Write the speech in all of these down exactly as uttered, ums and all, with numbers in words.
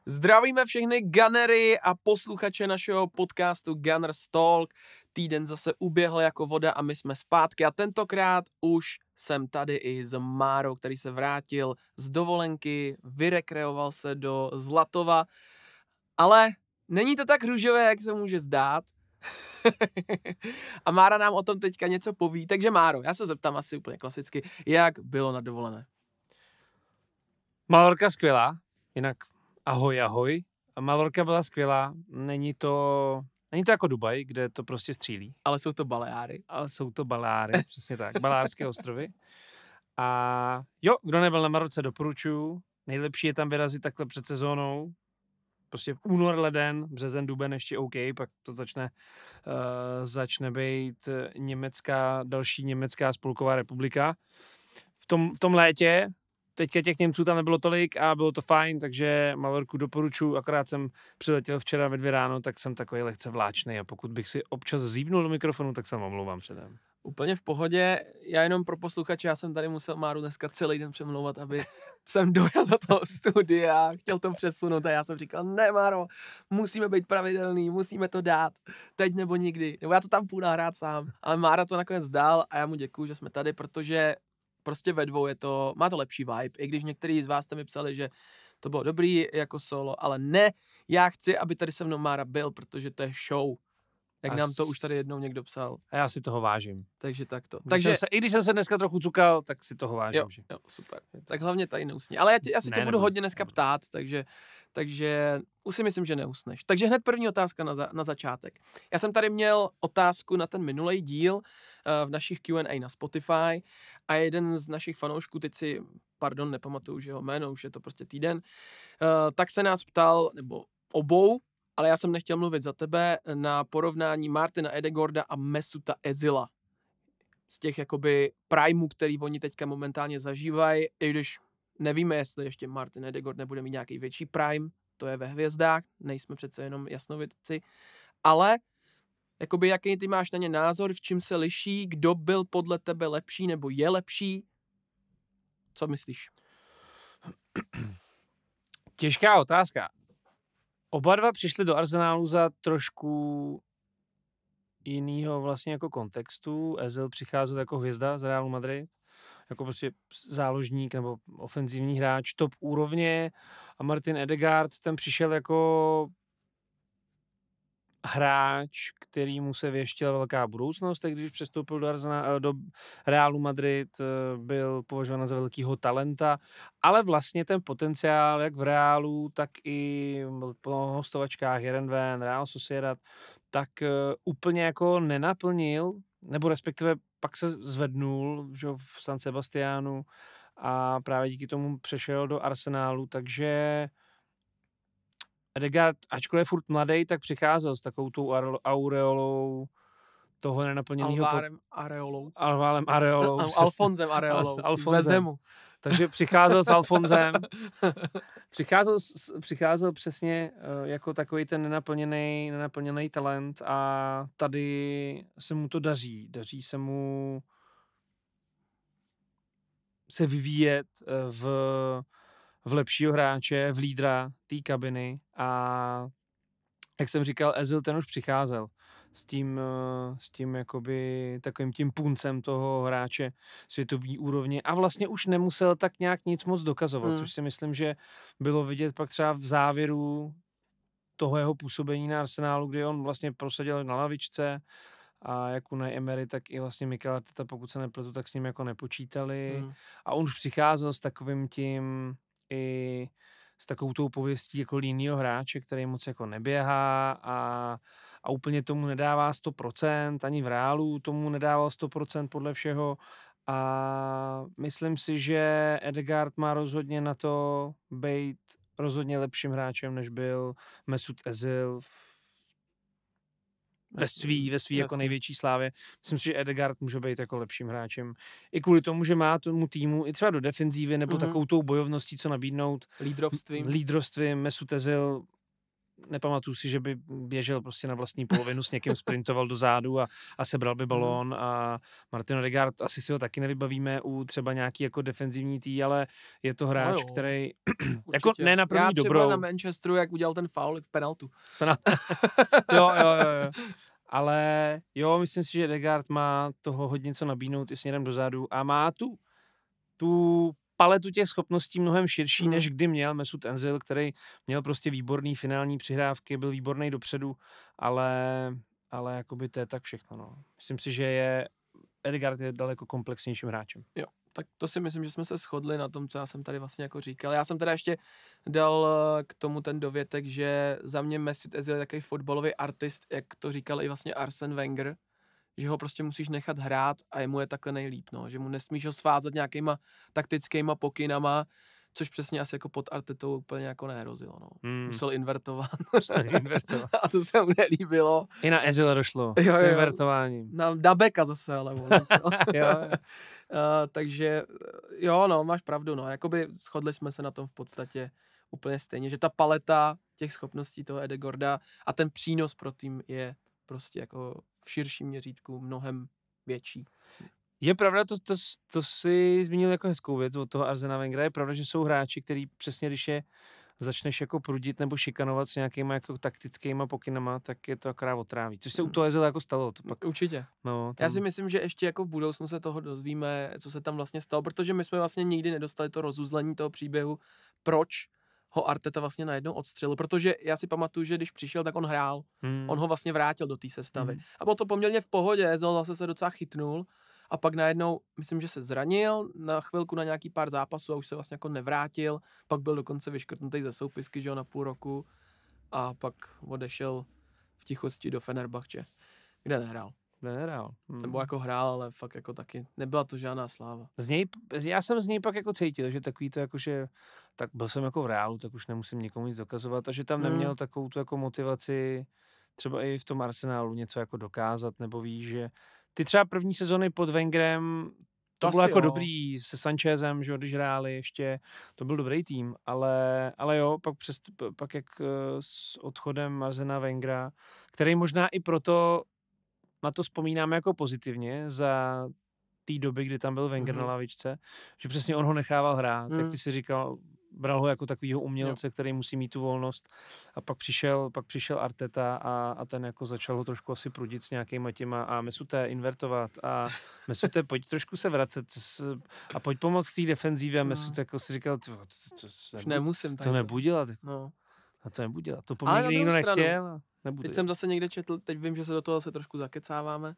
Zdravíme všechny gunnery a posluchače našeho podcastu Gunners Talk. Týden zase uběhl jako voda a my jsme zpátky a tentokrát už jsem tady i s Márou, který se vrátil z dovolenky, vyrekreoval se do Zlatova, ale není to tak růžové, jak se může zdát. A Mára nám o tom teďka něco poví, takže Máro, já se zeptám asi úplně klasicky, jak bylo na dovolené? Malorka skvělá, jinak ahoj, ahoj. A Malorka byla skvělá, není to, není to jako Dubaj, kde to prostě střílí. Ale jsou to Baleáry. Ale jsou to Baleáry, přesně tak, Baleárské ostrovy. A jo, kdo nebyl na Malorce, doporučuju. Nejlepší je tam vyrazit takhle před sezónou. Prostě v únor, leden, březen, duben ještě OK, pak to začne, uh, začne být německá, další německá spolková republika. V tom, v tom létě teďka těch Němců tam nebylo tolik a bylo to fajn, takže Malorku doporučuji, akorát jsem přiletěl včera ve dvě ráno, tak jsem takový lehce vláčnej a pokud bych si občas zívnul do mikrofonu, tak se omlouvám předem. Úplně v pohodě, já jenom pro posluchače, já jsem tady musel Máru dneska celý den přemlouvat, aby jsem dojel do toho studia, chtěl to přesunout a já jsem říkal, ne Máro, musíme být pravidelný, musíme to dát, teď nebo nikdy, nebo já to tam půjdu nahrát sám, ale Mára to nakonec dal a já mu děkuju, že jsme tady, protože prostě ve dvou je to, má to lepší vibe, i když některý z vás jste mi psali, že to bylo dobrý jako solo, ale ne, já chci, aby tady se mnou Mára byl, protože to je show. Jak a nám to už tady jednou někdo psal. A já si toho vážím. Takže takto. Když Takže se, i když jsem se dneska trochu cukal, tak si toho vážím. Jo, jo, super. Tak hlavně tady neusni. Ale já, tě, já si ne, tě budu nebudu. hodně dneska ptát, takže, takže už si myslím, že neusneš. Takže hned první otázka na, za, na začátek. Já jsem tady měl otázku na ten minulý díl uh, v našich Q and A na Spotify a jeden z našich fanoušků, teď si, pardon, nepamatuju, že jeho jméno, už je to prostě týden, uh, tak se nás ptal, nebo obou, ale já jsem nechtěl mluvit za tebe, na porovnání Martina Ødegaarda a Mesuta Özila. Z těch jakoby primeů, který oni teďka momentálně zažívají, i když nevíme, jestli ještě Martin Ødegaard nebude mít nějaký větší prime, to je ve hvězdách, nejsme přece jenom jasnovidci, ale jakoby jaký ty máš na ně názor, v čem se liší, kdo byl podle tebe lepší nebo je lepší, co myslíš? Těžká otázka. Oba dva přišli do Arsenálu za trošku jinýho vlastně jako kontextu. Özil přicházel jako hvězda z Realu Madrid, jako prostě záložník nebo ofenzivní hráč top úrovně a Martin Ødegaard ten přišel jako hráč, kterýmu se věštila velká budoucnost, tak když přestoupil do, Arsenal, do Realu Madrid, byl považován za velkýho talenta, ale vlastně ten potenciál jak v Realu, tak i po hostovačkách Heerenveen, Real Sociedad, tak úplně jako nenaplnil, nebo respektive pak se zvednul že, v San Sebastianu a právě díky tomu přešel do Arsenálu, takže Ødegaard, ačkoliv je furt mladý, tak přicházel s takovou tou aureolou toho nenaplněného... Alvárem po... Areolou. Alvárem Areolou. Alfonzem Areolou. Alfonzem. Takže přicházel s Alfonzem. přicházel, přicházel přesně uh, jako takový ten nenaplněný, nenaplněný talent a tady se mu to daří. Daří se mu se vyvíjet v v lepšího hráče, v lídra té kabiny a jak jsem říkal, Özil ten už přicházel s tím, s tím jakoby takovým tím puncem toho hráče světový úrovně a vlastně už nemusel tak nějak nic moc dokazovat, hmm. což si myslím, že bylo vidět pak třeba v závěru toho jeho působení na Arsenálu, kdy on vlastně prosadil na lavičce a jak Unai Emery, tak i vlastně Mikel Arteta, pokud se nepletu, tak s ním jako nepočítali hmm. a on už přicházel s takovým tím i s takovou tou pověstí jako línýho hráče, který moc jako neběhá a, a úplně tomu nedává sto procent, ani v Reálu tomu nedával sto procent podle všeho a myslím si, že Ødegaard má rozhodně na to být rozhodně lepším hráčem, než byl Mesut Özil ve svý, ve svý jako největší slávě. Myslím si, že Ødegaard může být jako lepším hráčem. I kvůli tomu, že má tomu týmu i třeba do defenzívy nebo mm-hmm. takovou tou bojovností, co nabídnout. Lídrovstvím. Lídrovstvím. Mesut Özil nepamatuju si, že by běžel prostě na vlastní polovinu, s někým sprintoval do zádu a, a sebral by balón a Martin Odegaard, asi si ho taky nevybavíme u třeba nějaký jako defenzivní tý, ale je to hráč, no který jako ne na první Já třeba dobrou. na Manchesteru, jak udělal ten foul v penaltu. jo, jo, jo, jo. Ale jo, myslím si, že Odegaard má toho hodně co nabídnout i směrem dozadu a má tu, tu paletu těch schopností mnohem širší, hmm. než kdy měl Mesut Özil, který měl prostě výborný finální přihrávky, byl výborný dopředu, ale, ale jakoby to je tak všechno. No. Myslím si, že je Odegaard je daleko komplexnějším hráčem. Jo, tak to si myslím, že jsme se shodli na tom, co já jsem tady vlastně jako říkal. Já jsem teda ještě dal k tomu ten dovětek, že za mě Mesut Özil je takový fotbalový artist, jak to říkal i vlastně Arsene Wenger, že ho prostě musíš nechat hrát a jemu je takhle nejlíp, no. Že mu nesmíš ho svázat nějakýma taktickýma pokynama, což přesně asi jako pod Artetou úplně jako nehrozilo, no. Hmm. Musel invertovat. Musel invertovat. A to se mu nelíbilo. I na Özila došlo jo, s jo. invertováním. Na, na beka zase, ale on musel. jo, jo. Uh, takže jo, no, máš pravdu, no. Jakoby shodli jsme se na tom v podstatě úplně stejně, že ta paleta těch schopností toho Ødegaarda a ten přínos pro tým je prostě jako v širším měřítku mnohem větší. Je pravda, to, to, to si zmínil jako hezkou věc od toho Arsena Wengera, je pravda, že jsou hráči, který přesně, když je začneš jako prudit nebo šikanovat s nějakýma jako taktickýma pokynama, tak je to akorát otráví. Což se u toho Özila jako stalo. To pak, Určitě. No, tam... Já si myslím, že ještě jako v budoucnu se toho dozvíme, co se tam vlastně stalo, protože my jsme vlastně nikdy nedostali to rozuzlení toho příběhu, proč ho Arteta vlastně najednou odstřelil, protože já si pamatuju, že když přišel, tak on hrál. Hmm. On ho vlastně vrátil do té sestavy. Hmm. A bylo to poměrně v pohodě, Özil zase se docela chytnul a pak najednou, myslím, že se zranil na chvilku na nějaký pár zápasů a už se vlastně jako nevrátil, pak byl dokonce vyškrtnutý ze soupisky, že jo, na půl roku a pak odešel v tichosti do Fenerbahče, kde nehrál. Nehrál. Hmm. Nebo jako hrál, ale fakt jako taky nebyla to žádná sláva. Z něj, já jsem z něj pak jako cítil, že takový to jako, že tak byl jsem jako v Reálu, tak už nemusím nikomu nic dokazovat a že tam hmm. neměl takovou tu jako motivaci třeba i v tom Arsenálu něco jako dokázat, nebo víš, že ty třeba první sezony pod Wengerem to, to bylo jako jo. dobrý se Sanchezem, že když hráli ještě, to byl dobrý tým, ale, ale jo, pak, přes, pak jak s odchodem Arsena Wengera, který možná i proto na to vzpomínáme jako pozitivně za té doby, kdy tam byl Wenger mm-hmm. na lavičce, že přesně on ho nechával hrát, mm. jak ty si říkal, bral ho jako takovýho umělce, jo. který musí mít tu volnost a pak přišel, pak přišel Arteta a, a ten jako začal ho trošku asi prudit s nějakýma těma a Mesute invertovat a Mesute pojď trošku se vracet s, a pojď pomoct té defenzívě a Mesute jako si říkal, to, to, to, to, nebudu, nemusím to nebudu dělat. No. A to nebudu dělat. To po mně nikdo nechtěl. A nebudu teď dělat. jsem zase někde četl, teď vím, že se do toho zase trošku zakecáváme,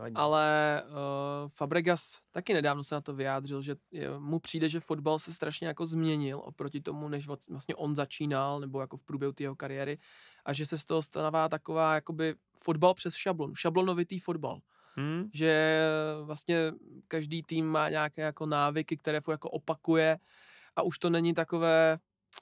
ale uh, Fabregas taky nedávno se na to vyjádřil, že je, mu přijde, že fotbal se strašně jako změnil oproti tomu, než vlastně on začínal, nebo jako v průběhu té jeho kariéry a že se z toho stává taková jakoby fotbal přes šablon, šablonovitý fotbal. Hmm. Že vlastně každý tým má nějaké jako návyky, které jako opakuje a už to není takové,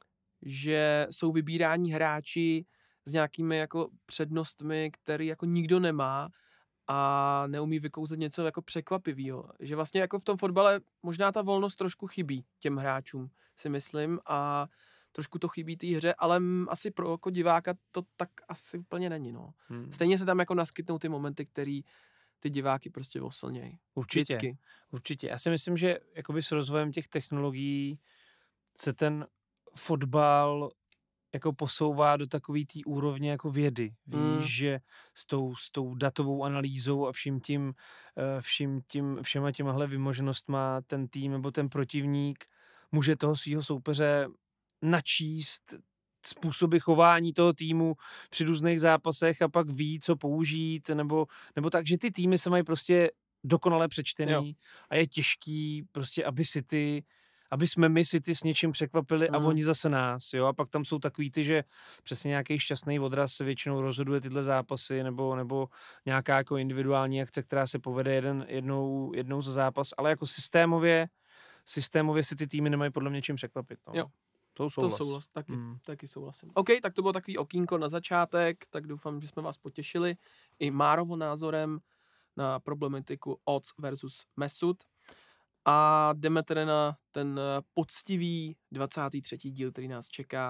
že jsou vybírání hráči s nějakými jako přednostmi, který jako nikdo nemá a neumí vykouzet něco jako překvapivého. Že vlastně jako v tom fotbale možná ta volnost trošku chybí těm hráčům, si myslím, a trošku to chybí té hře, ale asi pro jako diváka to tak asi úplně není, no. Hmm. Stejně se tam jako naskytnou ty momenty, který ty diváky prostě oslnějí. Určitě, Vždycky. určitě. Já si myslím, že jakoby s rozvojem těch technologií se ten fotbal jako posouvá do takový té úrovně jako vědy. Víš, mm. že s tou, s tou datovou analýzou a vším tím, vším tím, všema těmahle vymoženostma ten tým nebo ten protivník může toho svého soupeře načíst způsoby chování toho týmu při různých zápasech a pak ví, co použít, nebo, nebo tak, že ty týmy se mají prostě dokonale přečtený jo. a je těžký prostě, aby si ty aby jsme my City s něčím překvapili mm. a oni zase nás, jo, a pak tam jsou takový ty, že přesně nějaký šťastný odraz se většinou rozhoduje tyhle zápasy, nebo, nebo nějaká jako individuální akce, která se povede jeden, jednou, jednou za zápas, ale jako systémově, systémově si ty týmy nemají podle mě čím překvapit, no. Jo. To souhlas. To souhlas, taky, mm. taky souhlasím. OK, tak to bylo takový okýnko na začátek, tak doufám, že jsme vás potěšili i Márovo názorem na problematiku Odds versus Mesut. A jdeme tedy na ten poctivý dvacátý třetí díl, který nás čeká.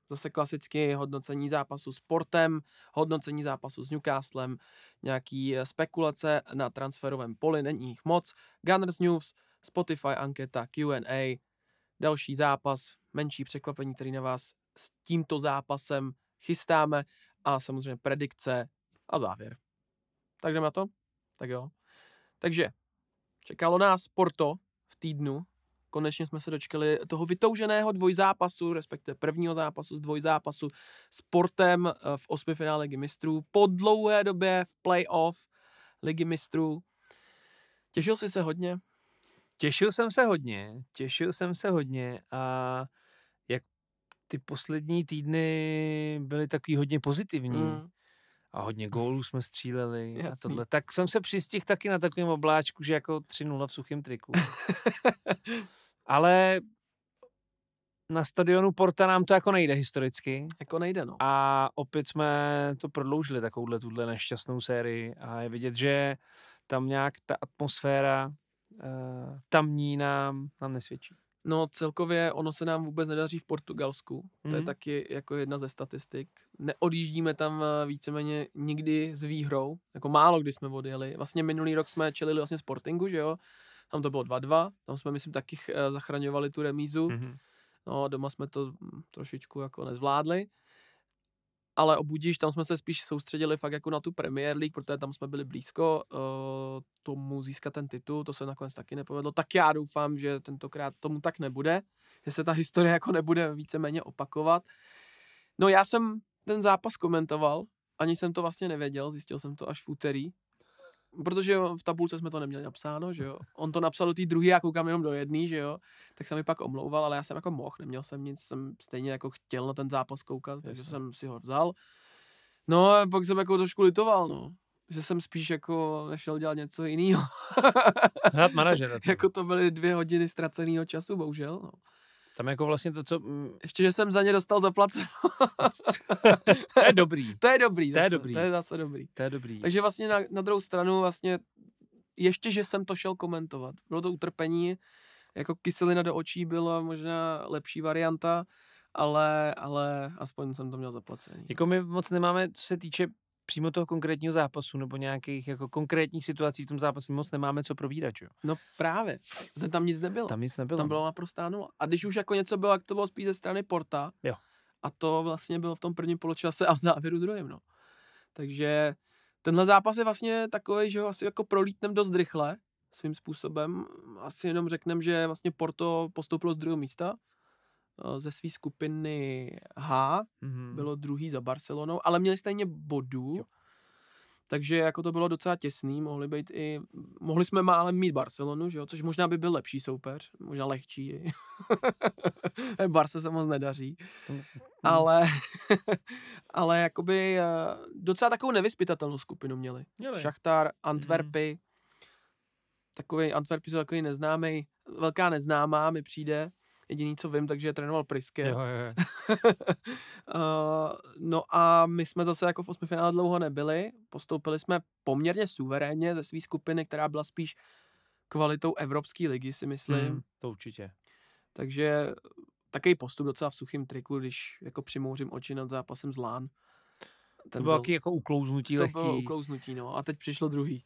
Zase klasicky hodnocení zápasu s Portem, hodnocení zápasu s Newcastlem, nějaký spekulace na transferovém poli, není jich moc. Gunners News, Spotify anketa, Q and A, další zápas, menší překvapení, který na vás s tímto zápasem chystáme a samozřejmě predikce a závěr. Tak jdeme na to? Tak jo. Takže čekalo nás Porto v týdnu. Konečně jsme se dočkali toho vytouženého dvojzápasu, respektive prvního zápasu z dvojzápasu s Portem v osmifinále Ligy mistrů. Po dlouhé době v playoff Ligy mistrů. Těšil jsi se hodně? Těšil jsem se hodně, těšil jsem se hodně a jak ty poslední týdny byly takový hodně pozitivní mm. a hodně gólů jsme stříleli Jasný. a tohle, tak jsem se přistihl taky na takovém obláčku, že jako tři nula v suchém triku. Ale na stadionu Porta nám to jako nejde historicky. Jako nejde, no. A opět jsme to prodloužili, takovouhle tuhle nešťastnou sérii a je vidět, že tam nějak ta atmosféra uh, tamní nám, nám nesvědčí. No celkově ono se nám vůbec nedaří v Portugalsku. Mm-hmm. To je taky jako jedna ze statistik. Neodjíždíme tam víceméně nikdy s výhrou. Jako málo kdy jsme odjeli. Vlastně minulý rok jsme čelili vlastně Sportingu, že jo. Tam to bylo dva dva. Tam jsme, myslím, taky zachraňovali tu remízu. Mm-hmm. No, doma jsme to trošičku jako nezvládli. Ale obudíš, tam jsme se spíš soustředili fakt jako na tu Premier League, protože tam jsme byli blízko uh, tomu získat ten titul, to se nakonec taky nepovedlo. Tak já doufám, že tentokrát tomu tak nebude, že se ta historie jako nebude víceméně opakovat. No já jsem ten zápas komentoval, ani jsem to vlastně nevěděl, zjistil jsem to až v úterý, protože v tabulce jsme to neměli napsáno, že jo. On to napsal do té druhé, já koukám jenom do jedné, že jo. Tak jsem mi pak omlouval, ale já jsem jako mohl, neměl jsem nic, jsem stejně jako chtěl na ten zápas koukat, takže Jasně. jsem si ho vzal. No a pak jsem jako trošku litoval, no. Že jsem spíš jako nešel dělat něco jiného. Hrát manažera. Jako to byly dvě hodiny ztraceného času, bohužel, no. Tam jako vlastně to, co... Ještě, že jsem za ně dostal zaplaceno. To je dobrý. To je dobrý zase. To je dobrý. To je zase dobrý. To je dobrý. Takže vlastně na, na druhou stranu vlastně ještě, že jsem to šel komentovat. Bylo to utrpení, jako kyselina do očí byla možná lepší varianta, ale, ale aspoň jsem to měl zaplacený. Jako my moc nemáme, co se týče přímo toho konkrétního zápasu nebo nějakých jako konkrétních situací v tom zápase moc nemáme co probírat, jo? No právě, tam nic nebylo. Tam nic nebylo. Tam bylo naprostá nula. A když už jako něco bylo, jak to bylo spíš ze strany Porta. Jo. A to vlastně bylo v tom prvním poločase a v závěru druhém, no. Takže tenhle zápas je vlastně takový, že ho asi jako prolítnem dost rychle svým způsobem. Asi jenom řekneme, že vlastně Porto postoupilo z druhého místa ze své skupiny H, mm-hmm. bylo druhý za Barcelonou, ale měli stejně bodů, jo. Takže jako to bylo docela těsný, mohli být i, mohli jsme málem mít Barcelonu, že jo, což možná by byl lepší soupeř, možná lehčí. Barce se moc nedaří, mm. ale, ale jakoby docela takovou nevyzpytatelnou skupinu měli. měli. Šachtar, Antwerpy, mm. takový Antwerpy jsou takový neznámý, velká neznámá mi přijde. Jediný, co vím, takže je trénoval Priske. Jo, jo, jo. uh, no a my jsme zase jako v osmifinále dlouho nebyli. Postoupili jsme poměrně suverénně ze své skupiny, která byla spíš kvalitou Evropské ligy, si myslím. Hmm, to určitě. Takže takový postup docela v suchým triku, když jako přimouřím oči nad zápasem z Lán. Ten to bylo taky jako uklouznutí to lehký. To bylo uklouznutí, no. A teď přišlo druhý.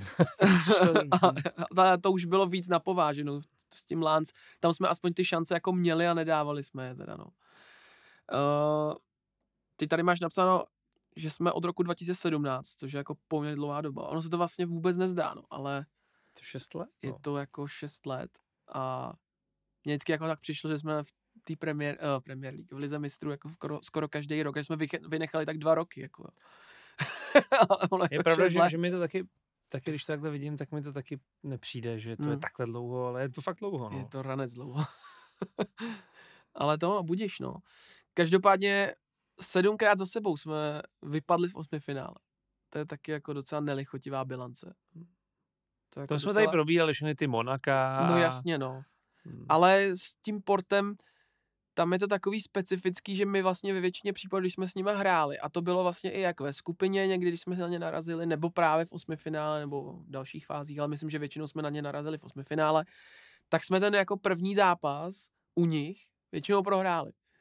a, a to už bylo víc napováženou s tím Lánc. Tam jsme aspoň ty šance jako měli a nedávali jsme je teda, no. Uh, ty tady máš napsáno, že jsme od roku dva tisíce sedmnáct, což je jako poměrně dlouhá doba. Ono se to vlastně vůbec nezdá, no, ale to šest let? Je to jako šest let a mně vždycky jako tak přišlo, že jsme v té Premier, uh, Premier League, v Lize mistrů jako skoro, skoro každý rok, že jsme vynechali tak dva roky, jako. Ale je pravda, že, že mi to taky, taky, když to takhle vidím, tak mi to taky nepřijde, že to hmm. je takhle dlouho, ale je to fakt dlouho, no. Je to ranec dlouho. Ale to budiš, no. Každopádně sedmkrát za sebou jsme vypadli v osmifinále. To je taky jako docela nelichotivá bilance. To, jako to jsme docela... tady probírali všechny ty Monaka. No jasně, no. Hmm. Ale s tím Portem tam je to takový specifický, že my vlastně ve většině případů, když jsme s nimi hráli, a to bylo vlastně i jak ve skupině, někdy, když jsme se na ně narazili, nebo právě v osmifinále, nebo v dalších fázích, ale myslím, že většinou jsme na ně narazili v osmifinále, tak jsme ten jako první zápas u nich většinou prohráli.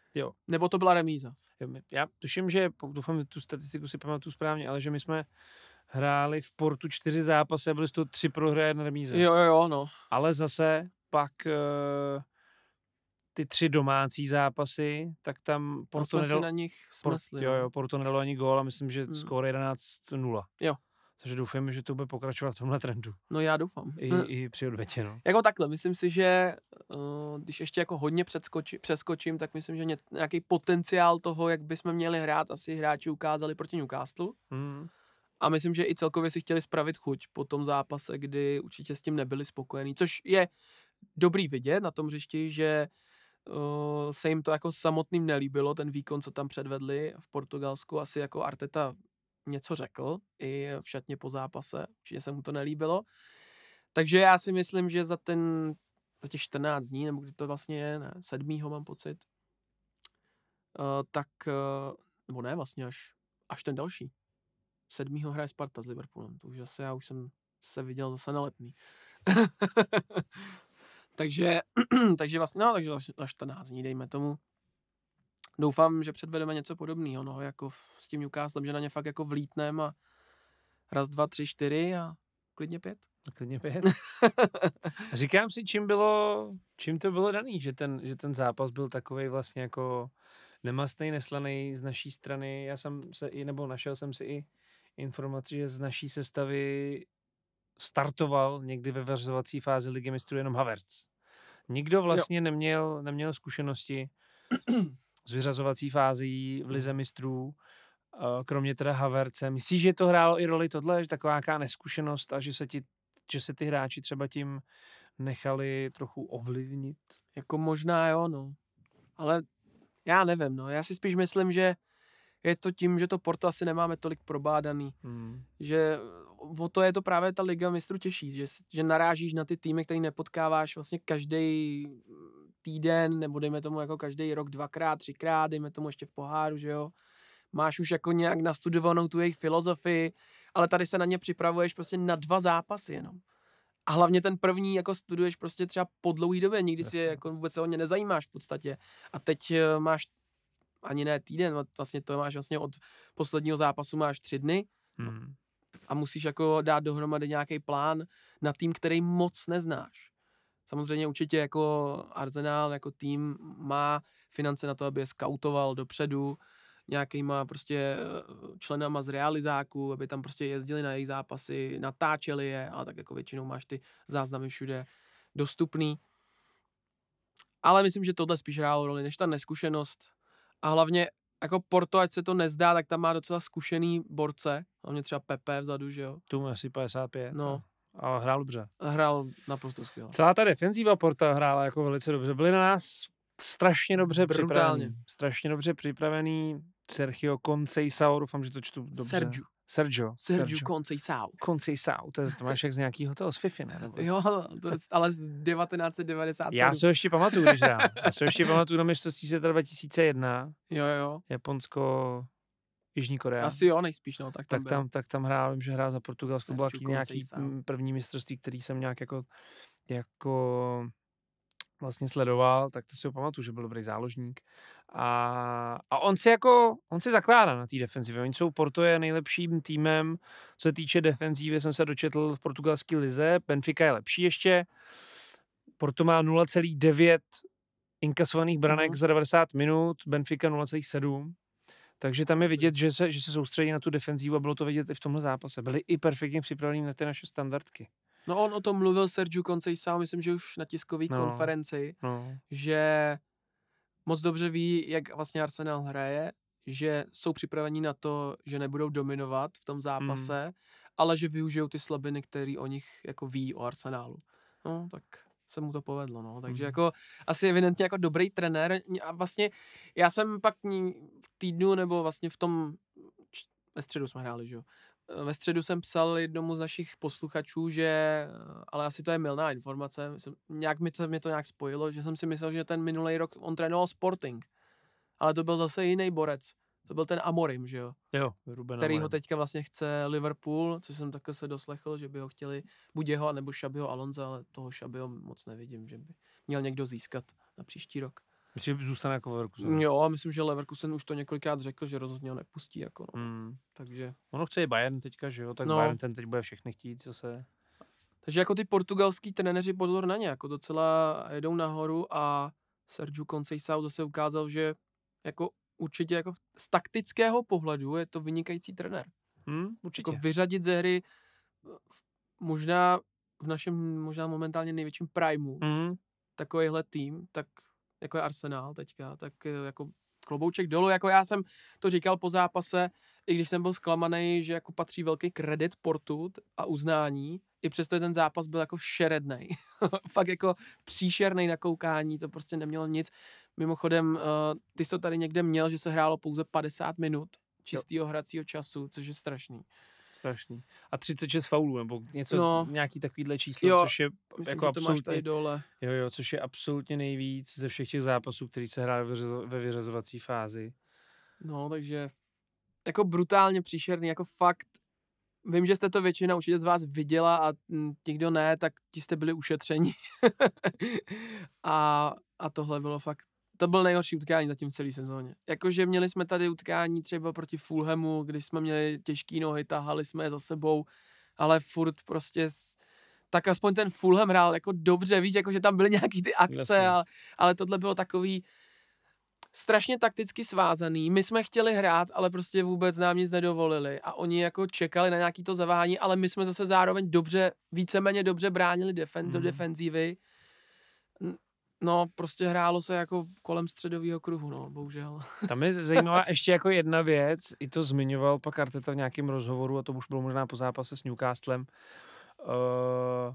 Jo. Nebo to byla remíza? Já tuším, že, doufám, tu statistiku si pamatuju správně, ale že my jsme hráli v Portu čtyři zápasy a byly z toho tři prohry a jedna remíza. Jo, jo, jo, no. Ale zase pak uh, ty tři domácí zápasy, tak tam Porto jsme nedal... si na nich smysli. Port, jo, jo, Porto nedalo ani gól a myslím, že hmm. skóre jedenáct nula. Jo. Takže doufám, že to bude pokračovat v tomhle trendu. No já doufám. I, hm. i při odvetě, no. Jako takhle, myslím si, že uh, když ještě jako hodně předskoči, přeskočím, tak myslím, že ně, nějaký potenciál toho, jak bychom měli hrát, asi hráči ukázali proti Newcastle. Hmm. A myslím, že i celkově si chtěli spravit chuť po tom zápase, kdy určitě s tím nebyli spokojení, což je dobrý vidět na tom hřišti, že uh, se jim to jako samotným nelíbilo, ten výkon, co tam předvedli v Portugalsku. Asi jako Arteta něco řekl i v šatně po zápase, určitě se mu to nelíbilo. Takže já si myslím, že za ten za těch čtrnáct dní, nebo kdy to vlastně je, ne, sedmýho mám pocit, uh, tak, uh, nebo ne, vlastně až, až ten další. Sedmýho hraje Sparta s Liverpoolem, to už zase já už jsem se viděl zase na Letný. takže, takže vlastně, no, takže za čtrnáct dní, dejme tomu. Doufám, že předvedeme něco podobného, no, jako s tím Newcastlem, že na ně fakt jako vlítneme a raz, dva, tři, čtyři a klidně pět. A klidně pět. Říkám si, čím bylo, čím to bylo daný, že ten, že ten zápas byl takovej vlastně jako nemastnej, neslanej z naší strany. Já jsem se i, nebo našel jsem si i informaci, že z naší sestavy startoval někdy ve vyřazovací fázi Ligy mistrů jenom Havertz. Nikdo vlastně neměl, neměl zkušenosti z vyřazovací fází v Lize mistrů, kromě teda Havertze. Myslíš, že to hrálo i roli tohle, že taková nějaká neskušenost a že se, ti, že se ty hráči třeba tím nechali trochu ovlivnit? Jako možná jo, no. Ale já nevím, no. Já si spíš myslím, že je to tím, že to Porto asi nemáme tolik probádaný. Hmm. Že o to je to právě ta Liga mistrů těžší, že, že narážíš na ty týmy, který nepotkáváš vlastně každý týden, nebo dejme tomu jako každý rok dvakrát, třikrát, dejme tomu ještě v poháru, že jo. Máš už jako nějak nastudovanou tu jejich filozofii, ale tady se na ně připravuješ prostě na dva zápasy jenom. A hlavně ten první jako studuješ prostě třeba po dlouhý době, nikdy si jako vůbec se o ně nezajímáš v podstatě. A teď máš ani ne týden, vlastně to máš vlastně od posledního zápasu máš tři dny hmm. a musíš jako dát dohromady nějaký plán na tým, který moc neznáš. Samozřejmě určitě jako Arsenal, jako tým má finance na to, aby je skautoval dopředu, nějakýma prostě členama z realizáku, aby tam prostě jezdili na jejich zápasy, natáčeli je, ale tak jako většinou máš ty záznamy všude dostupný. Ale myslím, že tohle spíš hrálo roli, než ta neskušenost. A hlavně jako Porto, ať se to nezdá, tak tam má docela zkušený borce, hlavně třeba Pepe vzadu, že jo. Tu má asi padesát pět. No. Ale hrál dobře. Hrál naprosto skvěle. Celá ta defenzíva Porta hrála jako velice dobře. Byli na nás strašně dobře Brutálně. připravený. Strašně dobře připravený. Sergio Conceição, doufám, že to čtu dobře. Sergio. Sergio. Sergio Conceição. Conceição, to, je, to máš jak z nějakého toho z Fifi, ne? Nebo... Jo, to je, ale z devatenáct set devadesát sedm. Já se ho ještě pamatuju, když hrál. Já se ho ještě pamatuju na mistrovství světa dva tisíce jedna. Jo, jo. Japonsko, Jižní Korea. Asi jo, nejspíš, no. Tak tam, tak tam, tak tam hrál, vím, že hrál za Portugalsko, byl nějaký Conceição. První mistrovství, který jsem nějak jako, jako vlastně sledoval, tak to si ho pamatuju, že byl dobrý záložník. A, a on si jako, on si zakládá na té defenzivě. Oni jsou, Porto je nejlepším týmem, co se týče defenzívy, jsem se dočetl v portugalské lize. Benfica je lepší ještě. Porto má nula celá devět inkasovaných branek mm. za devadesát minut, Benfica nula celá sedm. Takže tam je vidět, že se, že se soustředí na tu defenzívu a bylo to vidět i v tomhle zápase. Byli i perfektně připravení na ty naše standardky. No on o tom mluvil Sergio Conceição, myslím, že už na tiskové no, konferenci, no. že moc dobře ví, jak vlastně Arsenal hraje, že jsou připraveni na to, že nebudou dominovat v tom zápase, mm. ale že využijou ty slabiny, které o nich jako ví o Arsenalu. No, tak se mu to povedlo, no. Takže mm. jako asi evidentně jako dobrý trenér a vlastně já jsem pak v týdnu nebo vlastně v tom ve středu jsme hráli, že jo. Ve středu jsem psal jednomu z našich posluchačů, že, ale asi to je mylná informace, myslím, nějak mi to, mě to nějak spojilo, že jsem si myslel, že ten minulý rok on trénoval Sporting, ale to byl zase jiný borec. To byl ten Amorim, že jo? Jo, Ruben který Amorim. ho teďka vlastně chce Liverpool, což jsem takhle se doslechl, že by ho chtěli buď jeho, anebo Xabiho Alonza, ale toho Xabiho moc nevidím, že by měl někdo získat na příští rok. Myslím, že zůstane jako v Leverkusenu. Jo, a myslím, že Leverkusen už to několikrát řekl, že rozhodně ho nepustí. Jako no. Hmm. Takže... Ono chce i Bayern teďka, že jo? Tak no. Bayern ten teď bude všechny chtít zase. Takže jako ty portugalský trenéři pozor na ně, jako docela jedou nahoru a Sergio Conceição zase ukázal, že jako určitě jako z taktického pohledu je to vynikající trenér. Hmm, určitě. Jako vyřadit ze hry možná v našem možná momentálně největším primu Hmm. takovýhle tým, tak jako je Arsenal teďka, tak jako klobouček dolů, jako já jsem to říkal po zápase, i když jsem byl zklamaný, že jako patří velký kredit Portu a uznání, i přesto ten zápas byl jako šerednej. Fakt jako příšernej na koukání, to prostě nemělo nic. Mimochodem, uh, ty jsi to tady někde měl, že se hrálo pouze padesát minut čistého hracího času, což je strašný. Strašný. A třicet šest faulů, nebo něco, no, nějaký takovýhle číslo, jo, což je myslím, jako absolutně, dole. Jo, jo, což je absolutně nejvíc ze všech těch zápasů, který se hrály ve vyřazovací fázi. No, takže jako brutálně příšerný, jako fakt. Vím, že jste to většina určitě z vás viděla a ti, kdo ne, tak ti jste byli ušetřeni. a, a tohle bylo fakt, to byl nejhorší utkání zatím v celé sezóně. Jakože měli jsme tady utkání třeba proti Fulhamu, kdy jsme měli těžký nohy, tahali jsme je za sebou, ale furt prostě, tak aspoň ten Fulham hrál jako dobře, víš, jakože tam byly nějaký ty akce, ale, ale tohle bylo takový strašně takticky svázaný. My jsme chtěli hrát, ale prostě vůbec nám nic nedovolili a oni jako čekali na nějaký to zaváhání, ale my jsme zase zároveň dobře, víceméně dobře bránili defen- mm. do defenzívy. No, prostě hrálo se jako kolem středového kruhu, no, bohužel. Tam je zajímavá ještě jako jedna věc, i to zmiňoval pak Arteta v nějakém rozhovoru, a to už bylo možná po zápase s Newcastlem, uh,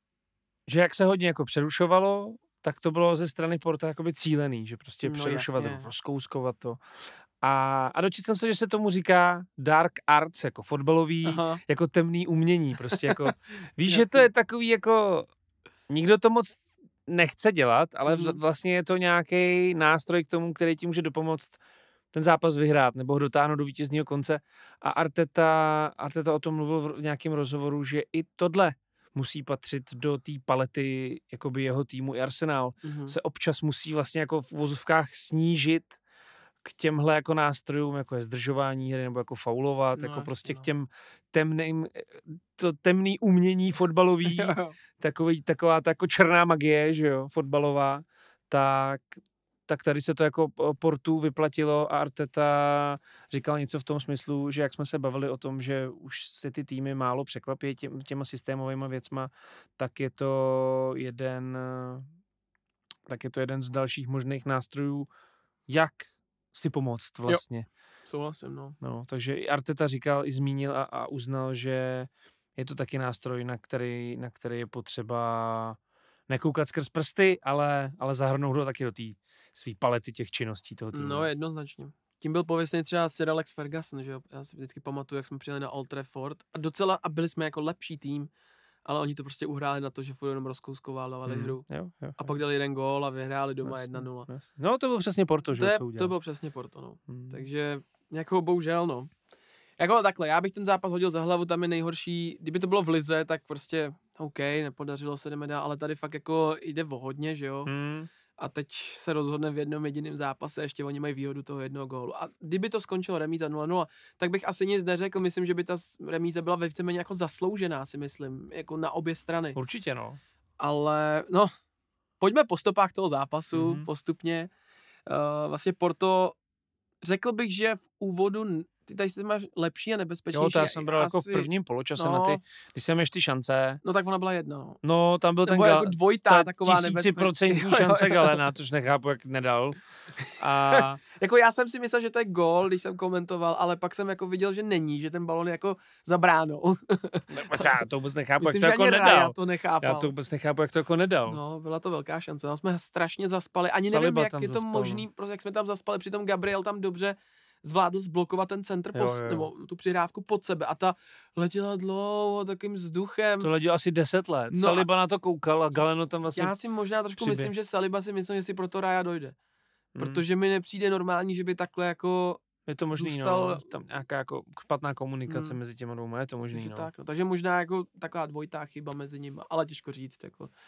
že jak se hodně jako přerušovalo, tak to bylo ze strany Porta jakoby cílený, že prostě no, přerušovat, rozkouskovat to. A, a dočetl jsem se, že se tomu říká dark arts, jako fotbalový, Aha. jako temný umění, prostě jako, víš, že to je takový jako, nikdo to moc nechce dělat, ale mm. vlastně je to nějaký nástroj k tomu, který ti může dopomoct ten zápas vyhrát, nebo ho dotáhnout do vítězního konce. A Arteta, Arteta o tom mluvil v nějakém rozhovoru, že i tohle musí patřit do té palety jakoby jeho týmu. I Arsenal mm-hmm. se občas musí vlastně jako v vozovkách snížit k těmhle jako nástrojům, jako je zdržování hry, nebo jako faulovat, no, jako jasný, prostě no. k těm temným, to temný umění fotbalový, takový, taková ta jako černá magie, že jo, fotbalová, tak, tak tady se to jako Portu vyplatilo a Arteta říkal něco v tom smyslu, že jak jsme se bavili o tom, že už se ty týmy málo překvapí těm, těma systémovými věcma, tak je to jeden tak je to jeden z dalších možných nástrojů, jak si pomoct vlastně. Jo, souhlasím, no. no. Takže i Arteta říkal, i zmínil a, a uznal, že je to taky nástroj, na který, na který je potřeba nekoukat skrz prsty, ale, ale zahrnout ho taky do té svý palety těch činností toho týmu. No, jednoznačně. Tím byl pověstný třeba Sir Alex Ferguson, že jo? Já si vždycky pamatuju, jak jsme přijeli na Old Trafford a docela, a byli jsme jako lepší tým, ale oni to prostě uhráli na to, že furt jenom rozkouskovali hmm, hru. Jo, jo, a pak dali jeden gól a vyhráli doma jasný, jedna nula. Jasný. No to bylo přesně Porto, že to, je, co udělal. To bylo přesně Porto, no. Hmm. Takže jako bohužel, no. Jako takhle, já bych ten zápas hodil za hlavu, tam je nejhorší, kdyby to bylo v lize, tak prostě OK, nepodařilo se, jdeme dál, ale tady fakt jako jde o hodně, že jo. Hmm. A teď se rozhodne v jednom jediném zápase, ještě oni mají výhodu toho jednoho gólu. A kdyby to skončilo remíza nula nula, tak bych asi nic neřekl, myslím, že by ta remíza byla víceméně jako zasloužená, si myslím, jako na obě strany. Určitě, no. Ale, no, pojďme po stopách toho zápasu, mm-hmm. postupně. Uh, vlastně Porto, řekl bych, že v úvodu, ty tady si máš lepší a nebezpečnější. Jo, to já jsem bral asi, jako v prvním poločase no, na ty, když jsem ještě ty šance. No tak ona byla jedna, no. No, tam byl Nebo ten jako dvojitá, ta taková tisíciprocentní šance Galena, což nechápu, jak nedal. A... jako já jsem si myslel, že to je gól, když jsem komentoval, ale pak jsem jako viděl, že není, že ten balon je jako za bránou. já to vůbec nechápu, Myslím, jak to jako nedal. Já to nechápal. Já to vůbec nechápu, jak to jako nedal. No, byla to velká šance. No, jsme strašně zaspali. Ani Saliba nevím, jak je to zaspal, možný, no. Prostě jak jsme tam zaspali, přitom Gabriel tam dobře zvládl zblokovat ten centr, jo, pos, jo. nebo tu přihrávku pod sebe a ta letěla dlouho takým vzduchem. To letělo asi deset let. No Saliba na to koukal a Galeno tam vlastně Já si možná trošku přiběh. myslím, že Saliba si myslel, že si pro to Raya dojde. Hmm. Protože mi nepřijde normální, že by takhle jako je to možný, zůstal... no. Tam nějaká jako špatná komunikace hmm. mezi těma dvouma, je to možný, takže no. Tak, no. Takže možná jako taková dvojitá chyba mezi nimi, ale těžko říct, jako.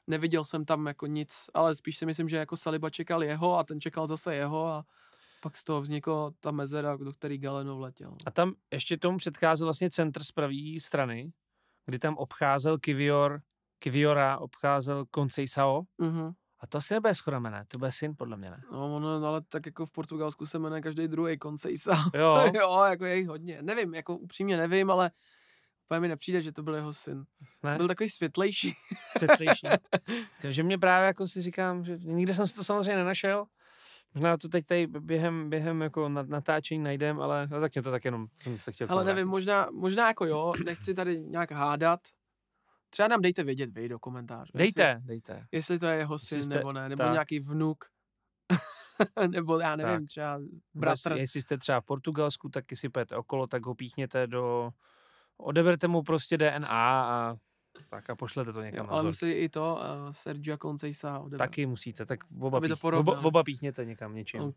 neviděl jsem tam jako nic, ale spíš si myslím, že jako Saliba čekal jeho a ten čekal zase jeho a pak z toho vznikla ta mezera, do který Galeno vletěl. A tam ještě tomu předcházel vlastně centr z pravé strany, kdy tam obcházel Kivior, Kiviora, obcházel Conceição. Mm-hmm. A to asi nebude schoda jména, to bude syn, podle mě, ne? No, ono, ale tak jako v Portugalsku se jmenuje každý druhý Conceição. Jo. Jo, jako je jich hodně. Nevím, jako upřímně nevím, ale úplně mi nepřijde, že to byl jeho syn. Ne? Byl takový světlejší. Světlejší. Takže mě právě jako si říkám, že nikde jsem si to samozřejmě nenašel. Možná to teď tady během, během jako natáčení najdem, ale no, tak mě to tak jenom jsem se chtěl. Ale nevím, možná, možná jako jo, nechci tady nějak hádat. Třeba nám dejte vědět vy do komentářů. Dejte, jestli, dejte. Jestli to je jeho syn jste, nebo ne, nebo ta... nějaký vnuk. Nebo já nevím, tak. třeba bratr. Jestli, jestli jste třeba v Portugalsku, tak si půjdete okolo, tak ho píchněte do... Odeberte mu prostě D N A a tak a pošlete to někam. Jo, ale musí i to uh, Sergio Conceição odebrat. Taky musíte, tak oba, Aby to pích, oba, oba píchněte někam něčím. OK.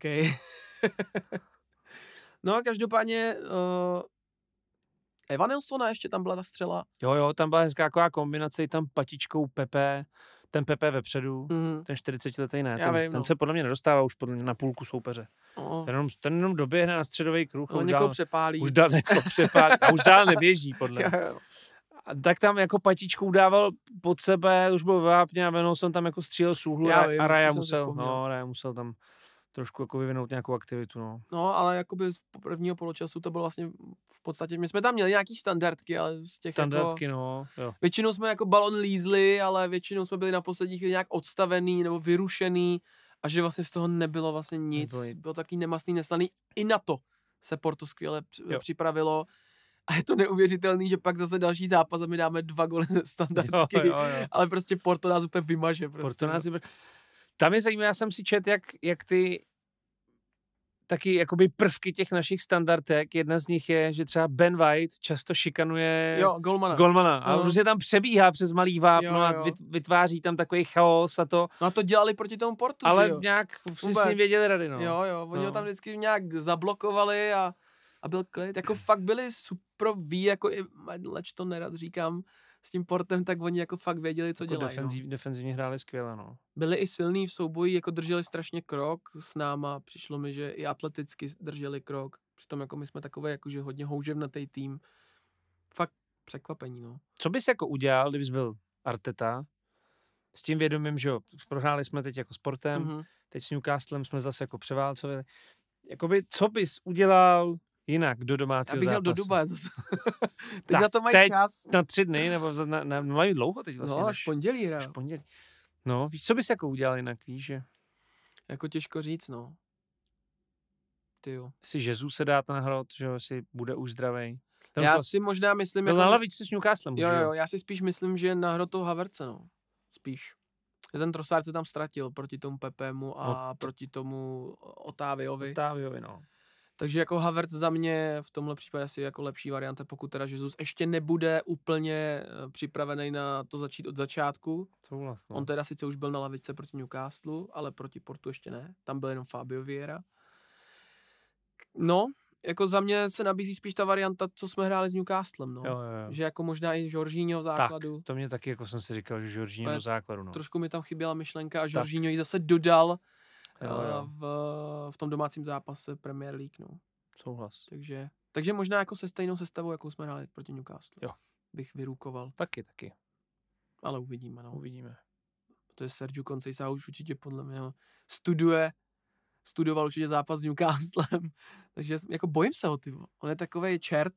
No a každopádně uh, Eva Nelsona ještě tam byla ta střela. Jo, jo, tam byla hezká taková kombinace, i tam patičkou Pepe, ten Pepe vepředu, mm-hmm. ten čtyřicetiletý ne, ten, vím, ten no. se podle mě nedostává už podle mě na půlku soupeře. Oh. Ten, jenom, ten jenom doběhne na středový kruh. No, někoho dál, přepálí. Už dál někoho přepálí a už dál neběží, podle mě. Jo, jo. A tak tam jako patičkou dával pod sebe, už byl vápně a Venol jsem tam jako střílel z úhlu a, a Raja musel, no, Raja musel tam trošku jako vyvinout nějakou aktivitu, no. No, ale jakoby z prvního poločasu to bylo vlastně v podstatě, my jsme tam měli nějaký standardky, ale z těch standardky, jako... no, jo. Většinou jsme jako balon lízli, ale většinou jsme byli na posledních nějak odstavený nebo vyrušený a že vlastně z toho nebylo vlastně nic. Nebylo, bylo taky nemastný, neslaný. I na to se Porto skvěle jo. připravilo. A je to neuvěřitelný, že pak zase další zápas a my dáme dva goly ze standardky. Jo, jo, jo. Ale prostě Porto nás úplně vymaže. Prostě. Porto nás vymaže. Tam je zajímavé, já jsem si čet, jak, jak ty taky jakoby prvky těch našich standardek. Jedna z nich je, že třeba Ben White často šikanuje jo, golmana. golmana a uh-huh. prostě tam přebíhá přes malý vápno jo, jo. a vytváří tam takový chaos a to. No a to dělali proti tomu Portu, ale že jo? nějak si s ním věděli rady, no. Jo, jo, oni no. ho tam vždycky nějak zablokovali a, a byl klid. Jako fakt byli super ví, jako i, leč to nerad říkám, s tím Portem, tak oni jako fakt věděli, co jako dělají. Defenziv, no. Defenzivně hráli skvěle, no. Byli i silní v souboji, jako drželi strašně krok s náma, přišlo mi, že i atleticky drželi krok, přitom jako my jsme takové jakože hodně houževnatý tým. Fakt překvapení, no. Co bys jako udělal, kdybys byl Arteta, s tím vědomím, že jo, prohráli jsme teď jako Sportem, mm-hmm. teď s Newcastlem jsme zase jako převálcovali. Jakoby, co bys udělal jinak do domácího zápasu? Já bych jel do Dubaje zase. teď tak, na to mají teď čas. Na tři dny, nebo na, na, mají dlouho teď vlastně. No, až pondělí hrál. Až pondělí. No, víš, co bys jako udělal jinak, víš, že? Jako těžko říct, no. Ty jo. Si Jesus se dát na hrot, že jo, si bude už zdravej. Ten já si možná myslím... Byl jako... na lavičce s Newcastlem. Jo, jo, já si spíš myslím, že na hrot toho Havertze, no. Spíš. Ten Trossard se tam ztratil proti tomu Pepemu a no, to... proti tomu Otáviovi. Otáviovi, no. Takže jako Havertz za mě v tomhle případě asi jako lepší varianta, pokud teda Jesus ještě nebude úplně připravený na to začít od začátku. Vlastně. On teda sice už byl na lavičce proti Newcastlu, ale proti Portu ještě ne. Tam byl jenom Fabio Vieira. No, jako za mě se nabízí spíš ta varianta, co jsme hráli s Newcastlem, no. Jo, jo, jo. Že jako možná i Jorginho základu. Tak, to mě taky, jako jsem si říkal, že Jorginho do základu, no. Trošku mi tam chyběla myšlenka a Jorginho ji zase dodal jo, jo. V, v tom domácím zápase Premier League, no. Souhlas. Takže, takže možná jako se stejnou sestavou, jakou jsme hráli proti Newcastlu. Jo. Bych vyrukoval. Taky, taky. Ale uvidíme, no. Uvidíme. Protože Sergio Conceição už určitě podle mě studuje, studoval určitě zápas s Newcastlem. Takže jako bojím se ho, ty. On je takovej čert.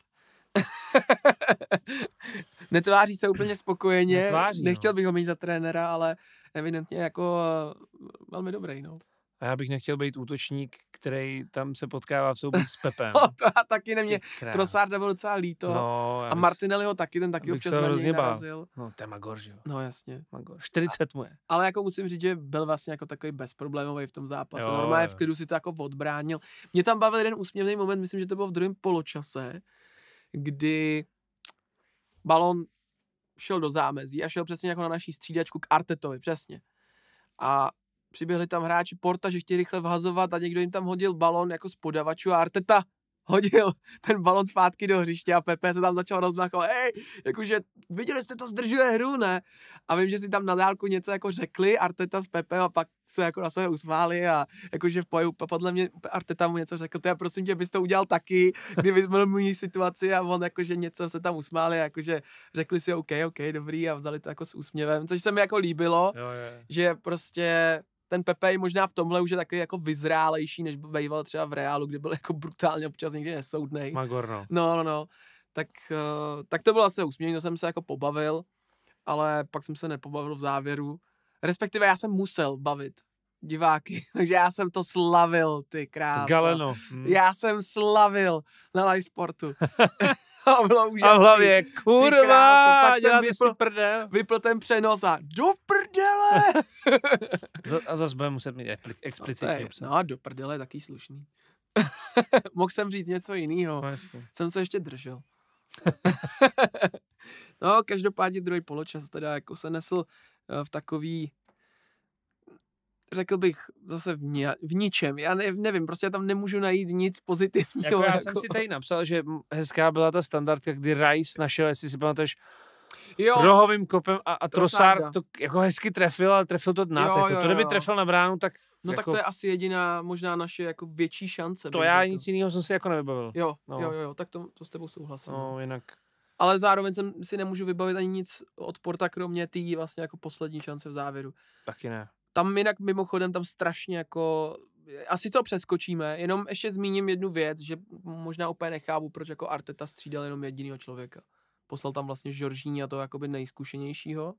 Netváří se úplně spokojeně. Netváří, Nechtěl no. bych ho mít za trenéra, ale evidentně jako velmi dobrý, no. A já bych nechtěl být útočník, který tam se potkává v souběh s Pepem. No, to já taky nemě. Trossarda bylo docela líto. No, a Martinelliho taky, ten taky občas na něj narazil. No, to je Magor, že jo. No, jasně. Magor. čtyřicet mu je. Ale jako musím říct, že byl vlastně jako takový bezproblémový v tom zápase. Jo, normálně v klidu si to jako odbránil. Mě tam bavil jeden úsměvný moment, myslím, že to bylo v druhém poločase, kdy balon šel do zámezí a šel přesně jako na naší střídačku k Artetovi, přesně. A přiběhli tam hráči Porta, že chtěli rychle vhazovat a někdo jim tam hodil balon jako z podavačů a Arteta hodil ten balon zpátky do hřiště a Pepe se tam začal rozmáchovat, hej, jakože viděli jste to, zdržuje hru, ne? A vím, že si tam na dálku něco jako řekli Arteta s Pepem a pak se jako na sebe usmáli a jakože v poju, podle mě Arteta mu něco řekl, já prosím tě, bys to udělal taky, kdyby byl můj situaci a on jakože něco se tam usmáli a jakože řekli si OK, OK, dobrý a vzali to jako s úsměvem, což se mi jako líbilo, Jo, jo. že prostě ten Pepe možná v tomhle už je takový jako vyzrálejší, než býval třeba v Reálu, kde byl jako brutálně občas někdy nesoudnej. Magor, no. No, no, no. Tak, uh, tak to bylo asi úsměvný, to jsem se jako pobavil, ale pak jsem se nepobavil v závěru. Respektive já jsem musel bavit diváky, takže já jsem to slavil, ty krása. Galeno. Hm. Já jsem slavil na Live Sportu. A bylo úžasný. A v hlavě, kurva, pak jsem vypl, prdel. vypl ten přenos a do prdele! A zase budeme muset mít explicitně. No a do prdele je taky slušný. Mohl jsem říct něco jiného. No, jsem se ještě držel. No, každopádně druhý poločas teda jako se nesl v takový, řekl bych zase v, ni- v ničem. Já ne, nevím, prostě já tam nemůžu najít nic pozitivního. Jako já jako... jsem si tady napsal, že hezká byla ta standardka, kdy Rice našel, jestli si pamatuješ, jo. rohovým kopem a, a Trossard to jako hezky trefil, ale trefil to dnát. Jo, jako. jo, To, kdyby jo. trefil na bránu, tak No jako, tak to je asi jediná možná naše jako větší šance. To já řekl. Nic jiného jsem si jako nevybavil. Jo, no. jo, jo, tak to, to s tebou souhlasím. No, jinak. Ale zároveň jsem si nemůžu vybavit ani nic od Porta, kromě té vlastně jako poslední šance v závěru. Taky ne. Tam jinak mimochodem tam strašně jako, asi to přeskočíme, jenom ještě zmíním jednu věc, že možná úplně nechápu, proč jako Arteta střídal jenom jedinýho člověka. Poslal tam vlastně Jorginha, to jakoby nejzkušenějšího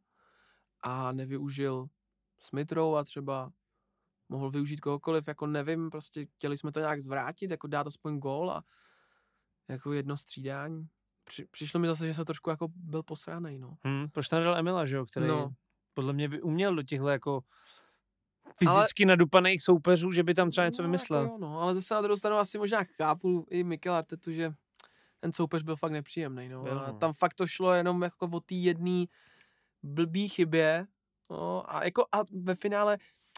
a nevyužil Smith-Rowe a třeba mohl využít kohokoliv, jako nevím, prostě chtěli jsme to nějak zvrátit, jako dát aspoň gól a jako jedno střídání. Při, přišlo mi zase, že se trošku jako byl posranej, no. Hmm, proč tam dal Emila, že jo, který no. podle mě by uměl do těchto jako fyzicky ale... nadupaných soupeřů, že by tam třeba něco no, vymyslel. Jako jo, no, ale zase na druhou stranu asi možná chápu i Mikel Artetu, že ten soupeř byl fakt nepříjemný, no. Jo, A no. tam fakt to šlo jenom jako o té jedné blbý chybě, no, a jako a ve finále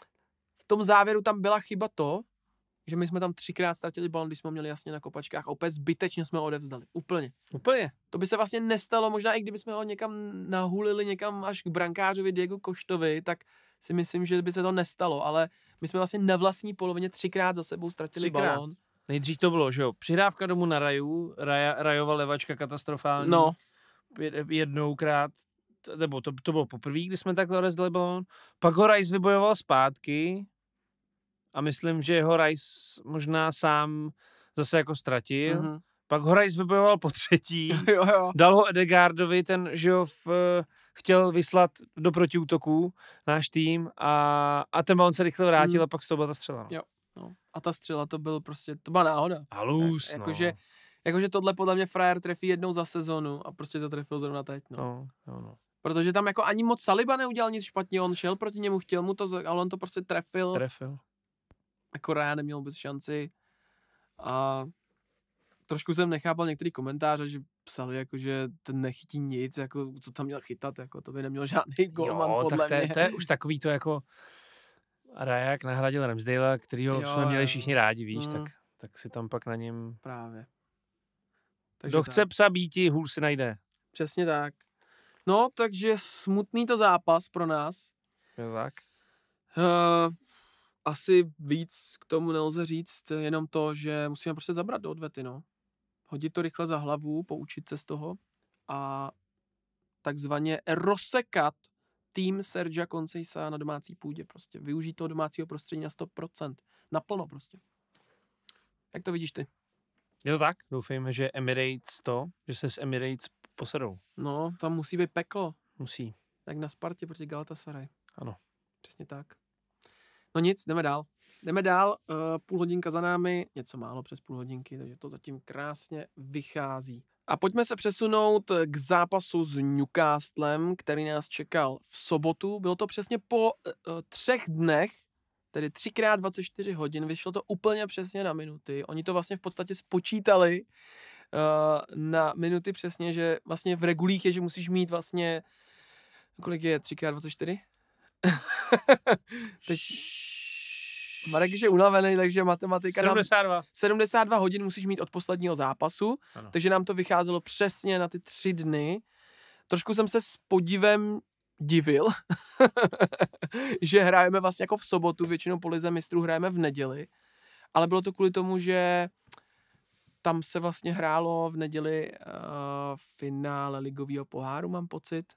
v tom závěru tam byla chyba to, že my jsme tam třikrát ztratili balon, když jsme měli jasně na kopačkách a opět zbytečně jsme ho odevzdali. Úplně. Úplně. To by se vlastně nestalo, možná i kdyby jsme ho někam nahulili, někam až k brankářovi Diego Koštovi, tak si myslím, že by se to nestalo, ale my jsme vlastně na vlastní polovině třikrát za sebou ztratili třikrát. balón. Nejdřív to bylo, že jo, přihrávka domů na Raju, Raja, Rajova levačka katastrofální. No. Jednoukrát, nebo to, to bylo poprvé, kdy jsme takhle odezdali balón. Pak ho Rice vybojoval zpátky a myslím, že ho Rice možná sám zase jako ztratil. Mm-hmm. Pak ho Rice vybojoval po třetí. jo, jo. Dal ho Edegaardovi, ten, že ho v, chtěl vyslat do protiútoků náš tým a, a ten balon se rychle vrátil mm. a pak z toho byla ta střela. No. Jo, no. A ta střela to byl prostě, to byla náhoda. Halus, Jak, no. Jakože jakože tohle podle mě frajer trefí jednou za sezonu a prostě to trefil zrovna teď, no. no, no, no. Protože tam jako ani moc Saliba neudělal nic špatně, on šel proti němu, chtěl mu to, ale on to prostě trefil. Trefil. Jako Raja neměl vůbec šanci a trošku jsem nechápal některý komentáře, že psali jako, že ten nechytí nic, jako co tam měl chytat, jako to by neměl žádný golman podle tak to, mě. To je už takový to jako Rajak nahradil Ramsdale, kterýho jo, jsme měli všichni rádi, víš, mm. tak, tak si tam pak na něm... Právě. Takže Kdo tak. chce psa býti, hůl si najde. Přesně tak. No, takže smutný to zápas pro nás. Jo, tak. Uh, asi víc k tomu nelze říct, jenom to, že musíme prostě zabrat do odvety, no. Hodit to rychle za hlavu, poučit se z toho a takzvaně rozsekat tým Sergia Conceição na domácí půdě prostě. Využít toho domácího prostředí na sto procent. Naplno prostě. Jak to vidíš ty? Je to tak? Doufejme, že Emirates to, že se s Emirates posedou. No, tam musí být peklo. Musí. Jak na Spartě proti Galatasaray. Ano. Přesně tak. No nic, jdeme dál. Jdeme dál, uh, půl hodinka za námi, něco málo přes půl hodinky, takže to zatím krásně vychází. A pojďme se přesunout k zápasu s Newcastlem, který nás čekal v sobotu. Bylo to přesně po uh, třech dnech, tedy třikrát dvacet čtyři hodin, vyšlo to úplně přesně na minuty. Oni to vlastně v podstatě spočítali uh, na minuty přesně, že vlastně v regulích je, že musíš mít vlastně, kolik je třikrát dvacet čtyři? Teď... Marek už je unavený, takže matematika sedmdesát dva. Nám, sedmdesát dva hodin musíš mít od posledního zápasu, ano. Takže nám to vycházelo přesně na ty tři dny. Trošku jsem se s podivem divil, že hrajeme vlastně jako v sobotu, většinou po lize mistrů hrajeme v neděli, ale bylo to kvůli tomu, že tam se vlastně hrálo v neděli uh, finále ligového poháru, mám pocit.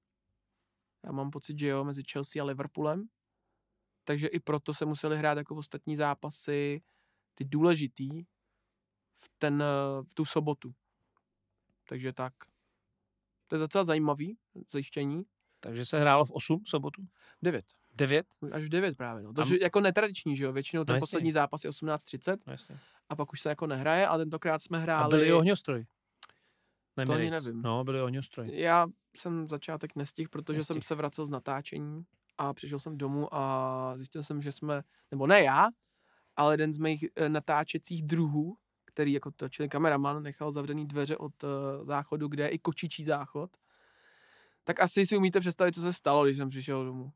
Já mám pocit, že jo, mezi Chelsea a Liverpoolem. Takže i proto se museli hrát jako ostatní zápasy, ty důležitý, v, ten, v tu sobotu. Takže tak. To je docela zajímavý zjištění. Takže se hrálo v osm sobotu? devět. devět? Až v devět právě, no. To je jako netradiční, že jo, většinou ten no poslední zápas je osmnáct třicet no a pak už se jako nehraje, a tentokrát jsme hráli... A byli ohňostroj? To ani nevím. No, byli ohňostroj. Já jsem začátek nestihl, protože Nestih. jsem se vracel z natáčení a přišel jsem domů a zjistil jsem, že jsme, nebo ne já, ale jeden z mých natáčecích druhů, který jako točil kameraman, nechal zavřený dveře od uh, záchodu, kde je i kočičí záchod. Tak asi si umíte představit, co se stalo, když jsem přišel domů.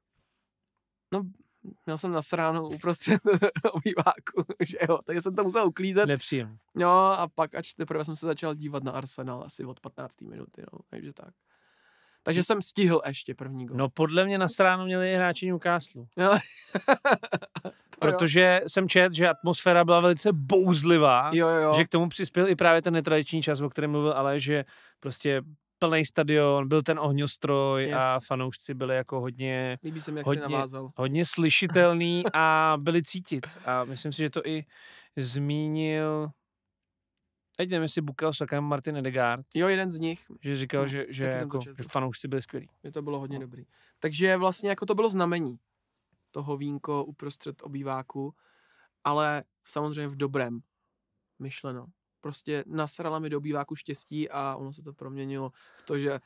No, měl jsem nasráno uprostřed obýváku, že jo, takže jsem to musel uklízet. Nepříjemný. No a pak až teprve jsem se začal dívat na Arsenal asi od patnácté minuty, no, takže tak. Takže jsem stihl ještě první gol. No podle mě nasráno měli i hráči Newcastle. Jo. Protože jo. jsem čet, že atmosféra byla velice bouzlivá, jo, jo. že k tomu přispěl i právě ten netradiční čas, o kterém mluvil, ale že prostě plný stadion, byl ten ohňostroj yes. a fanoušci byli jako hodně, Líbí se mi, jak hodně, si navázal. hodně slyšitelný a byli cítit. A myslím si, že to i zmínil, teď nevím, jestli Bukayo Saka, Martin Ødegaard. Jo, jeden z nich. Že říkal, no, že, že, jako, že fanoušci byli skvělí. Je to bylo hodně no. dobrý. Takže vlastně jako to bylo znamení. Toho vínko uprostřed obýváku, ale samozřejmě v dobrém myšleno. Prostě nasrala mi do obýváku štěstí a ono se to proměnilo v to, že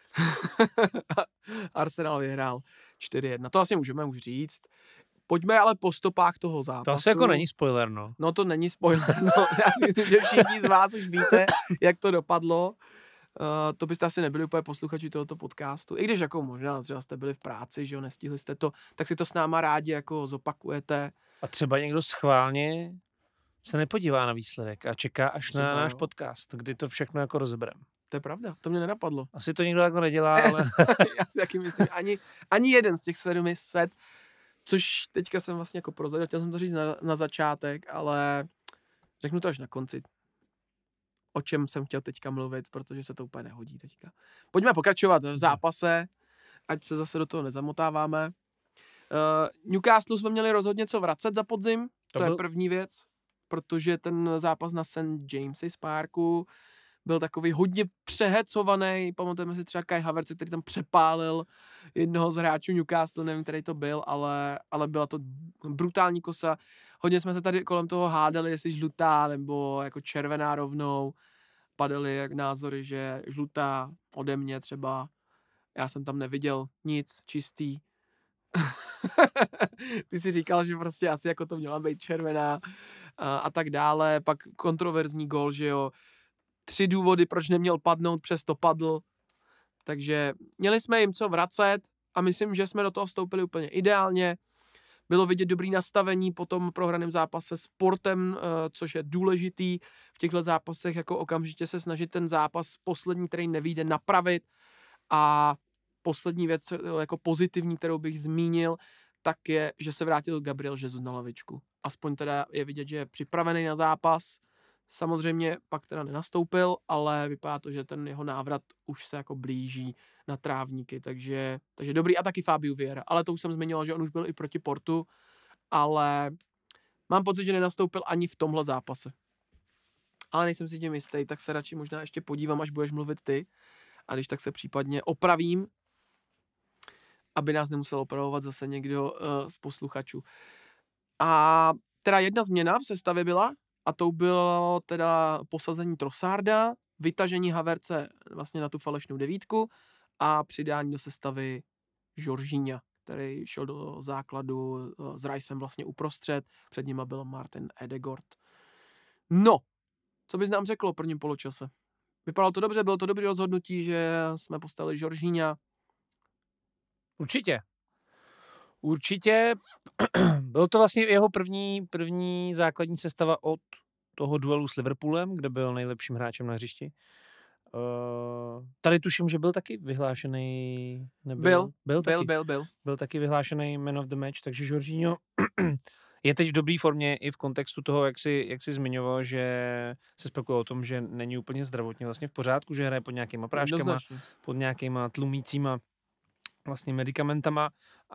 Arsenal vyhrál čtyři jedna. To vlastně můžeme už říct. Pojďme ale po stopách toho zápasu. To asi jako není spoiler, no. No to není spoiler, no. Já si myslím, že všichni z vás už víte, jak to dopadlo. Uh, to byste asi nebyli úplně posluchači tohoto podcastu. I když jako možná třeba jste byli v práci, že jo, nestihli jste to, tak si to s náma rádi jako zopakujete. A třeba někdo schválně se nepodívá na výsledek a čeká až třeba, na náš jo. podcast, kdy to všechno jako rozebereme. To je pravda, to mě nenapadlo. Asi to nikdo jako nedělá, ale... Já si jaký myslím, ani, ani jeden z těch sedmi set, což teďka jsem vlastně jako prozradil, chtěl jsem to říct na, na začátek, ale řeknu to až na konci. O čem jsem chtěl teďka mluvit, protože se to úplně nehodí teďka. Pojďme pokračovat v zápase, ať se zase do toho nezamotáváme. Uh, Newcastle jsme měli rozhodně co vracet za podzim, to, to byl... je první věc, protože ten zápas na Saint James's Parku byl takový hodně přehecovaný, pamatujeme si třeba Kai Havertz, který tam přepálil jednoho z hráčů Newcastle, nevím, který to byl, ale, ale byla to brutální kosa. Hodně jsme se tady kolem toho hádali, jestli žlutá nebo jako červená rovnou. Padaly jak názory, že žlutá ode mě třeba. Já jsem tam neviděl nic, čistý. Ty si říkal, že prostě asi jako to měla být červená a, a tak dále. Pak kontroverzní gól, že jo. Tři důvody, proč neměl padnout, přesto padl. Takže měli jsme jim co vracet a myslím, že jsme do toho vstoupili úplně ideálně. Bylo vidět dobrý nastavení po tom prohraném zápase s Portem, což je důležitý v těchto zápasech, jako okamžitě se snažit ten zápas poslední, který nevyjde, napravit. A poslední věc, jako pozitivní, kterou bych zmínil, tak je, že se vrátil Gabriel Jesus na lavičku. Aspoň teda je vidět, že je připravený na zápas. Samozřejmě pak teda nenastoupil, ale vypadá to, že ten jeho návrat už se jako blíží na trávníky, takže, takže dobrý. A taky Fabio Vieira, ale to už jsem zmiňoval, že on už byl i proti Portu, ale mám pocit, že nenastoupil ani v tomhle zápase. Ale nejsem si tím jistý, tak se radši možná ještě podívám, až budeš mluvit ty. A když tak se případně opravím, aby nás nemusel opravovat zase někdo uh, z posluchačů. A teda jedna změna v sestavě byla, a to bylo teda posazení Trossarda, vytažení Havertze vlastně na tu falešnou devítku a přidání do sestavy Jorginha, který šel do základu s Ricem vlastně uprostřed, před nima byl Martin Ødegaard. No, co bys nám řekl o prvním poločase? Vypadalo to dobře, bylo to dobré rozhodnutí, že jsme postavili Jorginha. Určitě. Určitě. Byl to vlastně jeho první, první základní sestava od toho duelu s Liverpoolem, kde byl nejlepším hráčem na hřišti. Uh, tady tuším, že byl taky vyhlášený... Nebyl, Byl, byl, byl, taky, byl, byl. byl taky vyhlášený man of the match, takže Jorginho je teď v dobré formě i v kontextu toho, jak si, jak si zmiňoval, že se spekuluje o tom, že není úplně zdravotně vlastně v pořádku, že hraje pod nějakýma práškama, Jednoznačně. pod nějakýma tlumícíma vlastně medicamentama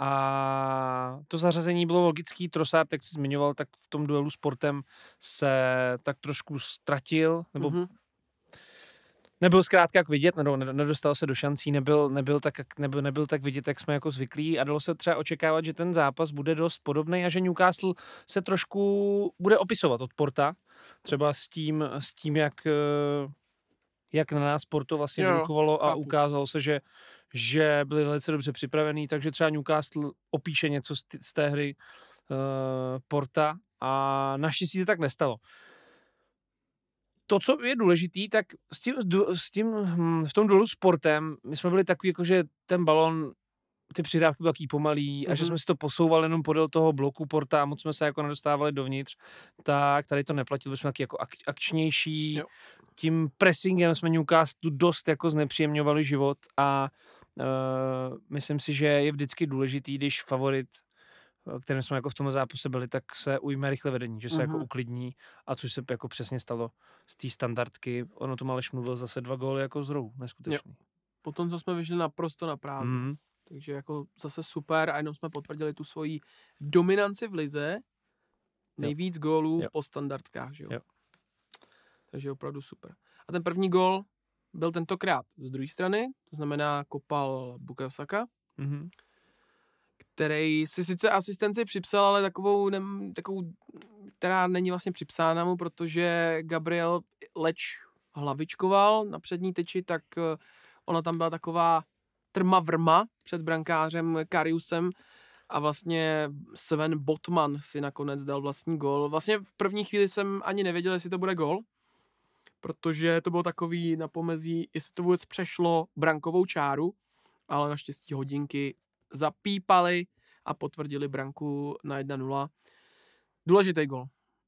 a to zařazení bylo logický. Trossard, jak jsi zmiňoval, tak v tom duelu s Portem se tak trošku ztratil, nebo mm-hmm. nebyl zkrátka jak vidět, nebo nedostal se do šancí, nebyl, nebyl, tak, nebyl, nebyl tak vidět, jak jsme jako zvyklí a dalo se třeba očekávat, že ten zápas bude dost podobný a že Newcastle se trošku bude opisovat od Porta, třeba s tím, s tím jak, jak na nás Porto vlastně vyrukovalo a chápu. Ukázalo se, že že byli velice dobře připravený, takže třeba Newcastle opíše něco z, t- z té hry uh, Porta a naštěstí se tak nestalo. To, co je důležitý, tak s tím, s tím hm, v tom duelu s Portem, my jsme byli takový, jako že ten balon, ty přihrávky byly takový pomalý mm-hmm. a že jsme si to posouvali jenom podél toho bloku Porta a moc jsme se jako nedostávali dovnitř, tak tady to neplatilo, byli jsme taky jako ak- akčnější. Jo. Tím pressingem jsme Newcastle dost jako znepříjemňovali život a Uh, myslím si, že je vždycky důležitý, když favorit, kterým jsme jako v tom zápase byli, tak se ujme rychle vedení, že se mm-hmm. jako uklidní a což se jako přesně stalo z té standardky. Ono to Maleš mluvil zase dva góly jako z rohu, neskutečný. Jo. Potom, co jsme vyšli naprosto na prázdno. Mm-hmm. Takže jako zase super a jenom jsme potvrdili tu svoji dominanci v lize. Nejvíc jo. gólů jo. po standardkách, že jo? jo. Takže opravdu super. A ten první gól byl tentokrát z druhé strany, to znamená kopal Bukayo Saka, mm-hmm. který si sice asistenci připsal, ale takovou, ne, takovou, která není vlastně připsána mu, protože Gabriel leč hlavičkoval na přední tyči, tak ona tam byla taková trma vrma před brankářem Kariusem a vlastně Sven Botman si nakonec dal vlastní gól. Vlastně v první chvíli jsem ani nevěděl, jestli to bude gól, protože to bylo takový na pomezí, jestli to vůbec přešlo brankovou čáru, ale naštěstí hodinky zapípaly a potvrdili branku na jedna nula. Důležitý gol,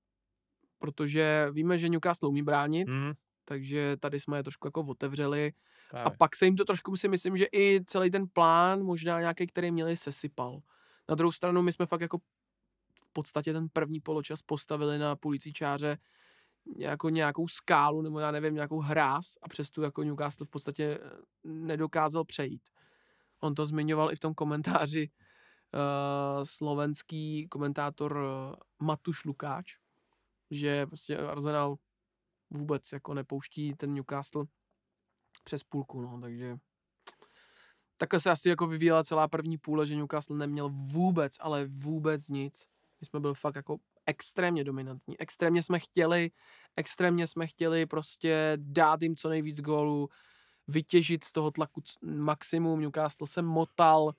protože víme, že Newcastle umí bránit, mm. takže tady jsme je trošku jako otevřeli Právě. A pak se jim to trošku si myslím, že i celý ten plán, možná nějaký, který měli, sesypal. Na druhou stranu my jsme fakt jako v podstatě ten první poločas postavili na půlící čáře jako nějakou skálu, nebo já nevím, nějakou hráz a přes tu jako Newcastle v podstatě nedokázal přejít. On to zmiňoval i v tom komentáři uh, slovenský komentátor uh, Matuš Lukáč, že prostě Arsenal vůbec jako nepouští ten Newcastle přes půlku, no, takže takhle se asi jako vyvíjela celá první půle, že Newcastle neměl vůbec, ale vůbec nic. My jsme byli fakt jako extrémně dominantní. Extrémně jsme chtěli, extrémně jsme chtěli prostě dát jim co nejvíc gólů, vytěžit z toho tlaku maximum. Newcastle se motal uh,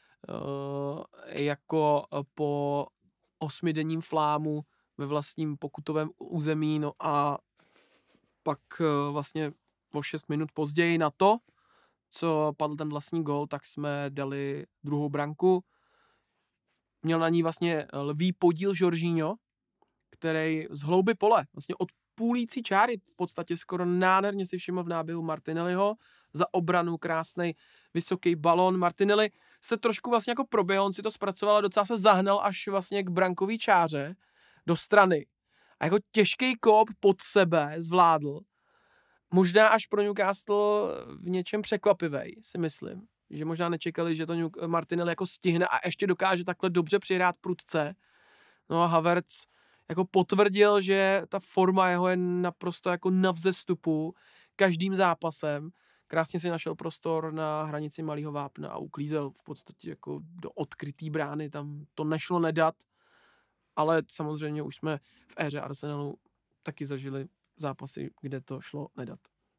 jako po osmidenním flámu ve vlastním pokutovém území, no a pak uh, vlastně o šest minut později na to, co padl ten vlastní gól, tak jsme dali druhou branku. Měl na ní vlastně lví podíl Jorginho, který z hlouby pole, vlastně od půlící čáry v podstatě skoro nádherně si všiml v náběhu Martinelliho, za obranu krásnej vysoký balón. Martinelli se trošku vlastně jako proběhl, on si to zpracoval a docela se zahnal až vlastně k brankový čáře do strany. A jako těžký kop pod sebe zvládl. Možná až pro Newcastle v něčem překvapivej, si myslím. Že možná nečekali, že to Martinelli jako stihne a ještě dokáže takhle dobře přihrát prudce. No a Havertz jako potvrdil, že ta forma jeho je naprosto jako na vzestupu každým zápasem. Krásně si našel prostor na hranici malého vápna a uklízel v podstatě jako do odkrytý brány. Tam to nešlo nedat, ale samozřejmě už jsme v éře Arsenalu taky zažili zápasy, kde to šlo nedat.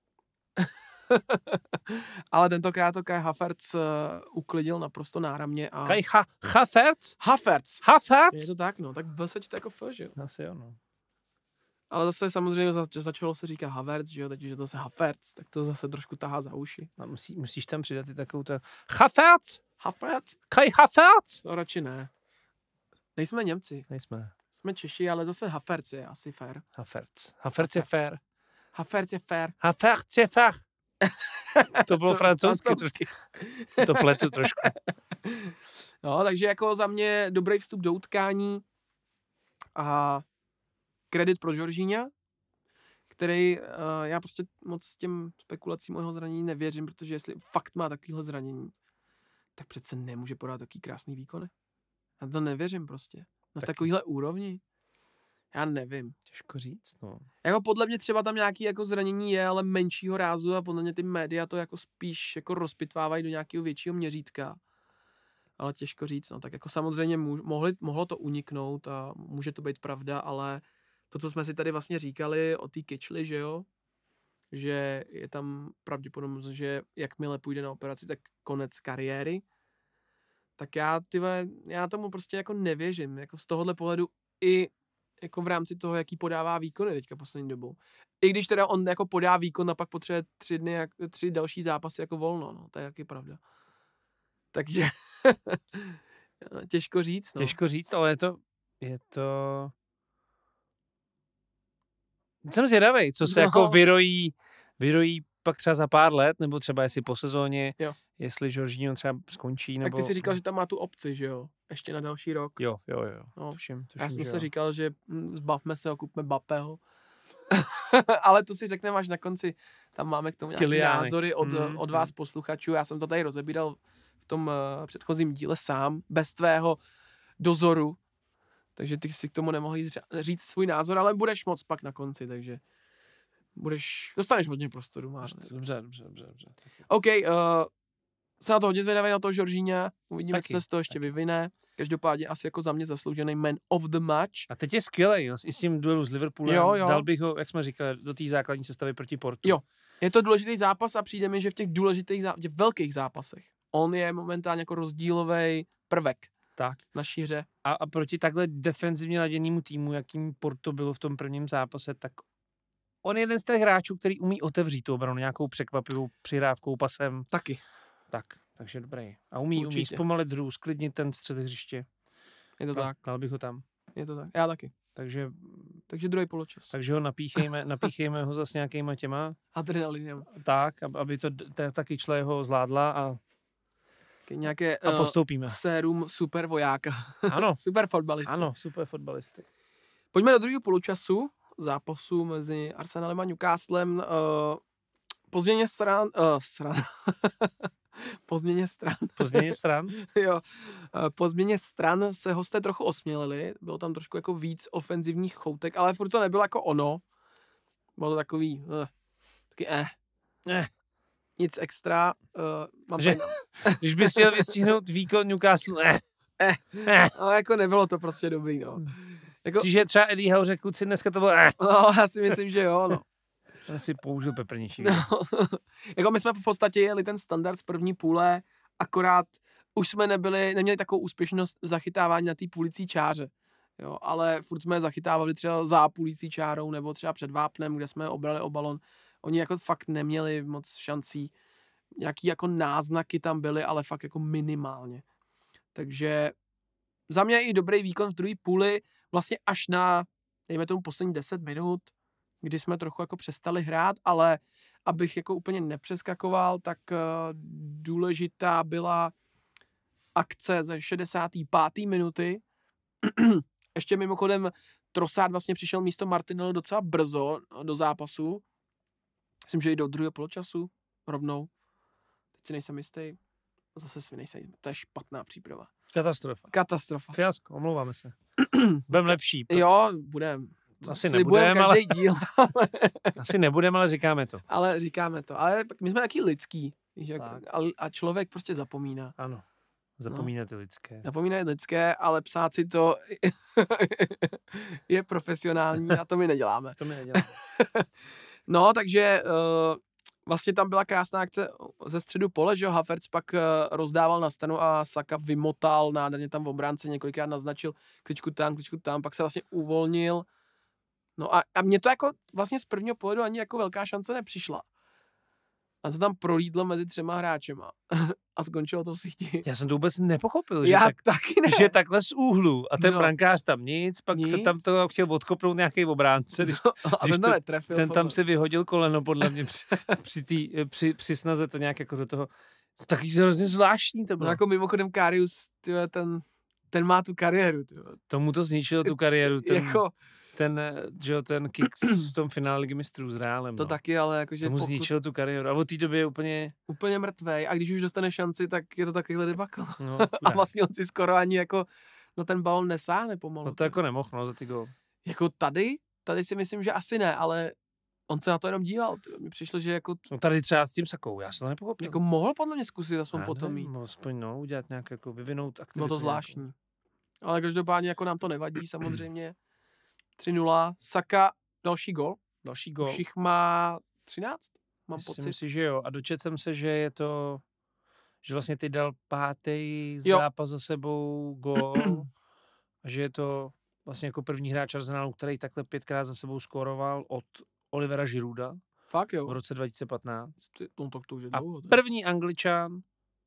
Ale tentokrát to Kai Havertz uh, uklidil naprosto náramně. A... Kai ha- Havertz? Havertz. Havertz? Je to tak, no. Tak V se čte jako F, že jo? Asi jo, no. Ale zase samozřejmě zač- začalo se říkat Havertz, že jo, teď že to se Havertz, tak to zase trošku tahá za uši. A musí, musíš tam přidat i takovou to Havertz! Havertz? Kai Havertz! To radši ne. Nejsme Němci, Nejsme. jsme Češi, ale zase Havertz je asi fair. Havertz. Havertz je fair. Havertz je fair. Havertz je fair. To bylo To francouzsky. francouzsky. trošku. To pletu trošku. No, takže jako za mě dobrý vstup do utkání a kredit pro Jorginha, který uh, já prostě moc těm spekulacím o jeho zranění nevěřím, protože jestli fakt má takovýhle zranění, tak přece nemůže podat takový krásný výkony. Já to nevěřím prostě. Na Taky. takovýhle úrovni. Já nevím. Těžko říct, no. Jako podle mě třeba tam nějaký jako zranění je, ale menšího rázu a podle mě ty média to jako spíš jako rozpitvávají do nějakého většího měřítka. Ale těžko říct, no. Tak jako samozřejmě můž, mohli, mohlo to uniknout a může to být pravda, ale to, co jsme si tady vlastně říkali o té kyčli, že jo, že je tam pravděpodobnost, že jakmile půjde na operaci, tak konec kariéry, tak já, tyhle, já tomu prostě jako nevěřím, jako z tohohle pohledu i jako v rámci toho, jaký podává výkony teďka poslední dobou. I když teda on jako podá výkon a pak potřebuje tři dny, jak, tři další zápasy jako volno, no, to je taky pravda. Takže těžko říct, no. Těžko říct, ale je to, je to... Jsem zvědavej, co se No. jako vyrojí, vyrojí pak třeba za pár let, nebo třeba jestli po sezóně, Jo. jestli Jorginho třeba skončí, nebo... Tak ty si říkal, že tam má tu opci, že jo? Ještě na další rok. Jo, jo, jo. No. Tuším, tuším, Já jsem že se jo. říkal, že hm, zbavme se a kupme Bappeho. Ale to si řekneme až na konci. Tam máme k tomu nějaké Kyliánek. názory od, Mm, od vás posluchačů. Já jsem to tady rozebíral v tom uh, předchozím díle sám, bez tvého dozoru. Takže ty si k tomu nemohl jít ře- říct svůj názor, ale budeš moc pak na konci, takže budeš, dostaneš hodně prostoru. Máš. Dobře, dobře, dobře, dobře. OK, uh, jsem na to hodně zvědavý na toho Jorginha. Uvidíme, Taky, co se z toho ještě taky. vyvine. Každopádně asi jako za mě zasloužený man of the match. A teď je skvělej, jo, i s tím duelu s Liverpoolem. Jo, jo. Dal bych ho, jak jsme říkali, do té základní sestavy proti Portu. Jo. Je to důležitý zápas a přijde mi, že v těch důležitých, zá... těch velkých zápasech on je momentálně jako rozdílový prvek Tak. v naší hře. A, a proti takhle defenzivně laděnému týmu, jakým Porto bylo v tom prvním zápase, tak on je jeden z těch hráčů, který umí otevřít tu obranu nějakou překvapivou přihrávkou, pasem. Taky. Tak, takže dobrý. A umí, umí Určitě. zpomalit hru, sklidnit ten střed hřiště. Je to Dal- tak. Dal bych ho tam. Je to tak. Já taky. Takže, Takže druhý poločas. takže ho napíchejme, napíchejme ho zase nějakýma těma, Adrenalinem. tak, ab- aby to d- ta, ta kyčle ho zvládla a, Nějaké a uh, postoupíme. sérum super vojáka. Ano, Super fotbalista. ano, super fotbalisty. Pojďme do druhého poločasu zápasu mezi Arsenalem a Newcastlem. Uh, po změně stran... Uh, stran. po změně stran. Po změně stran. jo. Uh, po změně stran se hosté trochu osmělili. Bylo tam trošku jako víc ofenzivních choutek, ale furt to nebylo jako ono. Bylo to takový... Uh, taky eh. Eh. Nic extra. Uh, mám Že- tady- Když bys chtěl vystihnout výkon Newcastle, ne. Eh. Eh. ale jako nebylo to prostě dobrý, no. Jako, Myslíš, že třeba Eddie Howe řekl si dneska to bylo, eh. no, já si myslím, že jo, no. Já si použil peprnější. No, jako my jsme v podstatě jeli ten standard z první půle, akorát už jsme nebyli, neměli takovou úspěšnost zachytávání na té půlicí čáře. Jo, ale furt jsme je zachytávali třeba za půlicí čárou nebo třeba před vápnem, kde jsme obrali o balon. Oni jako fakt neměli moc šancí. Nějaký jako náznaky tam byly, ale fakt jako minimálně. Takže za mě i dobrý výkon v druhé půli, vlastně až na, dejme tomu poslední deset minut, kdy jsme trochu jako přestali hrát, ale abych jako úplně nepřeskakoval, tak uh, důležitá byla akce ze šedesáté páté minuty. Ještě mimochodem Trossard vlastně přišel místo Martinelli docela brzo do zápasu. Myslím, že i do druhého poločasu rovnou. Teď si nejsem jistý. Zase si nejsem jistý. To je špatná příprava. Katastrofa. Katastrofa. Fiasko, omlouváme se. Budeme lepší. Jo, budem. Asi Slibujeme nebudeme, ale, každý díl, asi nebudeme, ale říkáme to. ale říkáme to. Ale my jsme taky lidský. Víš, jak, Tak. a, a člověk prostě zapomíná. Ano. Zapomínat ty lidské. Zapomínají lidské, ale psát si to je profesionální a to my neděláme. To mi nedělá. No, takže uh, vlastně tam byla krásná akce ze středu pole, že jo, Havertz pak uh, rozdával na stranu a Saka vymotal, nádherně tam v obránce několikrát naznačil kličku tam, kličku tam, pak se vlastně uvolnil No a, a mně to jako vlastně z prvního pohledu ani jako velká šance nepřišla. A se tam prolídlo mezi třema hráčema. A skončilo to v síti. Já jsem to vůbec nepochopil, že, Já tak, taky ne. že takhle z úhlu a ten No. brankář tam nic, pak Nic. se tam to chtěl odkopnout nějaký obránce, když, No, a když ten to to- netrefil. ten tam podle- si vyhodil koleno podle mě při, při, tý, při, při snaze to nějak jako do toho. Taky hrozně zvláštní to No bylo. jako mimochodem Karius, tyhle, ten, ten má tu kariéru. Tyhle. Tomu to zničilo tu kariéru, ten, Jako, ten, že jo, ten kick v tom finále Ligy mistrů s Reálem. to no. taky, ale jakože Tomu pokud zničilo tu kariéru. A od té doby je úplně... úplně mrtvej a když už dostane šanci, tak je to takovýhle debakl. No, A chudák. vlastně on si skoro ani jako na ten balon nesáhne pomalu. no to jako nemohl, no, za ty gól. Jako tady, tady si myslím, že asi ne, ale on se na to jenom díval. Tyjo. Mně přišlo, že jako, No tady třeba s tím Sakou, já jsem to nepochopil. jako mohl podle mě zkusit aspoň Já potom nevím, mít. aspoň no, udělat nějak jako vyvinout aktivitu. Bylo to nějakou. zvláštní. Ale každopádně jako nám to nevadí samozřejmě. tři nula. Saka, další gol. Další gól. Už jich má třináct? Mám Myslím pocit. si, že jo. A dočetl jsem se, že je to, že vlastně ty dal pátý Jo. zápas za sebou gól. A že je to vlastně jako první hráč Arsenalu, který takhle pětkrát za sebou skóroval od Olivera Girouda Fakt v jo. roce dva tisíce patnáct. Ty, no, tak to už je A dlouho. tak. první Angličan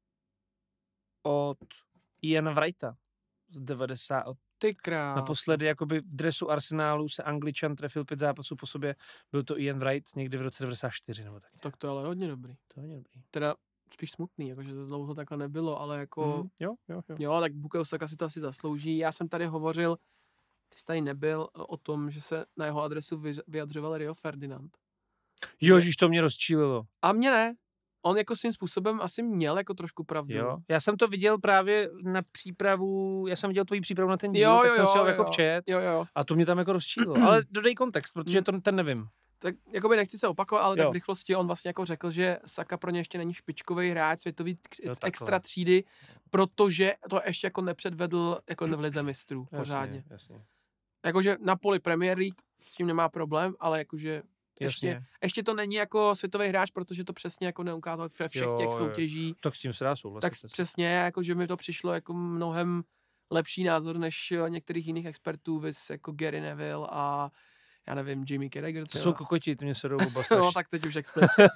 od Iana Wrighta z devadesát. Od Ty krás. naposledy jakoby v dresu Arsenálu se Angličan trefil pět zápasů po sobě. Byl to Ian Wright někdy v roce devadesát čtyři nebo tak. nějak. Tak to je ale hodně dobrý. To je dobrý. Teda spíš smutný, jakože to dlouho takhle nebylo, ale jako... Mm, jo, jo, jo. Jo, tak Bukayo Saka si to asi zaslouží. Já jsem tady hovořil, ty jsi tady nebyl, o tom, že se na jeho adresu vy- vyjadřoval Rio Ferdinand. Jožiš, to mě rozčílilo. A mě ne. On jako svým způsobem asi měl jako trošku pravdu. Jo. Já jsem to viděl právě na přípravu, já jsem viděl tvoji přípravu na ten díl, Jo, tak jo, jsem si ho jo, jako jo. včet Jo, jo. a to mě tam jako rozčílilo. Ale dodej kontext, protože to ten nevím. Tak jakoby nechci se opakovat, ale Jo. tak v rychlosti on vlastně jako řekl, že Saka pro ně ještě není špičkový hráč světový k- Jo, takhle. extra třídy, protože to ještě jako nepředvedl jako v lize mistrů pořádně. Jasně, jasně. Jakože na poli Premier League s tím nemá problém, ale jakože ještě, jasně. ještě to není jako světový hráč, protože to přesně jako neukázal ve všech Jo, těch jo. soutěží. Tak s tím se dá souhlasit. Tak asi. přesně, jako že mi to přišlo jako mnohem lepší názor než eh, některých jiných expertů, vys jako Gary Neville a já nevím, Jimmy Carragher To třeba. jsou kokoti, ty mě se jdou oba No strašně. tak teď už explicit.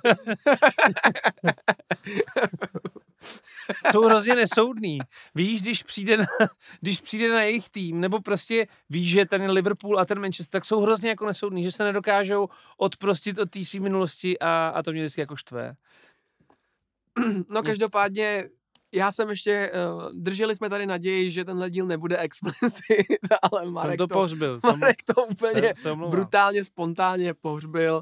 Jsou hrozně nesoudný. Víš, když přijde, na, když přijde na jejich tým, nebo prostě víš, že ten Liverpool a ten Manchester, tak jsou hrozně jako nesoudný, že se nedokážou odprostit od té své minulosti a, a to mě vždycky jako štve. No každopádně já jsem ještě, uh, drželi jsme tady naději, že tenhle díl nebude explicit, ale Jsem Marek to to, pohřbil. Jsem, Marek to úplně jsem, se omlouvám. brutálně, spontánně pohřbil.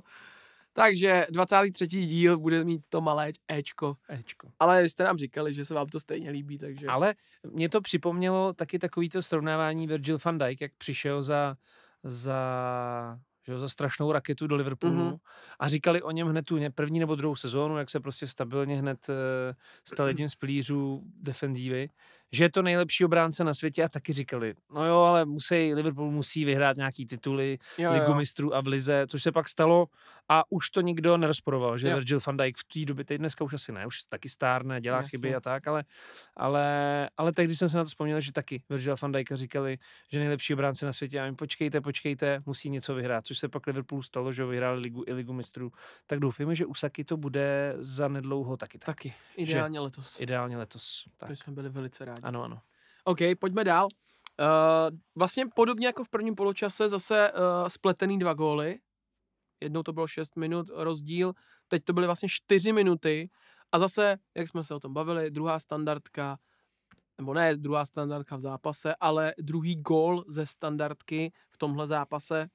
Takže dvacátý třetí díl bude mít to malé Ečko. Ečko. Ale jste nám říkali, že se vám to stejně líbí, takže... Ale mě to připomnělo taky takovýto srovnávání Virgil van Dijk, jak přišel za, za, že jo, za strašnou raketu do Liverpoolu Mhm. a říkali o něm hned tu ně- první nebo druhou sezónu, jak se prostě stabilně hned eh, stal jedním z pilířů defenzívy, že je to nejlepší obránce na světě a taky říkali, no jo, ale musí, Liverpool musí vyhrát nějaký tituly, jo, Ligu jo. mistrů a v lize, což se pak stalo a už to nikdo nerozporoval, že Jo. Virgil van Dijk v té době, teď dneska už asi ne, už taky stárne, dělá Jasně. chyby a tak, ale, ale, ale tehdy jsem se na to vzpomněl, že taky Virgil van Dijka říkali, že nejlepší obránce na světě a my počkejte, počkejte, musí něco vyhrát, což se pak Liverpoolu stalo, že vyhráli ligu i Ligu mistrů, tak doufejme, že u Saky to bude za nedlouho taky tak. Taky, ideálně letos. Ideálně letos. Tak. My jsme byli velice rádi. Ano, ano. OK, pojďme dál. Uh, vlastně podobně jako v prvním poločase zase uh, spletený dva góly. Jednou to bylo šest minut rozdíl, teď to byly vlastně čtyři minuty a zase, jak jsme se o tom bavili, druhá standardka, nebo ne druhá standardka v zápase, ale druhý gól ze standardky v tomhle zápase.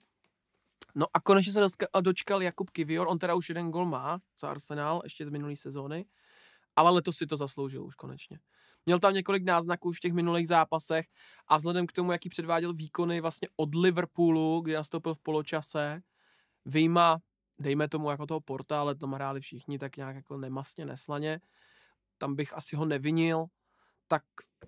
No a konečně se dočkal, dočkal Jakub Kivior, on teda už jeden gól má za Arsenal, ještě z minulé sezóny, ale letos si to zasloužil už konečně. Měl tam několik náznaků v těch minulých zápasech a vzhledem k tomu, jaký předváděl výkony vlastně od Liverpoolu, kdy nastoupil v poločase, vyjma, dejme tomu jako toho Porta, ale tam hráli všichni tak nějak jako nemastně, neslaně, tam bych asi ho nevinil, tak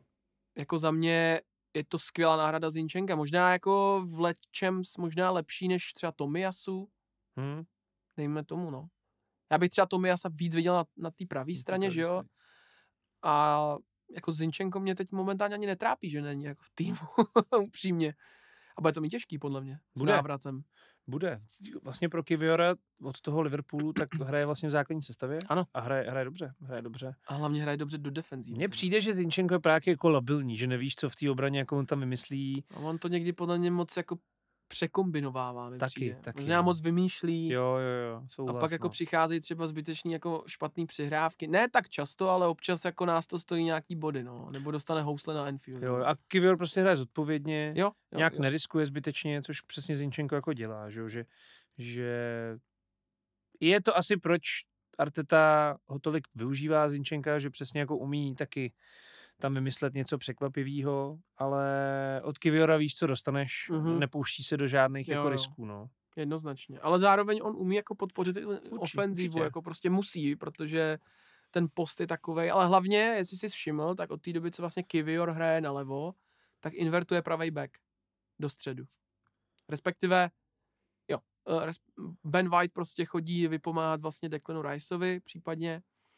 jako za mě je to skvělá náhrada Zinchenka. Možná jako v lečems možná lepší než třeba Tomiyasu, Hmm. dejme tomu, no. Já bych třeba Tomiyasa víc viděl na, na té pravé straně, že jo? A jako Zinchenko mě teď momentálně ani netrápí, že není jako v týmu, upřímně. A bude to mít těžký, podle mě, s Bude. návratem. Bude. Vlastně pro Kiwiora od toho Liverpoolu tak hraje vlastně v základní sestavě. Ano. A hraje, hraje dobře. Hraje dobře. A hlavně hraje dobře do defenzívy. Mně přijde, že Zinchenko je právě jako labilní, že nevíš, co v té obraně, jako on tam vymyslí. A on to někdy podle mě moc jako překombinovává, mi Taky, přijde. taky, Možná no. moc vymýšlí. Jo, jo, jo. Souhlas, A pak jako no. přicházejí třeba zbytečný jako špatný přihrávky. Ne tak často, ale občas jako nás to stojí nějaký body, no. Nebo dostane housle na Anfield. Jo, a Kiwior prostě hraje zodpovědně, jo, jo, nějak jo. neriskuje zbytečně, což přesně Zinchenko jako dělá, že, jo, že, že je to asi proč Arteta ho tolik využívá Zinchenka, že přesně jako umí taky tam vymyslet něco překvapivého, ale od Kiwiora víš, co dostaneš, Mhm. nepouští se do žádných Jo, jako jo. risků, no. Jednoznačně. Ale zároveň on umí jako podpořit i ofenzivu, určitě. jako prostě musí, protože ten post je takovej, ale hlavně, jestli jsi všiml, tak od té doby, co vlastně Kiwior hraje nalevo, tak invertuje pravej back do středu. Respektive, jo, eh, res- Ben White prostě chodí vypomáhat vlastně Declanu Riceovi případně.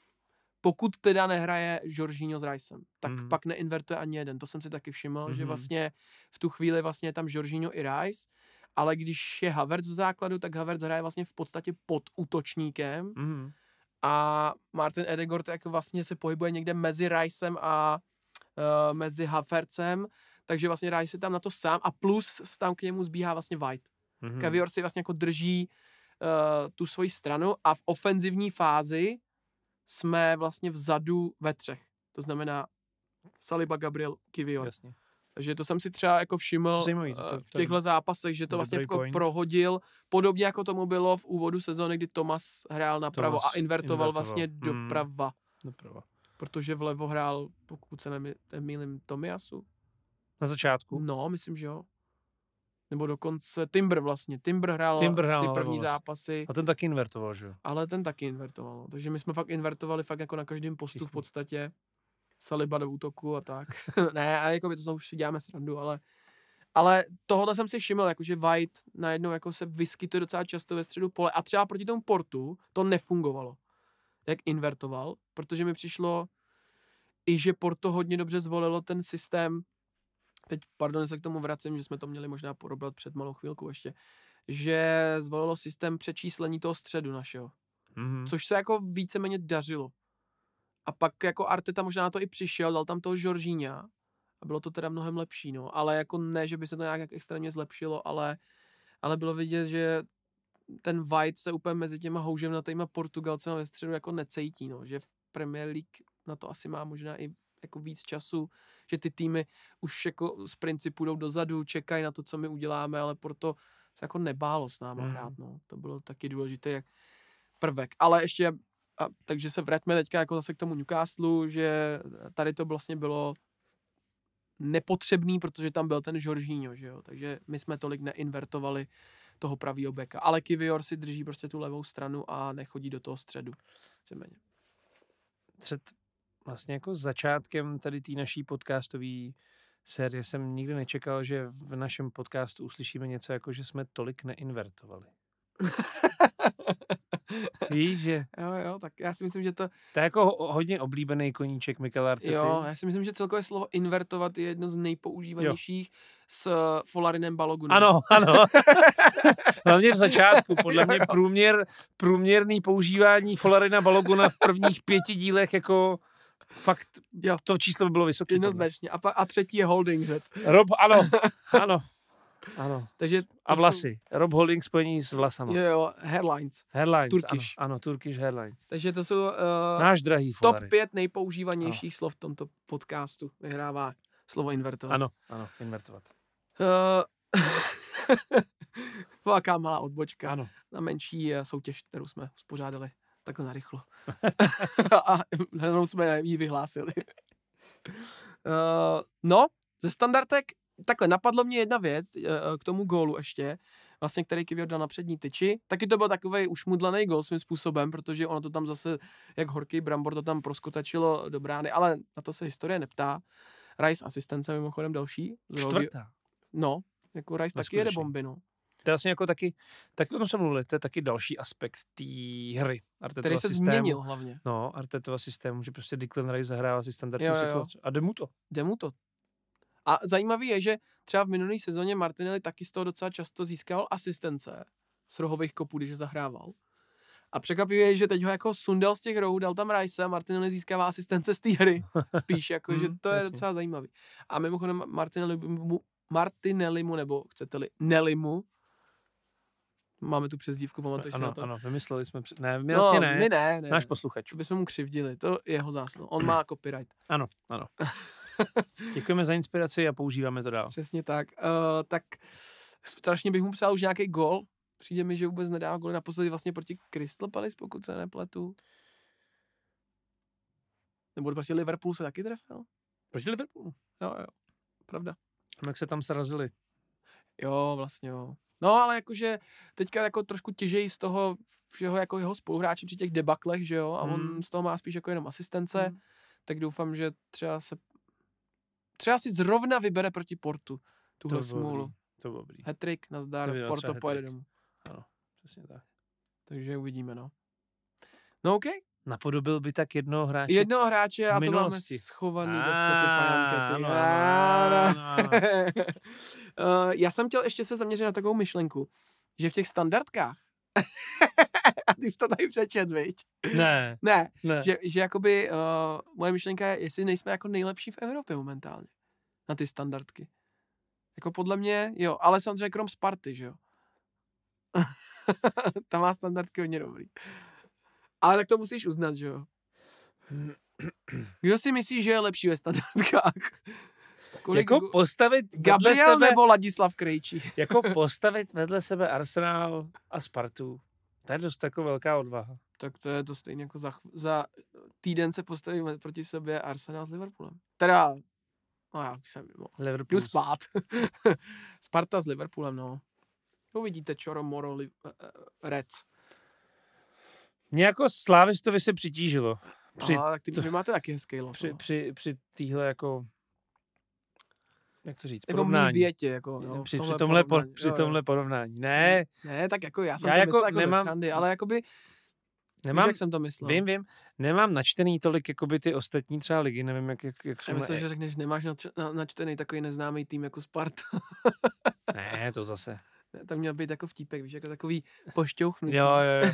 Pokud teda nehraje Jorginho s Ricem, tak Mhm. pak neinvertuje ani jeden. To jsem si taky všiml, že Mhm. vlastně v tu chvíli vlastně je tam Jorginho i Rice, ale když je Havertz v základu, tak Havertz hraje vlastně v podstatě pod útočníkem Mhm. a Martin Ødegaard jako vlastně se pohybuje někde mezi Ricem a uh, mezi Havertzem, takže vlastně Rice je tam na to sám a plus tam k němu zbíhá vlastně White. Mhm. Kiwior si vlastně jako drží uh, tu svoji stranu a v ofenzivní fázi jsme vlastně vzadu ve třech. To znamená Saliba, Gabriel, Kiwior. Jasně. Takže to jsem si třeba jako všiml To zajímavý, to- uh, to- v těchto zápasech, že to dobrý vlastně jako point. prohodil, podobně jako tomu bylo v úvodu sezóny, kdy Thomas hrál napravo Thomas a invertoval, invertoval. vlastně Hmm. doprava, Doprava. protože vlevo hrál, pokud se nemy- nemýlím, Tomiasu. Na začátku. No, myslím, že jo. Nebo dokonce Timber vlastně. Timber hrál, Timber hrál ty nalevo první vlastně. zápasy, A ten taky invertoval, že jo? ale ten taky invertoval. No. Takže my jsme fakt invertovali fakt jako na každém postu v Všichni. podstatě. Saliba do útoku a tak. Ne, a jako by to už si děláme srandu, ale ale tohle jsem si všiml, jakože White najednou jako se vyskytuje docela často ve středu pole a třeba proti tomu Portu to nefungovalo, jak invertoval, protože mi přišlo i, že Porto hodně dobře zvolilo ten systém, teď pardon, se k tomu vracím, že jsme to měli možná porobrat před malou chvilkou ještě, že zvolilo systém přečíslení toho středu našeho, Mhm. což se jako víceméně dařilo. A pak jako Arteta možná na to i přišel, dal tam toho Jorginha a bylo to teda mnohem lepší, no. Ale jako ne, že by se to nějak extrémně zlepšilo, ale, ale bylo vidět, že ten White se úplně mezi těma houževnatýma Portugalcema ve středu jako necejtí, no. Že v Premier League na to asi má možná i jako víc času, že ty týmy už jako z principu jdou dozadu, čekají na to, co my uděláme, ale Porto se jako nebálo s náma Mhm. hrát, no. To bylo taky důležité jak prvek. Ale ještě a takže se vraťme teďka jako zase k tomu Newcastle, že tady to vlastně bylo nepotřebný, protože tam byl ten Jorginho, že jo, takže my jsme tolik neinvertovali toho pravýho beka, ale Kiwior si drží prostě tu levou stranu a nechodí do toho středu, víceméně. Před vlastně jako začátkem tady té naší podcastové série jsem nikdy nečekal, že v našem podcastu uslyšíme něco jako, že jsme tolik neinvertovali. Víš, že Jo, jo, tak já si myslím, že to, to je jako ho- hodně oblíbený koníček Mikel Artety. jo, já si myslím, že celkové slovo invertovat je jedno z nejpoužívanějších s Folarinem Balogunem. Ano, ano. Hlavně v začátku. Podle mě průměr, průměrný používání Folarina Baloguna v prvních pěti dílech jako fakt, Jo. to číslo by bylo vysoké. Jednoznačně. A, pa, a třetí je Holding hned. Rob, ano, ano, ano. Takže to A jsou- vlasy. Rob Holding spojení s vlasama. Jo, jo, Hairlines. Hairlines, Turkish. Ano, ano, Turkish Hairlines. Takže to jsou uh, Náš drahý top Folary. pět nejpoužívanějších slov v tomto podcastu. Vyhrává slovo invertovat. Ano, ano, invertovat. Uh, Velká malá odbočka Ano. na menší eh, soutěž, kterou jsme uspořádali takhle narychlo. A hned jsme ji vyhlásili. Uh, no, ze standardek, takhle napadlo mě jedna věc uh, k tomu gólu ještě, vlastně který Kiwior dal na přední tyči. Taky to byl takovej ušmudlaný gól svým způsobem, protože ono to tam zase, jak horký brambor, to tam proskotačilo do brány, ale na to se historie neptá. Rice asistence mimochodem další. Čtvrtá. No, jako Rice taky jede Neskutečný. bomby, no. To je vlastně jako taky, taky o tom jsme mluvili, to je taky další aspekt té hry. Artetova Který se systému. změnil hlavně. No, Artetova systému, že prostě Declan Rice zahrává si standardní Jo, jo, jo. situaci. A jde mu to. Jde mu to. A zajímavý je, že třeba v minulé sezóně Martinelli taky z toho docela často získával asistence z rohových kopů, když zahrával. A překvapivé je, že teď ho jako sundal z těch rohů, dal tam Rice a Martinelli získává asistence z té hry. Spíš, jako, hmm, že to je jasně. docela zajímavý. A mimochodem Martinelli mu, Martinelli mu, nebo chcete-li Nellimu, máme tu přezdívku, pamatuješ si ano, na to? Ano, vymysleli jsme, při... ne, my no, asi ne, my ne, ne, náš posluchač. Bychom mu křivdili, to je jeho zásluha. On má copyright. Ano, ano. Děkujeme za inspiraci a používáme to dál. Přesně tak. Uh, tak strašně bych mu přál už nějaký gol. Přijde mi, že vůbec nedá goly naposledy vlastně proti Crystal Palace, pokud se nepletu. Nebo proti Liverpoolu se taky trefil? Proti Liverpoolu? Jo, jo. Pravda. Jak se tam srazili. Jo, vlastně jo. No, ale jakože teďka jako trošku těžejí z toho všeho jako jeho spoluhráči při těch debaklech, že jo, a on hmm. z toho má spíš jako jenom asistence, hmm. tak doufám, že třeba se třeba si zrovna vybere proti Portu tuhle smůlu. To bylo dobrý. Hat-trick, nazdar, Porto pojede domů. Ano, přesně tak. Takže uvidíme, no. No okej. Okay. Napodobil by tak jednoho hráče. Jednoho hráče a to máme schovaný do Spotify ankety. No, no, no. uh, já jsem chtěl ještě se zaměřit na takovou myšlenku, že v těch standardkách a ty už to tady přečet, viď? Ne. Ne, ne. Že, že jakoby uh, moje myšlenka je, jestli nejsme jako nejlepší v Evropě momentálně na ty standardky. Jako podle mě, jo, ale samozřejmě krom Sparty, že jo. Ta má standardky hodně dobrý. Ale tak to musíš uznat, že jo. Kdo si myslí, že je lepší ve standardkách? Kolik jako postavit Gabriel sebe, nebo Ladislav Krejčí? Jako postavit vedle sebe Arsenal a Spartu. To je dost jako velká odvaha. Tak to je to stejně jako za, za týden se postavíme proti sobě Arsenal s Liverpoolem. Teda, no já bych se mimo. Liverpool. Jdu spát. Sparta s Liverpoolem, no. Uvidíte Čoro, Moro, li, uh, Reds. Mě jako Slávistovi se přitížilo. Při, Aha, tak ty, to, vy máte taky hezký los. Při, při, při týhle jako, jak to říct, jako porovnání. Větě, jako, no, při, při tomhle, porovnání. Po, při tomhle porovnání. Ne. Ne, tak jako já jsem já to jako myslel jako nemám, ze srandy, ale jakoby, nemám, víš, jak jsem to myslel. Vím, vím. Nemám načtený tolik jakoby ty ostatní třeba ligy, nevím, jak, jak, jak jsou... Já myslím, že řekneš, nemáš nač, na, načtený takový neznámý tým jako Sparta. Ne, to zase. Tam měl být jako vtípek, víš, jako takový pošťouchnutí. Jo, jo, jo.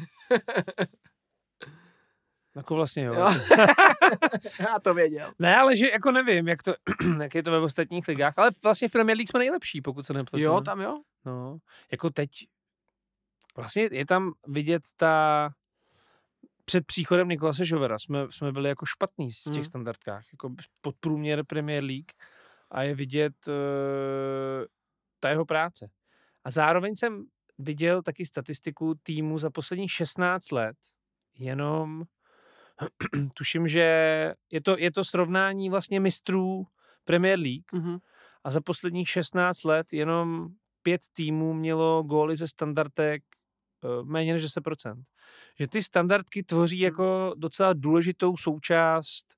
Jako vlastně jo. jo. Já to věděl. Ne, ale že jako nevím, jak, to, jak je to ve ostatních ligách, ale vlastně v Premier League jsme nejlepší, pokud se nepletu. Jo, tam jo. No, jako teď vlastně je tam vidět ta před příchodem Nikolase Žovera jsme, jsme byli jako špatní v těch hmm. standardkách, jako podprůměr Premier League a je vidět uh, ta jeho práce. A zároveň jsem viděl taky statistiku týmu za posledních šestnáct let, jenom tuším, že je to, je to srovnání vlastně mistrů Premier League mm-hmm. a za posledních šestnáct let jenom pět týmů mělo góly ze standardek uh, méně než deset procent. Že ty standardky tvoří mm. jako docela důležitou součást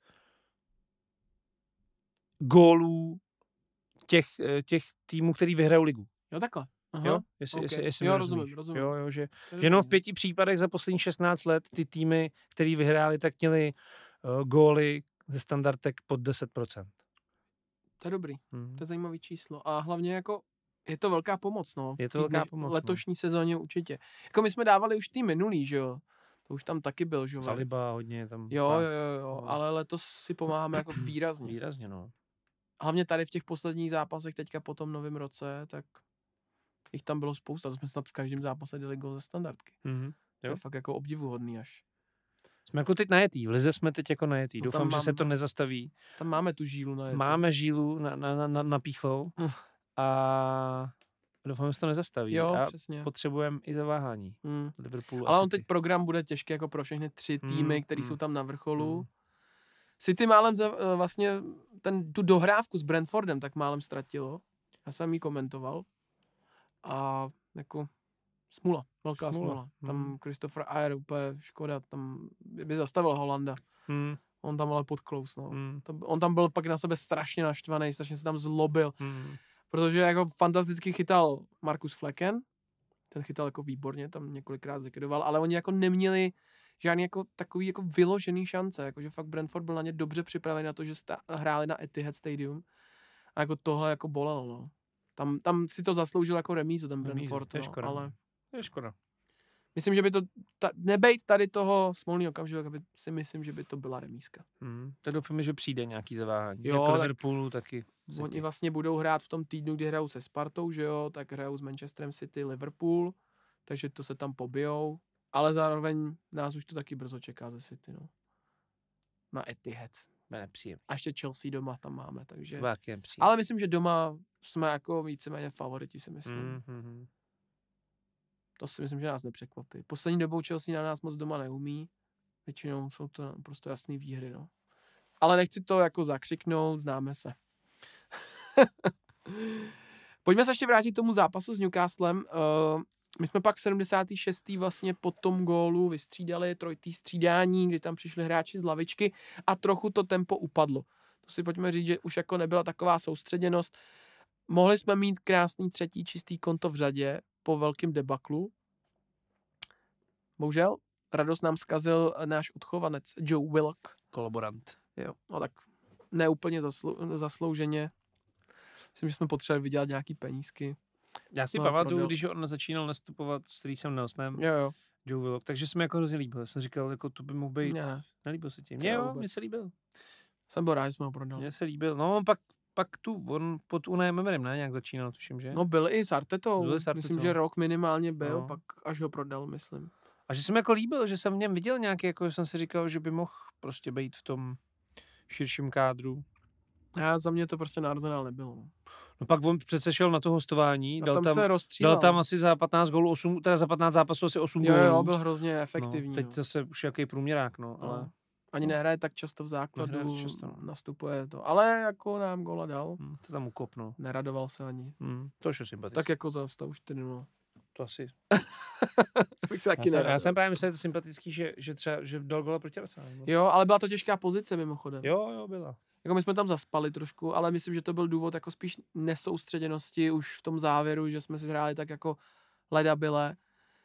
gólů těch, těch týmů, který vyhrajou ligu. Jo, takhle. Aha, jo, jestli, okay. jestli, jestli jo rozumím, rozumím. Jo, jo, že, že jenom v pěti případech za posledních šestnáct let ty týmy, který vyhráli, tak měli uh, góly ze standardek pod deset procent. To je dobrý, hmm. to je zajímavý číslo. A hlavně jako je to velká pomoc, no. Je to velká pomoc. V letošní no. sezóně určitě. Jako my jsme dávali už tým minulý, že jo. To už tam taky byl, že jo. Saliba hodně tam. Jo, jo, jo, jo, no. Ale letos si pomáháme jako výrazně. Výrazně, no. A hlavně tady v těch posledních zápasech teďka po tom novém roce, tak jich tam bylo spousta, to jsme snad v každém zápase dělali gól ze standardky. Mm-hmm. To je fakt jako obdivuhodný až. Jsme jako teď najetý, v lize jsme teď jako najetý, no, doufám, mám, že se to nezastaví. Tam máme tu žílu najetý. Máme žílu na, na, na, napíchlou mm. a doufám, že se to nezastaví. Jo, a přesně. Potřebujeme i zaváhání. Mm. Liverpoolu Ale a on teď program bude těžký jako pro všechny tři týmy, mm. které mm. jsou tam na vrcholu. Mm. City málem za, vlastně ten, tu dohrávku s Brentfordem tak málem ztratilo. Já jsem ji komentoval. A jako smula, velká smula. smula. Tam hmm. Christopher Ayer úplně škoda, tam by zastavil Holanda. Hmm. On tam ale podklous, no. Hmm. On tam byl pak na sebe strašně naštvaný, strašně se tam zlobil. Hmm. Protože jako fantasticky chytal Markus Flecken, ten chytal jako výborně, tam několikrát zlikvidoval, ale oni jako neměli žádný jako takový jako vyložený šance, jakože fakt Brentford byl na ně dobře připravený na to, že stá- hráli na Etihad Stadium A jako tohle jako bolelo, no. Tam, tam si to zasloužil jako remízu, ten Brentford, je no, škoda. ale Je škoda. myslím, že by to, ta, nebejt tady toho smolný okamžiku, by si myslím, že by to byla remízka. Hmm. Tak doufám, že přijde nějaký zaváhání. Jo, jako tak Liverpoolu, taky City. Oni vlastně budou hrát v tom týdnu, kdy hrajou se Spartou, že jo, tak hrajou s Manchesterem City, Liverpool, takže to se tam pobijou, ale zároveň nás už to taky brzo čeká ze City, no. Na Etihad. Nepříjemný. A ještě Chelsea doma tam máme, takže... Ale ale myslím, že doma jsme jako víceméně favoriti, si myslím. Mm-hmm. To si myslím, že nás nepřekvapí. Poslední dobou Chelsea na nás moc doma neumí. Většinou jsou to prostě jasný výhry, no. Ale nechci to jako zakřiknout, známe se. Pojďme se ještě vrátit k tomu zápasu s Newcastlem. Uh, my jsme pak v sedmdesátém šestém vlastně po tom gólu vystřídali trojitý střídání, kdy tam přišli hráči z lavičky a trochu to tempo upadlo. To si pojďme říct, že už jako nebyla taková soustředěnost. Mohli jsme mít krásný třetí čistý konto v řadě po velkém debaklu. Bohužel, radost nám zkazil náš odchovanec Joe Willock. Kolaborant. Jo, no tak neúplně zaslou, zaslouženě. Myslím, že jsme potřebovali vydělat nějaký penízky. Já si no, pamatuju, když on začínal nastupovat s Reesem Nelsonem, jo, jo. Joe Willock, takže se mi jako hrozně líbil. Já jsem říkal, jako to by mohl být, Ne. nelíbil se tím. Mně jo, mně se líbil. Jsem byl rád, že jsme ho prodal. Mně se líbil. No, on pak, pak tu, on pod Unajem Emerem, ne, nějak začínal, tuším, že? No byl i s Artetou. Byl s Artetou. Myslím, že rok minimálně byl, no. Pak až ho prodal, myslím. A že jsem jako líbil, že jsem v něm viděl nějaký, jako jsem si říkal, že by mohl prostě být v tom širším kádru. A za mě to prostě na Arsenal nebylo. No pak on přece šel na to hostování, a dal tam, tam, se rozstřílel. dal tam asi za patnáct gólů, osm, teda za patnáct zápasů asi osm jo, gólů. Jo, byl hrozně efektivní. No, teď no. zase už jaký průměrák, no, no. ale... Ani nehraje tak často v základu, často, no. Nastupuje to. Ale jako nám góla dal. Hmm, to tam ukop, no. Neradoval se ani. Hmm, to je sympatické. Tak jako za stavu čtyři nula. To asi. bych se taky já, jsem, já jsem právě myslel, že to sympatický, že, že třeba, že dal góla proti Arsenalu. Jo, ale byla to těžká pozice mimochodem. Jo, jo, byla. Jako my jsme tam zaspali trošku, ale myslím, že to byl důvod jako spíš nesoustředěnosti už v tom závěru, že jsme si hráli tak jako ledabyle.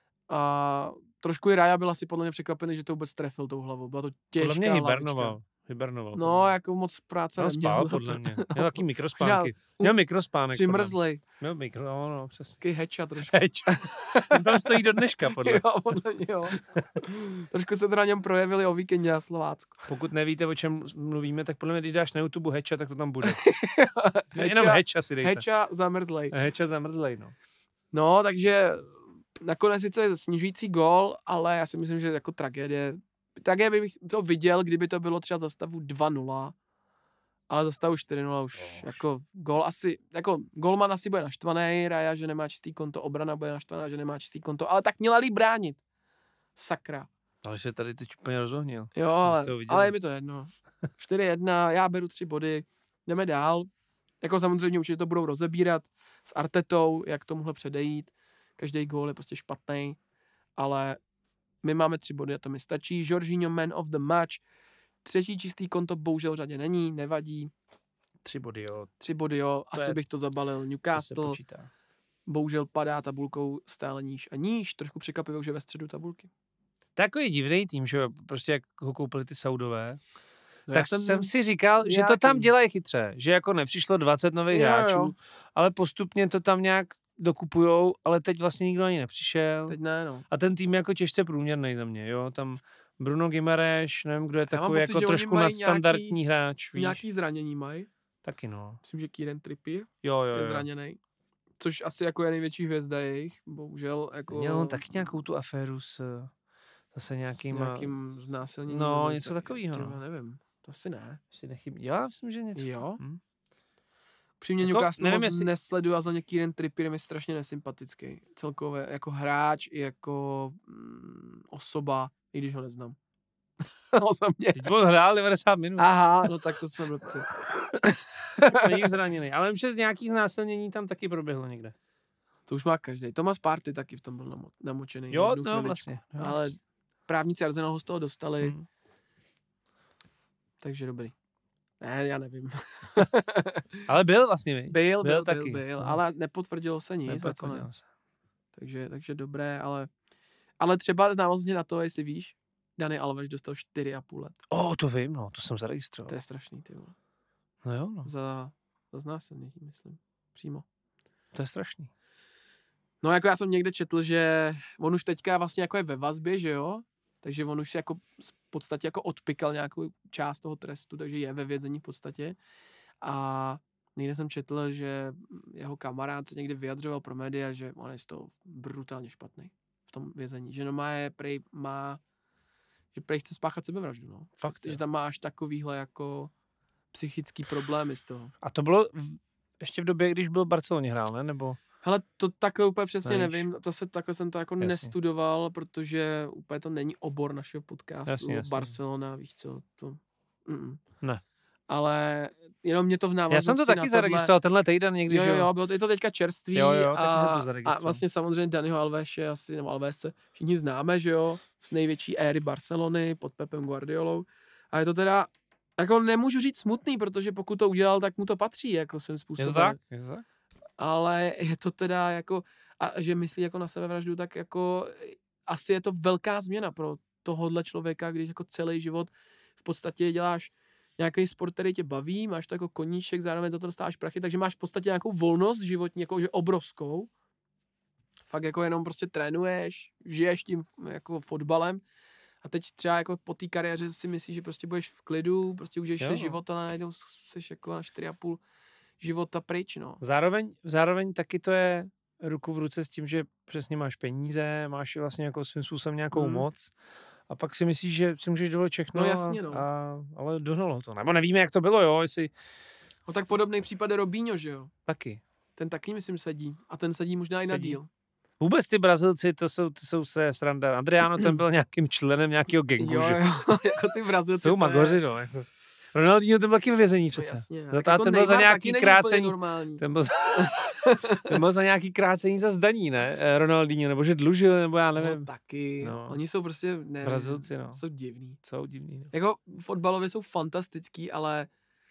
A trošku i Raja byl asi podle mě překvapený, že to vůbec trefil tou hlavou. Byla to těžká podle mě hlavička. hibernoval. Hibernoval. No, jako moc práce no, neměl. spál, podle mě. Měl taky mikrospánky. Měl mikrospánek. Přimrzlej. Měl mikro, no, no, přesně. Taky heča trošku. Heč. On tam stojí do dneška, podle mě. Jo, podle mě, jo. Trošku se to na něm projevili o víkendě na Slovácku. Pokud nevíte, o čem mluvíme, tak podle mě, když dáš na YouTube heča, tak to tam bude. heča, Jenom heča si dejte. Heča zamrzlej. Heča zamrzlej, no. No, takže nakonec sice snižující gól, ale já si myslím, že jako tragédie. Tragédie bych to viděl, kdyby to bylo třeba za stavu dva nula, ale za stavu čtyři nula už oh, jako gól asi, jako golman asi bude naštvaný, Raja, že nemá čistý konto, obrana bude naštvaná, že nemá čistý konto, ale tak měla líp bránit. Sakra. Ale že tady teď úplně rozohnil. Jo, ale, ale je mi to jedno. čtyři jedna, já beru tři body, jdeme dál. Jako samozřejmě určitě to budou rozebírat s Artetou, jak tomuhle předejít. Každý gól je prostě špatný, ale my máme tři body a to mi stačí. Jorginho man of the match. Třetí čistý konto bohužel v řadě není, nevadí. Tři body, jo. Tři body, jo. To Asi je, bych to zabalil. Newcastle. Bohužel padá tabulkou stále níž a níž. Trošku překvapivě, že ve středu tabulky. Takový divný tým, že prostě jak ho koupili ty Saudové. No tak jsem, jsem si říkal, nějaký... že to tam dělají chytře. Že jako nepřišlo dvacet nových jo, hráčů, jo. ale postupně to tam nějak dokupujou, ale teď vlastně nikdo ani nepřišel. Teď ne, no. A ten tým je jako těžce průměrný za mě, jo. Tam Bruno Guimaraes, nevím, kdo je takový jako trošku nadstandardní nějaký, hráč. Víš? Nějaký zranění mají. Taky no. Myslím, že Kieran Trippier jo, jo, je jo. zraněný. Což asi jako je největší hvězda jejich, bohužel. Jako... Měl on taky nějakou tu aféru s zase nějakým... S nějakým znásilněním. No, něco takového. No. Nevím, to asi ne. Asi nechybí. Já myslím, že něco. Jo? Hm? Přímě jako, Newcastle moc jestli... nesleduju a za ně Kieran Trippier je strašně nesympatický. Celkově jako hráč i jako mm, osoba, i když ho neznám. Osobně. Teď on hrál devadesát minut. Aha, no tak to jsme blbci. Není zraněný, ale vím, že z nějakých znásilnění tam taky proběhlo někde. To už má každý. Thomas Partey taky v tom byl namo- namočený. Jo, no vlastně. Jo, ale vlastně. Právníci Arsenalu ho z toho dostali. Hmm. Takže dobrý. Ne, já nevím. Ale byl vlastně, vy? Byl, byl, byl, taky. byl, byl ale nepotvrdilo se nic. Nepotvrdilo se. Takže, takže dobré, ale, ale třeba znávostně na to, jestli víš, Dani Alves dostal čtyři a půl let. O, oh, to vím, no, to jsem zaregistroval. To je strašný, ty vole. No jo, no. Za za znásilnění, myslím. Přímo. To je strašný. No jako já jsem někde četl, že on už teďka vlastně jako je ve vazbě, že jo? Takže on už jako v podstatě jako odpykal nějakou část toho trestu, takže je ve vězení v podstatě. A někde jsem četl, že jeho kamarád se někdy vyjadřoval pro média, že on je z toho brutálně špatný v tom vězení. Že no má je, prej má, že prej chce spáchat sebevraždu, no. Fakt, že tam máš takovýhle jako psychický problémy z toho. A to bylo v, ještě v době, když byl v Barceloně hrál, ne? Nebo... Hele, to takhle úplně přesně Nevíš. nevím, zase takhle jsem to jako Jasně. nestudoval, protože úplně to není obor našeho podcastu, Jasně, jasně. Barcelona, víš co, to... Mm-mm. Ne. Ale jenom mě to v návaznosti Já jsem to taky tohle... zaregistroval tenhle týden někdy, Jo, že jo, jo, bylo to, je to teďka čerství Jo, jo, taky a, jsem to a zaregistroval. vlastně samozřejmě Daniho Alvese asi, nebo Alvese, všichni známe, že jo, z největší éry Barcelony pod Pepem Guardiolou. A je to teda, jako nemůžu říct smutný, protože pokud to udělal, tak mu to patří, jako svým způsobem. Je to tak? Je to tak? Ale je to teda jako, a že myslí jako na sebevraždu, tak jako asi je to velká změna pro tohohle člověka, když jako celý život v podstatě děláš nějaký sport, který tě baví, máš to jako koníček, zároveň za to dostáváš prachy, takže máš v podstatě nějakou volnost životní, jako že obrovskou. Fakt jako jenom prostě trénuješ, žiješ tím jako fotbalem a teď třeba jako po té kariéře si myslíš, že prostě budeš v klidu, prostě užiješ si život a najednou jsi jako na čtyři a půl života pryč, no. Zároveň, zároveň taky to je ruku v ruce s tím, že přesně máš peníze, máš vlastně jako svým způsobem nějakou mm. moc a pak si myslíš, že si můžeš dovolit všechno, no, jasně, no. A, ale dohnalo to. Nebo nevíme, jak to bylo, jo, jestli... No tak podobný případ je Robinho, že jo? Taky. Ten taky, myslím, sedí. A ten sedí možná i sedí. na díl. Vůbec ty Brazilci, to jsou, to jsou se sranda. Adriano, ten byl nějakým členem nějakého gangu, jo, že? Jo, jako ty Brazilci. Jsou magoři, no, jako... Ronaldinho ten byl taky ve vězení přece. Jasně, za jako ten byl za nějaký krácení. Ten byl za, ten byl za nějaký krácení za zdaní, ne? Ronaldinho, nebo že dlužil, nebo já nevím. No taky. No. Oni jsou prostě, nevím. Brazilci, no. Jsou divní. Jsou divní. No. Jako fotbalově jsou fantastický, ale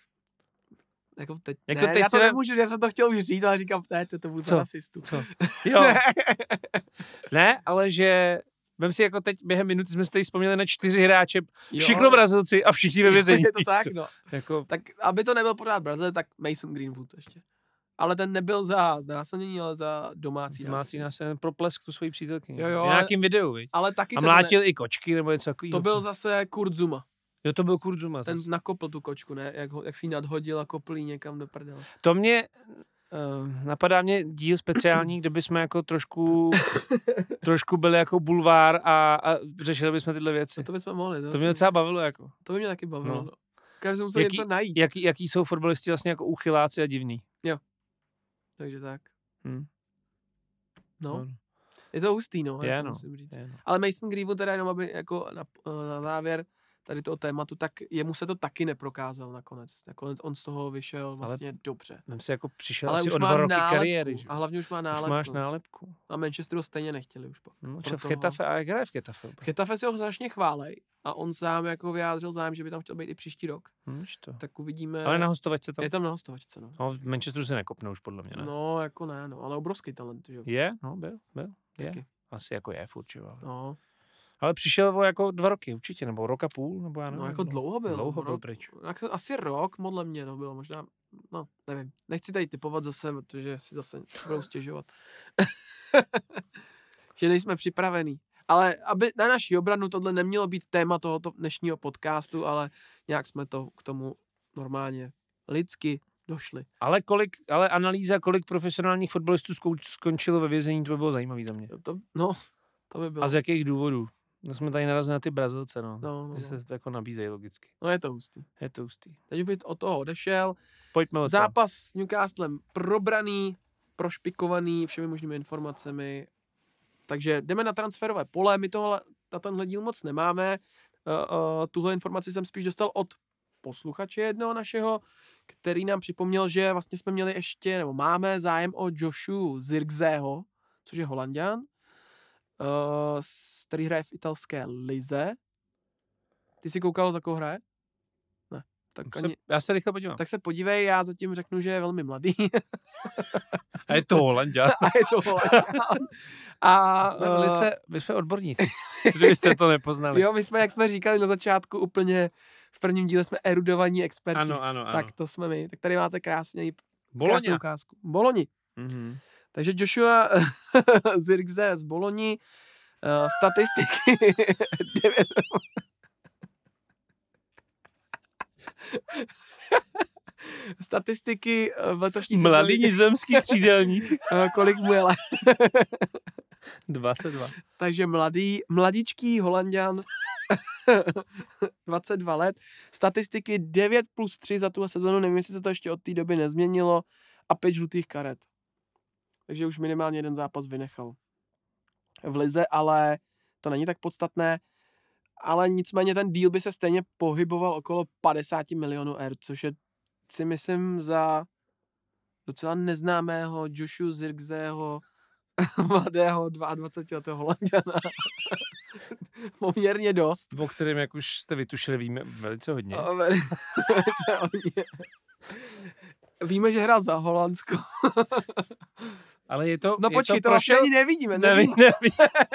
jako teď, jako ne, teď já to se... nemůžu, já jsem to chtěl už říct, ale říkám, ne, to, to budu za rasistu. Co? Jo. Ne, ale že... Vem si, jako teď během minuty jsme si tady vzpomněli na čtyři hráče, všechno Brazilci a všichni ve vězení. Je to tak, no. Jako... Tak aby to nebyl pořád Brazil, tak Mason Greenwood ještě. Ale ten nebyl za znásilnění, ale za domácí Domácí násilnění, pro plesk tu svoji přítelkyni. Jo, jo, v nějakým videu, viď? Ale taky a se mlátil ne... i kočky, nebo něco takového. To byl zase Kurt Zuma. Jo, to byl Kurt Zuma. Ten zase. nakopl tu kočku, ne? Jak, ho, jak si ji nadhodil a kopl jí někam do prdele. To mě... Uh, napadá mě díl speciální, kde bychom jako trošku trošku byli jako bulvár a, a řešili bychom tyhle věci. No to bychom mohli. To, to mě docela bavilo jako. To by mě taky bavilo. No. No. Každý musel jaký, něco najít. Jaký, jaký jsou fotbalisti vlastně jako uchyláci a divní. Jo. Takže tak. Hmm. No. no. Je to hustý, no. Je, jako no. Musím říct. Je, no. Ale Mason Greenwood teda jenom, aby jako na, na závěr tady toho tématu, tak jemu se to taky neprokázal nakonec. Nakonec on z toho vyšel vlastně ale dobře. Tam si jako přišel ale asi už o dva roky nálepku, kariéry. Že? A hlavně už má nálepku. Už máš nálepku. A Manchesteru stejně nechtěli už pak. No, v Getafe, a jak hraje v Getafe? V Getafe si ho strašně chválej a on sám jako vyjádřil zájem, že by tam chtěl být i příští rok. Hmm, to. Tak uvidíme. Ale na hostovačce tam? Je tam na hostovačce, no. No, v Manchesteru se nekopne už podle mě, ne? No, jako ne, no, ale obrovský talent, že? Je, no, byl, byl, je. Taky. Asi jako je furt, že? Ale... No. Ale přišel o jako dva roky určitě, nebo rok a půl, nebo já nevím. No jako dlouho byl. Dlouho byl rok, pryč. Jako asi rok, podle mě to bylo, možná, no, nevím. Nechci tady typovat zase, protože si zase budou stěžovat. Že nejsme připravený. Ale aby na naši obranu tohle nemělo být téma tohoto dnešního podcastu, ale nějak jsme to k tomu normálně lidsky došli. Ale kolik, ale analýza, kolik profesionálních fotbalistů skončilo ve vězení, to by bylo zajímavý za mě. To, no, to by bylo. A z jakých důvodů? No jsme tady narazili na ty Brazilce, no. No, no, no. Se to jako nabízejí logicky. No je to hustý. Je to hustý. Teď bych od toho odešel. Pojďme od Zápas s Newcastlem probraný, prošpikovaný všemi možnými informacemi. Takže jdeme na transferové pole. My tohle, na tenhle díl moc nemáme. Uh, uh, tuhle informaci jsem spíš dostal od posluchače jednoho našeho, který nám připomněl, že vlastně jsme měli ještě, nebo máme zájem o Joshu Zirkzeho, což je Holanďan, uh, který hraje v italské lize. Ty jsi koukal, za koho hraje? Ne. Tak se, ani... Já se rychle podívám. Tak se podívej, já zatím řeknu, že je velmi mladý. A je to Holanďan. A je to Holanďan. A jsme velice, my jsme odborníci, kdybyste to nepoznali. Jo, my jsme, jak jsme říkali na začátku, úplně v prvním díle jsme erudovaní experti. Ano, ano, ano. Tak to jsme my. Tak tady máte krásný Bologna. ukázku. Boloni. Mm-hmm. Takže Joshua Zirkzee z Boloni, uh, statistiky devět... statistiky v letošní sezóně. Mladý nizozemský křídelník. Kolik mu je let? dvacet dva. Takže mladý, mladičký Holanďan, dvacet dva let. Statistiky devět plus tři za tu sezonu, nevím, jestli se to ještě od té doby nezměnilo, a pět žlutých karet. Takže už minimálně jeden zápas vynechal v lize, ale to není tak podstatné. Ale nicméně ten deal by se stejně pohyboval okolo padesát milionů eur, což je, si myslím, za docela neznámého Joshua Zirkzeeho mladého dvacetiletého Holanďana. Poměrně dost. O kterém, jak už jste vytušili, víme velice hodně. O, velice hodně. Víme, že hrál za Holandsko. Ale je to... No je počkej, to, to prošel... vlastně ani nevidíme. Neví, Nevím. neví.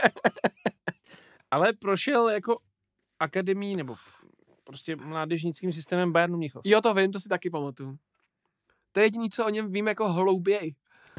Ale prošel jako akademii, nebo prostě mládežnickým systémem Bayernu Mnichov. Jo, to vím, to si taky pamatuju. To je jediný, co o něm vím jako hlouběji.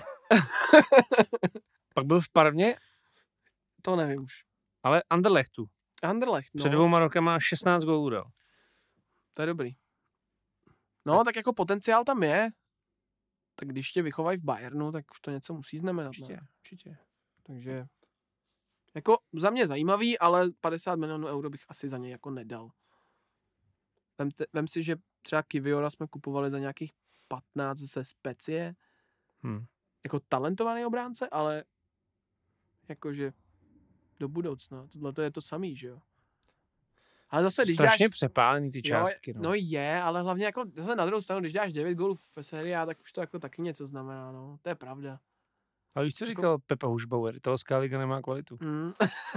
Pak byl v Parmě? To nevím už. Ale Anderlechtu. Anderlecht, no. Před dvouma rokama šestnáct gólů dal. To je dobrý. No, tak. tak jako potenciál tam je. Tak když tě vychovají v Bayernu, tak už to něco musí znamenat. Určitě, ne? určitě. Takže jako za mě zajímavý, ale padesát milionů euro bych asi za něj jako nedal. Vem, te, vem si, že třeba Kiviora jsme kupovali za nějakých patnáct ze Specie. Hmm. Jako talentovaný obránce, ale jakože do budoucna. Tohle to je to samý, že jo? Ale zase, když strašně dáš... přepálený ty částky. Jo, no. no je, ale hlavně jako zase na druhou stranu, když dáš devět gólů v sérii, tak už to jako taky něco znamená, no. To je pravda. Ale víš, co říkal jako... Pepa Hušbauer? Italská liga nemá kvalitu. Mm.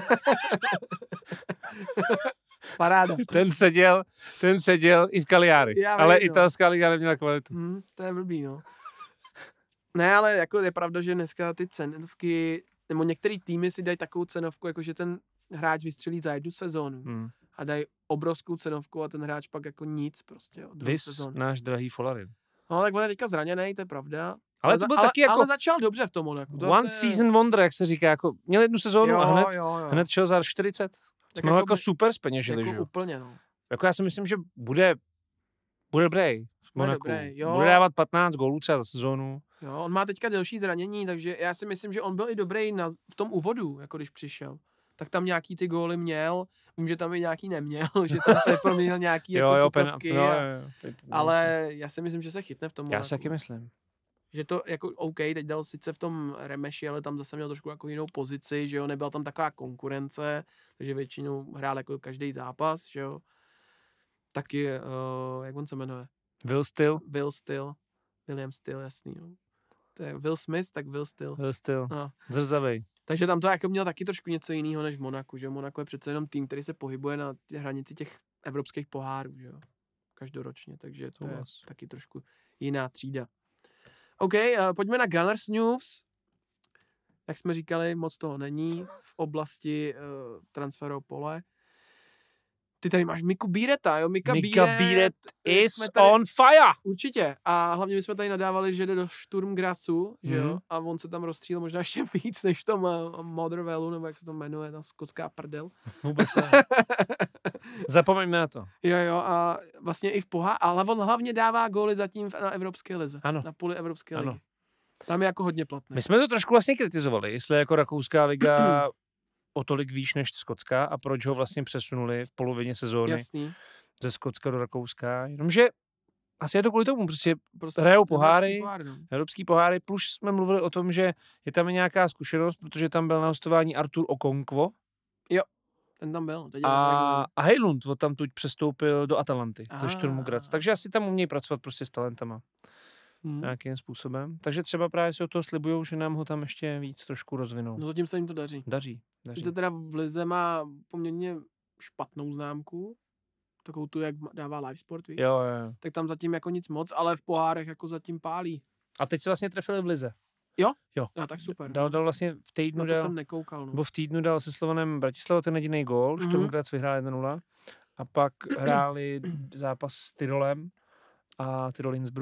Paráda. Ten seděl, ten seděl i v Cagliari, Já ale vím, no. Italská liga neměla kvalitu. Mm, to je blbý, no. Ne, ale jako je pravda, že dneska ty cenovky, nebo některý týmy si dají takovou cenovku, jako že ten hráč vystřelí za jednu sezónu. Hmm. A dají obrovskou cenovku a ten hráč pak jako nic prostě. Vys, náš drahý Folarin. No, tak on je teďka zraněný, to je pravda. Ale to byl ale, taky jako... Ale začal dobře v tom Monaku. To one se... season wonder, jak se říká. Jako, měl jednu sezónu jo, a hned, jo, jo. hned šel za čtyřicet. Tak Jsme ho jako, jako super zpeněžili, jako že jo? úplně, no. Jako já si myslím, že bude, bude dobrý v Monaku. Bude, dobrý, jo. Bude dávat patnáct gólů třeba za sezónu. Jo, on má teďka delší zranění, takže já si myslím, že on byl i dobrý na, v tom úvodu, jako když přišel. Tak tam nějaký ty góly měl, vím, že tam i nějaký neměl, že tam proměnil nějaký jo, jako jo, tutovky, pen, no, a, jo, jo, ale já si myslím, že se chytne v tom Já Monaku. si taky myslím. Že to jako OK, teď dal sice v tom Remeši, ale tam zase měl trošku jako jinou pozici, že jo, nebyla tam taková konkurence, takže většinou hrál jako každý zápas, že jo. Taky, uh, jak on se jmenuje? Will Still. Will Still. William Still, jasný, no. To je Will Smith, tak Will Still. Will Still. No. Zrzavej. Takže tam to jako mělo taky trošku něco jiného než v Monaku, že Monaco je přece jenom tým, který se pohybuje na hranici těch evropských pohárů, že jo. Každoročně, takže to, to je vás. Taky trošku jiná třída. OK, uh, pojďme na Gunners News. Jak jsme říkali, moc toho není v oblasti uh, transferového pole. Ty tady máš Miku Bíreta, jo? Mika, Mika Bíret, Bíret is tady, on fire! Určitě. A hlavně my jsme tady nadávali, že jde do Sturmgrasu, že jo? Mm. A on se tam rozstřílil možná ještě víc, než v tom uh, Motherwellu, nebo jak se to jmenuje, ta skotská prdel. Vůbec ne. Zapomeňme na to. Jo, jo, a vlastně i v pohá, ale on hlavně dává góly zatím na Evropské lize. Ano. Na poli Evropské ligy. Ano. Tam je jako hodně platný. My jsme to trošku vlastně kritizovali, jestli jako rakouská liga o tolik výš než skotská a proč ho vlastně přesunuli v polovině sezóny. Jasný. Ze Skotska do Rakouska. Jenomže asi je to kvůli tomu, prostě, prostě hrajou poháry, pohár, no. evropský poháry, plus jsme mluvili o tom, že je tam nějaká zkušenost, protože tam byl na hostování Artur Okonkwo. Jo, ten tam byl. Teď a, a Hejlund tam tuď přestoupil do Atalanty, ah. do Sturmu Graz. Takže asi tam umějí pracovat prostě s talentama. Hmm. Nějakým způsobem. Takže třeba právě si o toho slibujou, že nám ho tam ještě víc trošku rozvinou. No zatím se jim to daří. Daří. daří. Sice teda v lize má poměrně špatnou známku, takovou tu, jak dává live sport, víš? Jo, jo. Tak tam zatím jako nic moc, ale v pohárech jako zatím pálí. A teď se vlastně trefili v lize. Jo? Jo. A tak super. Dal, dal vlastně v týdnu no to dal, jsem nekoukal, no. Nebo v týdnu dal se Slovanem Bratislava ten jediný gól, mm-hmm. Sturm Graz vyhrál jedna nula a pak hráli zápas s Tyrolem a Tyrol Innsbruck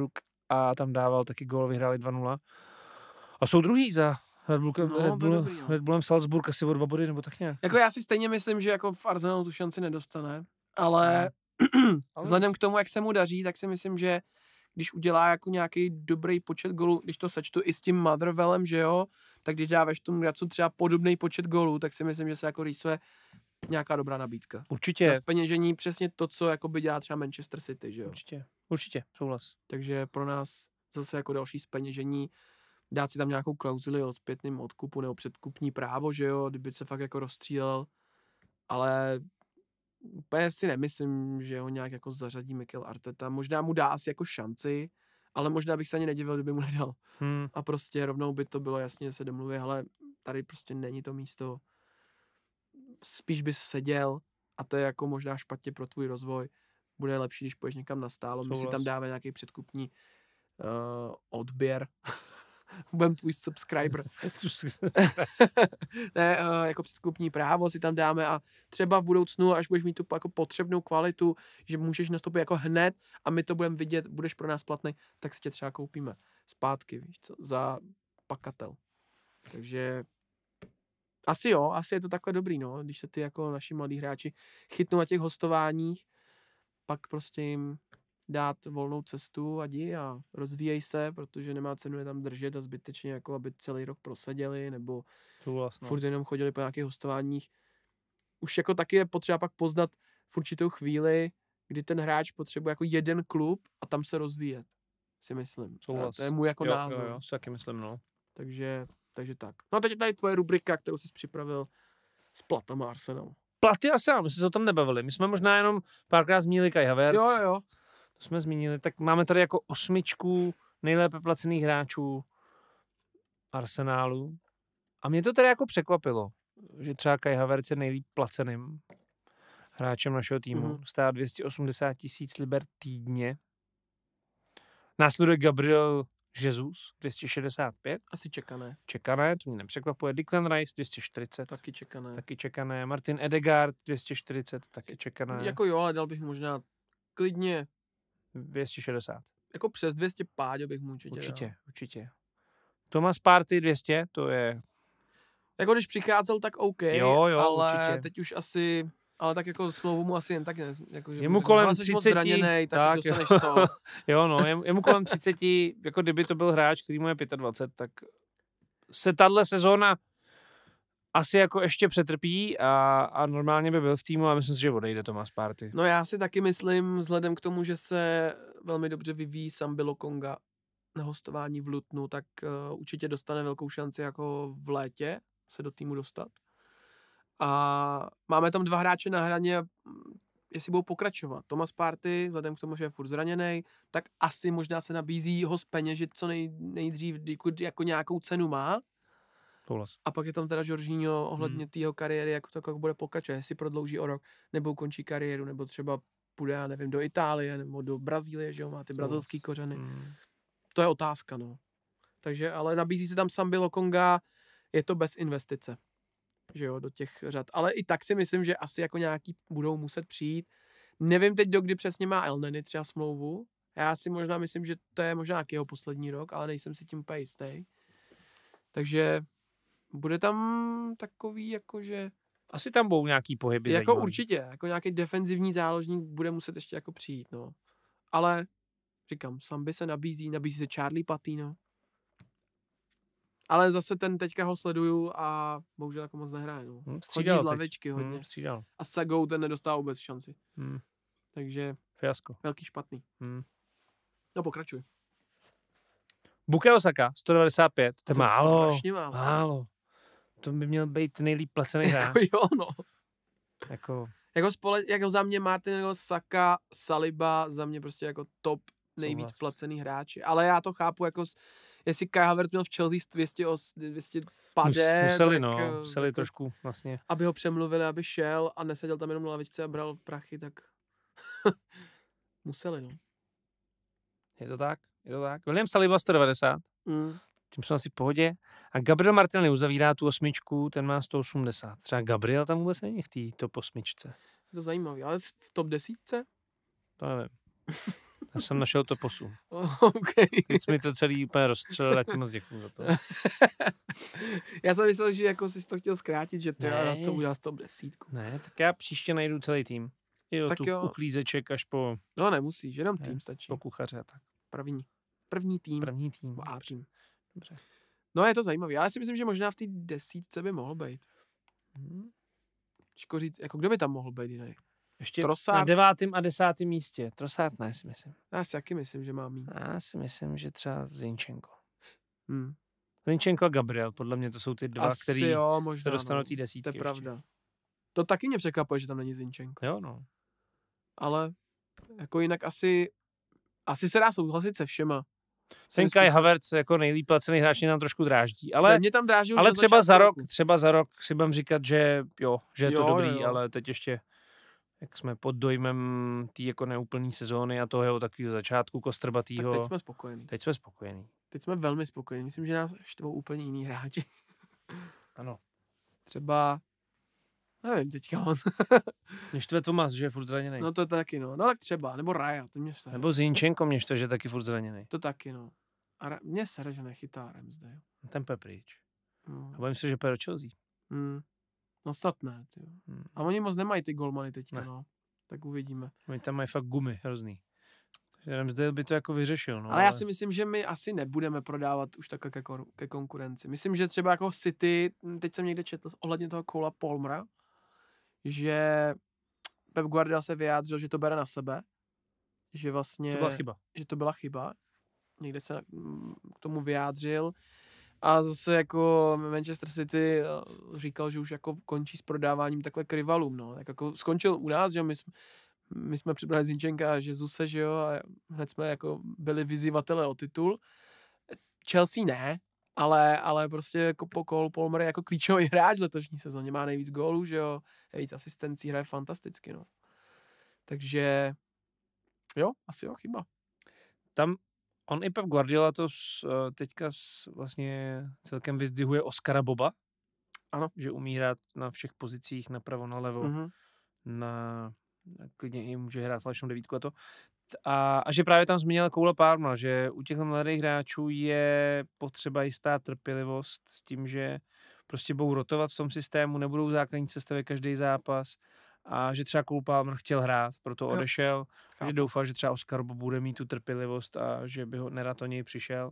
a tam dával taky gól, vyhráli dva nula. A jsou druhý za Red, Bull, No, Red, Bull, dobrý, no. Red Bullem Salzburg asi o dva body, nebo tak nějak. Jako já si stejně myslím, že jako v Arsenalu tu šanci nedostane, ale vzhledem k tomu, jak se mu daří, tak si myslím, že když udělá jako nějaký dobrý počet gólů, když to sečtu i s tím Motherwellem, že jo, tak když dáváš tomu Gracu třeba podobný počet gólů, tak si myslím, že se jako rýsuje nějaká dobrá nabídka. Určitě. Na zpeněžení přesně to, co jako by dělá třeba Manchester City, že jo. Určitě, určitě, souhlas. Takže pro nás zase jako další zpeněžení dát si tam nějakou klauzuli o zpětným odkupu nebo předkupní právo, že jo, kdyby se fakt jako rozstřílel, ale úplně si nemyslím, že ho nějak jako zařadí Mikel Arteta. Možná mu dá asi jako šanci, ale možná bych se ani nedivil, kdyby mu nedal. Hmm. A prostě rovnou by to bylo jasně, že se domluví, ale tady prostě není to místo. Spíš bys seděl a to je jako možná špatně pro tvůj rozvoj. Bude lepší, když půjdeš někam nastálo. My si tam dáme nějaký předkupní uh, odběr. Budem tvůj subscriber. Ne, uh, jako předkupní právo si tam dáme a třeba v budoucnu, až budeš mít tu jako potřebnou kvalitu, že můžeš nastoupit jako hned a my to budeme vidět, budeš pro nás platný, tak si tě třeba koupíme zpátky, víš co, za pakatel. Takže asi jo, asi je to takhle dobrý, no, když se ty jako naši mladí hráči chytnou na těch hostováních, pak prostě jim dát volnou cestu a jdi a rozvíjej se, protože nemá cenu je tam držet a zbytečně jako, aby celý rok proseděli, nebo vlastně. furt jenom chodili po nějakých hostováních. Už jako taky je potřeba pak poznat v určitou chvíli, kdy ten hráč potřebuje jako jeden klub a tam se rozvíjet, si myslím. Souhlas. To je můj jako jo, názor. Jo, jo, si taky myslím, no. Takže, takže tak. No a teď je tady tvoje rubrika, kterou jsi připravil s platama Arsenalu. Platy Arsenal, my jsme se o tom nebavili. My jsme možná jenom párkrát zmínili Kai Havertz. Jo, jo. To jsme zmínili. Tak máme tady jako osmičku nejlépe placených hráčů Arsenálu. A mě to tady jako překvapilo, že třeba Kai Havertz je nejlíp placeným hráčem našeho týmu. Mm. Stá dvě stě osmdesát tisíc liber týdně. Následuje Gabriel Jesus, dvě stě šedesát pět. Asi čekané. Čekané, to mě nepřekvapuje. Declan Rice, dvě stě čtyřicet. Taky čekané. Taky čekané. Martin Edegaard, dvě stě čtyřicet. Taky čekané. Jako jo, ale dal bych možná klidně dvě stě šedesát. Jako přes dvě stě páďo bych mu určitě Určitě, dal. určitě. Thomas Partey dvě stě, to je... Jako když přicházel, tak OK, jo, jo, ale určitě. teď už asi... Ale tak jako smlouvu mu asi jen tak ne, jako, že je mu kolem moc třicet, zraněnej, tak, tak dostaneš jo. to. Jo, no, je, je mu kolem třicet, jako kdyby to byl hráč, který mu je dvacet pět, tak se tahle sezóna asi jako ještě přetrpí a, a normálně by byl v týmu a myslím si, že odejde Thomas Partey. No já si taky myslím, vzhledem k tomu, že se velmi dobře vyvíjí Sambi Lokonga na hostování v Lutnu, tak uh, určitě dostane velkou šanci jako v létě se do týmu dostat. A máme tam dva hráče na hraně, jestli budou pokračovat. Thomas Partey, vzhledem k tomu, že je furt zraněnej, tak asi možná se nabízí ho zpeněžit co nej, nejdřív, jako nějakou cenu má. Touhlas. A pak je tam teda Jorginho ohledně hmm. tého kariéry, jak to jak bude pokračovat, jestli prodlouží o rok, nebo ukončí kariéru, nebo třeba půjde, já nevím, do Itálie, nebo do Brazílie, že jo, má ty brazilský kořeny. Hmm. To je otázka, no. Takže, ale nabízí se tam Sambi Lokonga, je to bez investice, že jo, do těch řad. Ale i tak si myslím, že asi jako nějaký budou muset přijít. Nevím teď, dokdy přesně má Elneny třeba smlouvu. Já si možná myslím, že to je možná nějaký jeho poslední rok, ale nejsem si tím úplně jistý. Takže bude tam takový, jakože... Asi tam budou nějaký pohyby Jako zajímavý. určitě, jako nějaký defenzivní záložník bude muset ještě jako přijít, no. Ale, říkám, Sambi se nabízí, nabízí se Charlie Patino. Ale zase ten teďka ho sleduju a bohužel jako moc nehraje, no. Hmm, Chodí z lavičky hodně. Hmm, a Sagou ten nedostává vůbec šanci. Hmm. Takže... Fiasko. Velký špatný. Hmm. No pokračuj. Bukayo Saka, sto devadesát pět, to je málo. málo. Málo. To by měl být nejlíp placený hráč. jo, no. Jako... Jako, spole, jako za mě Martin Saka, Saliba, za mě prostě jako top nejvíc Souhlas. placený hráči. Ale já to chápu, jako jestli Kai Havertz měl v Chelsea dvě stě padé, museli, tak, no, museli jako, trošku vlastně. Aby ho přemluvili, aby šel a neseděl tam jenom na lavičce a bral prachy, tak museli, no. Je to tak, je to tak. William Saliba sto devadesát. Mm. Tím jsou asi v pohodě. A Gabriel Martinelli uzavírá tu osmičku, ten má sto osmdesát. Třeba Gabriel tam vůbec není v té top osmičce. Je to zajímavý, ale v top desítce? To nevím. Já jsem našel to posun. Okay. Teď jsi mi to celý úplně rozstřelil, já ti moc děkuju za to. Já jsem myslel, že jako jsi to chtěl zkrátit, že ty na co udělal z top desítku. Ne, tak já příště najdu celý tým. Jo, tak tu jo. uklízeček až po... No nemusíš, jenom tým stačí. Po kuchaře a tak. První. První tým. První tým. A tým. Dobře. No je to zajímavé. Já si myslím, že možná v té desítce by mohl být. Hmm. Těžko říct, jako kdo by tam mohl být jiný? Ještě Trossard? Na devátém a desátém místě. Trossard ne, si myslím. Já si taky myslím, že má mít. Já si myslím, že třeba Zinchenko. Hmm. Zinchenko a Gabriel, podle mě to jsou ty dva, Asi který jo, možná, se dostanou no. té desítky. To je ještě. pravda. To taky mě překvapuje, že tam není Zinchenko. Jo, no. Ale jako jinak asi asi se dá souhlasit se všema. Ten Kai Havertz jako nejlíp placený hráč mě tam trošku dráždí, ale, mě tam dráží už ale třeba za rok, roku. třeba za rok si budem říkat, že jo, že je to jo, dobrý, jo, jo. ale teď ještě, jak jsme pod dojmem té jako neúplný sezóny a toho jeho takového začátku kostrbatýho. Tak teď jsme spokojení. Teď jsme spokojení. Teď jsme velmi spokojení. Myslím, že nás štvou úplně jiný hráči. Ano. Třeba, nevím teďka on. Mě štve Tomas, že je furt zraněný. No to taky, no. No tak třeba, nebo Raja, to mě sere. Nebo Zinchenko mě štve, že je taky furt zraněný. To taky, no. A ra- mě sere, že nechytá Ramsdale. Ten půjde pryč. No. A bojím se, že půjde do Chelsea. Hmm. No snad ne, tyjo. Hmm. A oni moc nemají ty golmany teďka, Ne. no. Tak uvidíme. Oni tam mají fakt gumy hrozný. Takže Ramsdale by to jako vyřešil, no. Ale já si myslím, že my asi nebudeme prodávat už takhle ke, kor- ke konkurenci. Myslím, že třeba jako City, teď jsem někde četl ohledně toho Cola Palmera, že Pep Guardiola se vyjádřil, že to bere na sebe, že vlastně... To byla chyba. Že to byla chyba. Někde se mm, k tomu vyjádřil. A zase jako Manchester City říkal, že už jako končí s prodáváním takhle k rivalům, no. Tak jako skončil u nás, že my jsme, my jsme přibrali Zinchenka a Jesuse, že jo, a hned jsme jako byli vyzývatele o titul. Chelsea ne, ale, ale prostě jako po Cole Palmer je jako klíčový hráč letošní sezóně, má nejvíc gólů, že jo, nejvíc asistencí, hraje fantasticky, no. Takže jo, asi jo, chyba. Tam on i Pep Guardiola to s, teďka s, vlastně celkem vyzdvihuje Oscara Boba. Ano. Že umí hrát na všech pozicích, napravo, nalevo, Mm-hmm. na, klidně i může hrát falešnou devítku a to. A, a že právě tam zmínil Cole Palmer, že u těch mladých hráčů je potřeba jistá trpělivost s tím, že prostě budou rotovat v tom systému, nebudou základní sestavy každý zápas a že třeba Cole Palmer chtěl hrát, proto odešel. A že doufal, že třeba Oscar Bob bude mít tu trpělivost a že by ho nerad o něj přišel.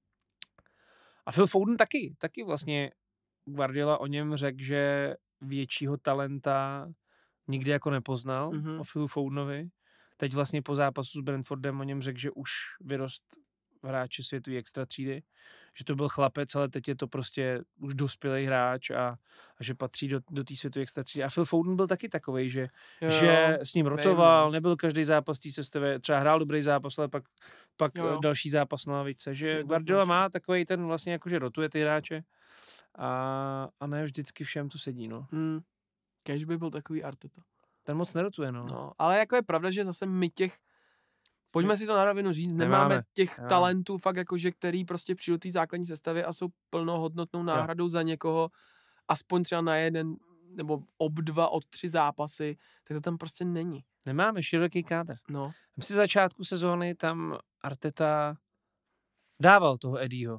A Phil Foden taky, taky vlastně Guardiola o něm řekl, že většího talenta nikdy jako nepoznal, mm-hmm. o Philu Fodenovi. Teď vlastně po zápasu s Brentfordem o něm řekl, že už vyrost v hráči světové extra třídy, že to byl chlapec, ale teď je to prostě už dospělý hráč a, a že patří do, do té světové extra třídy. A Phil Foden byl taky takovej, že, že s ním rotoval, nebyl každý zápas té sestavě, třeba hrál dobrý zápas, ale pak, pak jo. další zápas na lavice, že Guardiola má takovej ten vlastně jako, že rotuje ty hráče a, a ne vždycky všem to sedí, no. Hmm. Kež by byl takový Arteta. Ten moc nerotuje, no. no. Ale jako je pravda, že zase my těch, pojďme si to na rovinu říct, nemáme, nemáme těch nemáme. talentů fakt jakože, který prostě přijdou té základní sestavy a jsou plnohodnotnou náhradou jo. za někoho, aspoň třeba na jeden, nebo ob dva, od tři zápasy, tak to tam prostě není. Nemáme široký kádr. No. Při začátku sezóny tam Arteta dával toho Eddieho.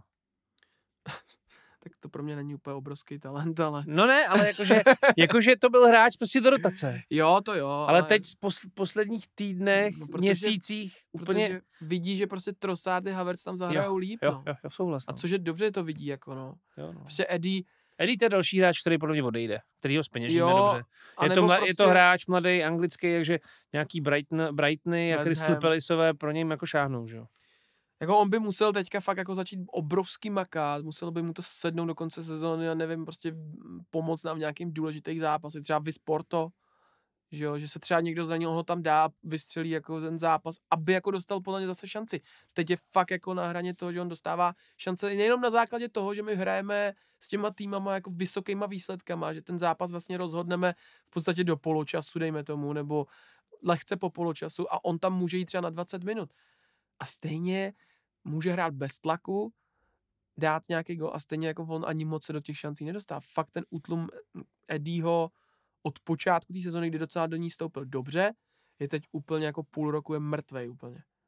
Tak to pro mě není úplně obrovský talent, ale... No ne, ale jakože, jakože to byl hráč prostě do rotace. Jo, to jo. Ale, ale... teď v posl- posledních týdnech, no, protože, měsících úplně... vidí, že prostě Trossard a Havertz tam zahrajou líp, jo, no. Jo, jo, souhlas. No. A cože dobře to vidí, jako no. Jo, no. Prostě Eddie... Eddie to je další hráč, který podle mě odejde, který ho zpeněžíme dobře. Je to, mla- prostě... je to hráč mladý, anglický, takže nějaký Brighton, Brightony a Crystal Palaceové pro něj jako šáhnou, že jo. Jako on by musel teďka fakt jako začít obrovský makat, musel by mu to sednout do konce sezóny a nevím, prostě pomoct nám v nějakým důležitých zápasech, třeba Visporto, že jo, že se třeba někdo za něho ho tam dá, vystřelí jako ten zápas, aby jako dostal podle mě zase šanci. Teď je fakt jako na hraně toho, že on dostává šance nejenom na základě toho, že my hrajeme s těma týmama jako vysokýma výsledkama, že ten zápas vlastně rozhodneme v podstatě do poločasu, dejme tomu, nebo lehce po poločasu a on tam může jít třeba na dvacet minut. A stejně může hrát bez tlaku, dát nějaký gol a stejně jako on ani moc se do těch šancí nedostává. Fakt ten útlum Eddieho od počátku té sezony, kdy docela do ní stoupil dobře, je teď úplně jako půl roku je mrtvej úplně.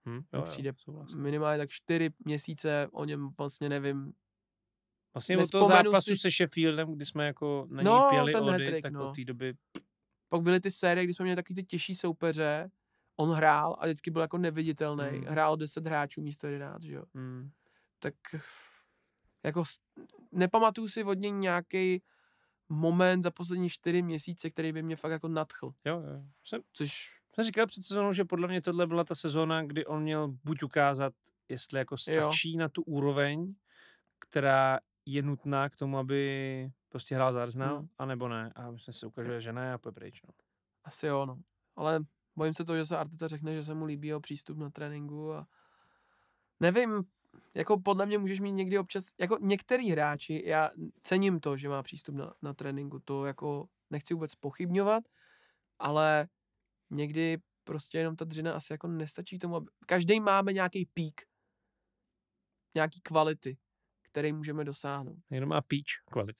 Hmm, Mně jo, přijde jo, vlastně. minimálně tak čtyři měsíce, o něm vlastně nevím. Vlastně od toho zápasu si... se Sheffieldem, kdy jsme jako na něj no, pěli ten ody, hat-trick, tak no. od té doby... Pak byly ty série, kdy jsme měli taky ty těžší soupeře, on hrál a vždycky byl jako neviditelný. Hmm. Hrál deset hráčů místo jedenáct, že jo. Hmm. Tak jako nepamatuju si od něj nějaký moment za poslední čtyři měsíce, který by mě fakt jako nadchl. Jo, jo. Jsem, Což... jsem říkal před sezónou, že podle mě tohle byla ta sezóna, kdy on měl buď ukázat, jestli jako stačí jo. na tu úroveň, která je nutná k tomu, aby prostě hrál za Arsenal, hmm. anebo ne. A myslím si ukazuje, že ne a pojď pryč. No. Asi jo, no. Ale bojím se toho, že se Arteta řekne, že se mu líbí jeho přístup na tréninku a nevím, jako podle mě můžeš mít někdy občas, jako některý hráči, já cením to, že má přístup na, na tréninku, to jako nechci vůbec pochybňovat, ale někdy prostě jenom ta dřina asi jako nestačí tomu, aby... Každý máme nějaký pík, nějaký kvality, který můžeme dosáhnout. Jenom má píč kvality.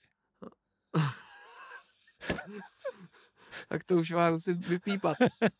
Tak to už vám musím vypípat.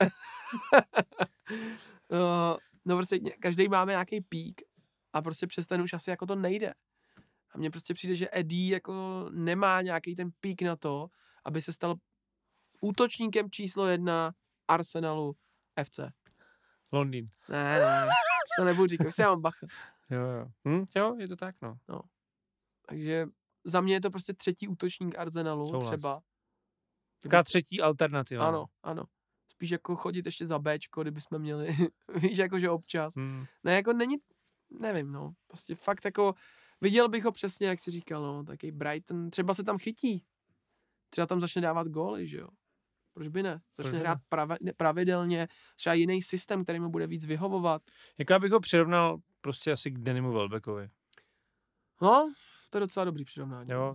no, no prostě každý máme nějaký pík a prostě přes ten už asi jako to nejde. A mně prostě přijde, že Eddie jako nemá nějaký ten pík na to, aby se stal útočníkem číslo jedna Arsenalu F C. Londýn. Ne, ne, to nebudu říkat, už si já mám bacha. Jo, jo. Hm, jo, je to tak, no. no. Takže za mě je to prostě třetí útočník Arsenalu, Souhlas. třeba. Taká třetí alternativa. Ano, ano. Spíš jako chodit ještě za Bčko, kdybychom měli, víš, jakože občas. Hmm. Ne, jako není, nevím, no. Prostě fakt jako, viděl bych ho přesně, jak jsi říkal, no. Taký Brighton, třeba se tam chytí. Třeba tam začne dávat góly, že jo. Proč by ne? Začne Proč hrát pravi, pravidelně, třeba jiný systém, který mu bude víc vyhovovat. Jak já bych ho přirovnal prostě asi k Dannymu Welbeckovi. No, to je docela dobrý přirovnání. Jo.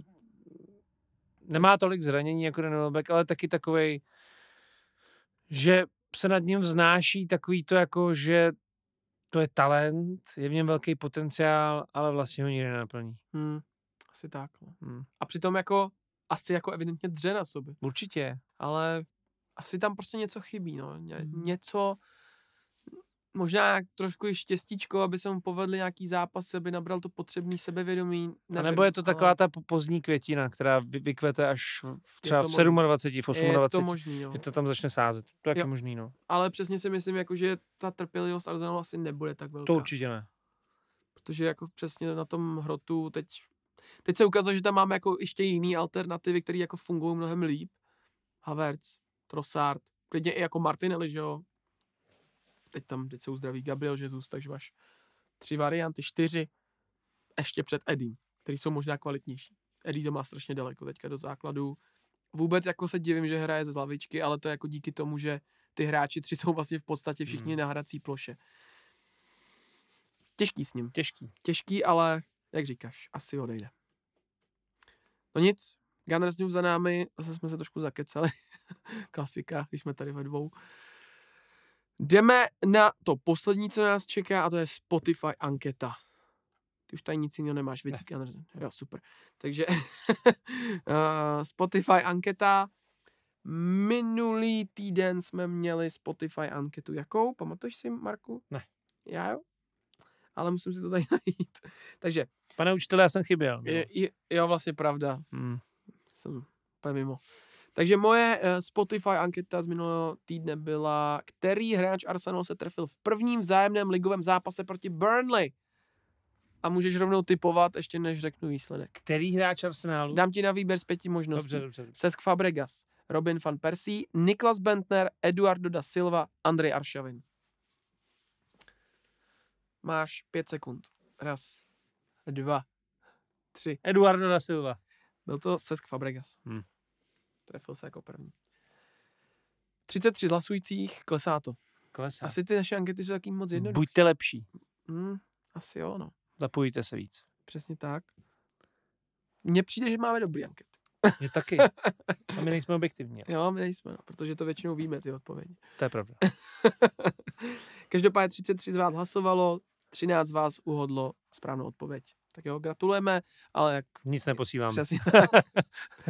Nemá tolik zranění jako Danny Welbeck, ale taky takovej, že se nad ním vznáší takový to jako, že to je talent, je v něm velký potenciál, ale vlastně ho nikdy nenaplní. Hmm, asi tak. No. Hmm. A přitom jako asi jako evidentně dře na sobě. Určitě. Ale asi tam prostě něco chybí, no. Ně, hmm. Něco, možná trošku i štěstíčko, aby se mu povedli nějaký zápas, aby nabral to potřebný sebevědomí. Nevím, a nebo je to taková ale... ta pozdní květina, která vy, vykvete až třeba v sedmadvaceti, v osmadvaceti. Je to možný, jo. Že to tam začne sázet. To je možný, no. Ale přesně si myslím, jako, že ta trpělivost Arsenalu asi nebude tak velká. To určitě ne. Protože jako přesně na tom hrotu teď, teď se ukazuje, že tam máme jako ještě jiný alternativy, které jako fungují mnohem líp. Havertz, Trossard, klidně i jako Martinelli, že jo. Teď tam, teď jsou zdraví Gabriel Jesus, takže máš tři varianty, čtyři, ještě před Eddie, který jsou možná kvalitnější. Eddie to má strašně daleko teďka do základu. Vůbec jako se divím, že hraje ze lavičky, ale to je jako díky tomu, že ty hráči tři jsou vlastně v podstatě všichni hmm. na hrací ploše. Těžký s ním. Těžký. Těžký, ale jak říkáš, asi odejde. No nic, Gunners News za námi, zase jsme se trošku zakecali. Klasika, když jsme tady ve dvou. Jdeme na to poslední, co nás čeká, a to je Spotify anketa. Ty už tady nic jiného nemáš, víc ne. Jo, super. Takže uh, Spotify anketa. Minulý týden jsme měli Spotify anketu. Jakou? Pamatuješ si, Marku? Ne. Já jo? Ale musím si to tady najít. Takže. Pane učitele, já jsem chyběl. Je, je, jo, vlastně pravda. Hmm. Jsem úplně mimo. Takže moje uh, Spotify anketa z minulého týdne byla, který hráč Arsenalu se trefil v prvním vzájemném ligovém zápase proti Burnley. A můžeš rovnou tipovat, ještě než řeknu výsledek. Který hráč Arsenalu? Dám ti na výběr z pěti možností. Dobře, dobře. dobře. Cesc Fabregas, Robin van Persie, Niklas Bentner, Eduardo da Silva, Andrej Arshavin. Máš pět sekund. Raz, dva, tři. Eduardo da Silva. Byl to Cesc Fabregas. Hmm. Trefil se jako první. třicet tři hlasujících, klesá to. Klesá. Asi ty naše ankety jsou taky moc jednoduché. Buďte lepší. Hmm, asi jo, no. Zapojíte se víc. Přesně tak. Mně přijde, že máme dobrý anket. Je taky. A my nejsme objektivní. Jo, my nejsme, no, protože to většinou víme, ty odpovědi. To je pravda. Každopádně třicet tři z vás hlasovalo, třináct z vás uhodlo správnou odpověď. Tak jo, gratulujeme, ale jak... Nic neposílám. Přesně.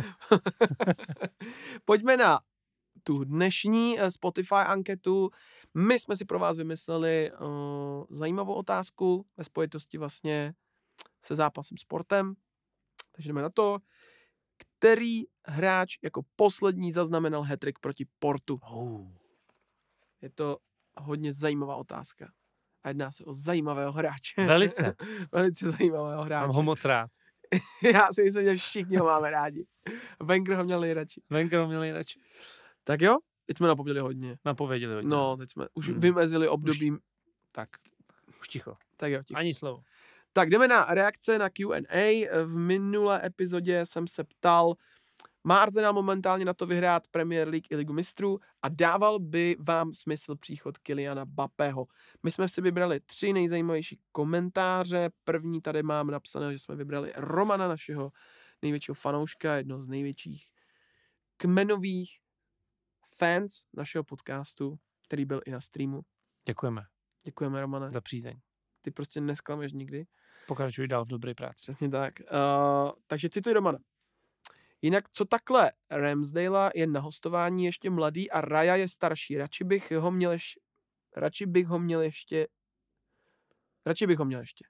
Pojďme na tu dnešní Spotify anketu. My jsme si pro vás vymysleli uh, zajímavou otázku ve spojitosti vlastně se zápasem sportem. Takže jdeme na to. Který hráč jako poslední zaznamenal hat-trick proti Portu? Oh. Je to hodně zajímavá otázka. A jedná se o zajímavého hráče. Velice. Velice zajímavého hráče. Mám ho moc rád. Já si myslím, že všichni ho máme rádi. Wenger ho měl nejradši. Wenger ho měl nejradši. Tak jo, teď jsme napověděli hodně. Napověděli hodně. No, teď jsme už Hmm. vymezili období. Už, tak, už ticho. Tak jo, ticho. Ani slovo. Tak jdeme na reakce na Q and A. V minulé epizodě jsem se ptal, má Arsenal momentálně na to vyhrát Premier League i Ligu mistrů a dával by vám smysl příchod Kyliana Mbappého. My jsme si vybrali tři nejzajímavější komentáře. První tady mám napsané, že jsme vybrali Romana, našeho největšího fanouška, jednoho z největších kmenových fans našeho podcastu, který byl i na streamu. Děkujeme Děkujeme, Romane. za přízeň. Ty prostě nesklameš nikdy. Pokračuj dál v dobré práci. Přesně tak. Uh, takže cituji Romana. Jinak co takhle Ramsdale je na hostování ještě mladý a Raya je starší. Radši bych ho měl ještě... Radši bych ho měl ještě... Radši bych ho měl ještě.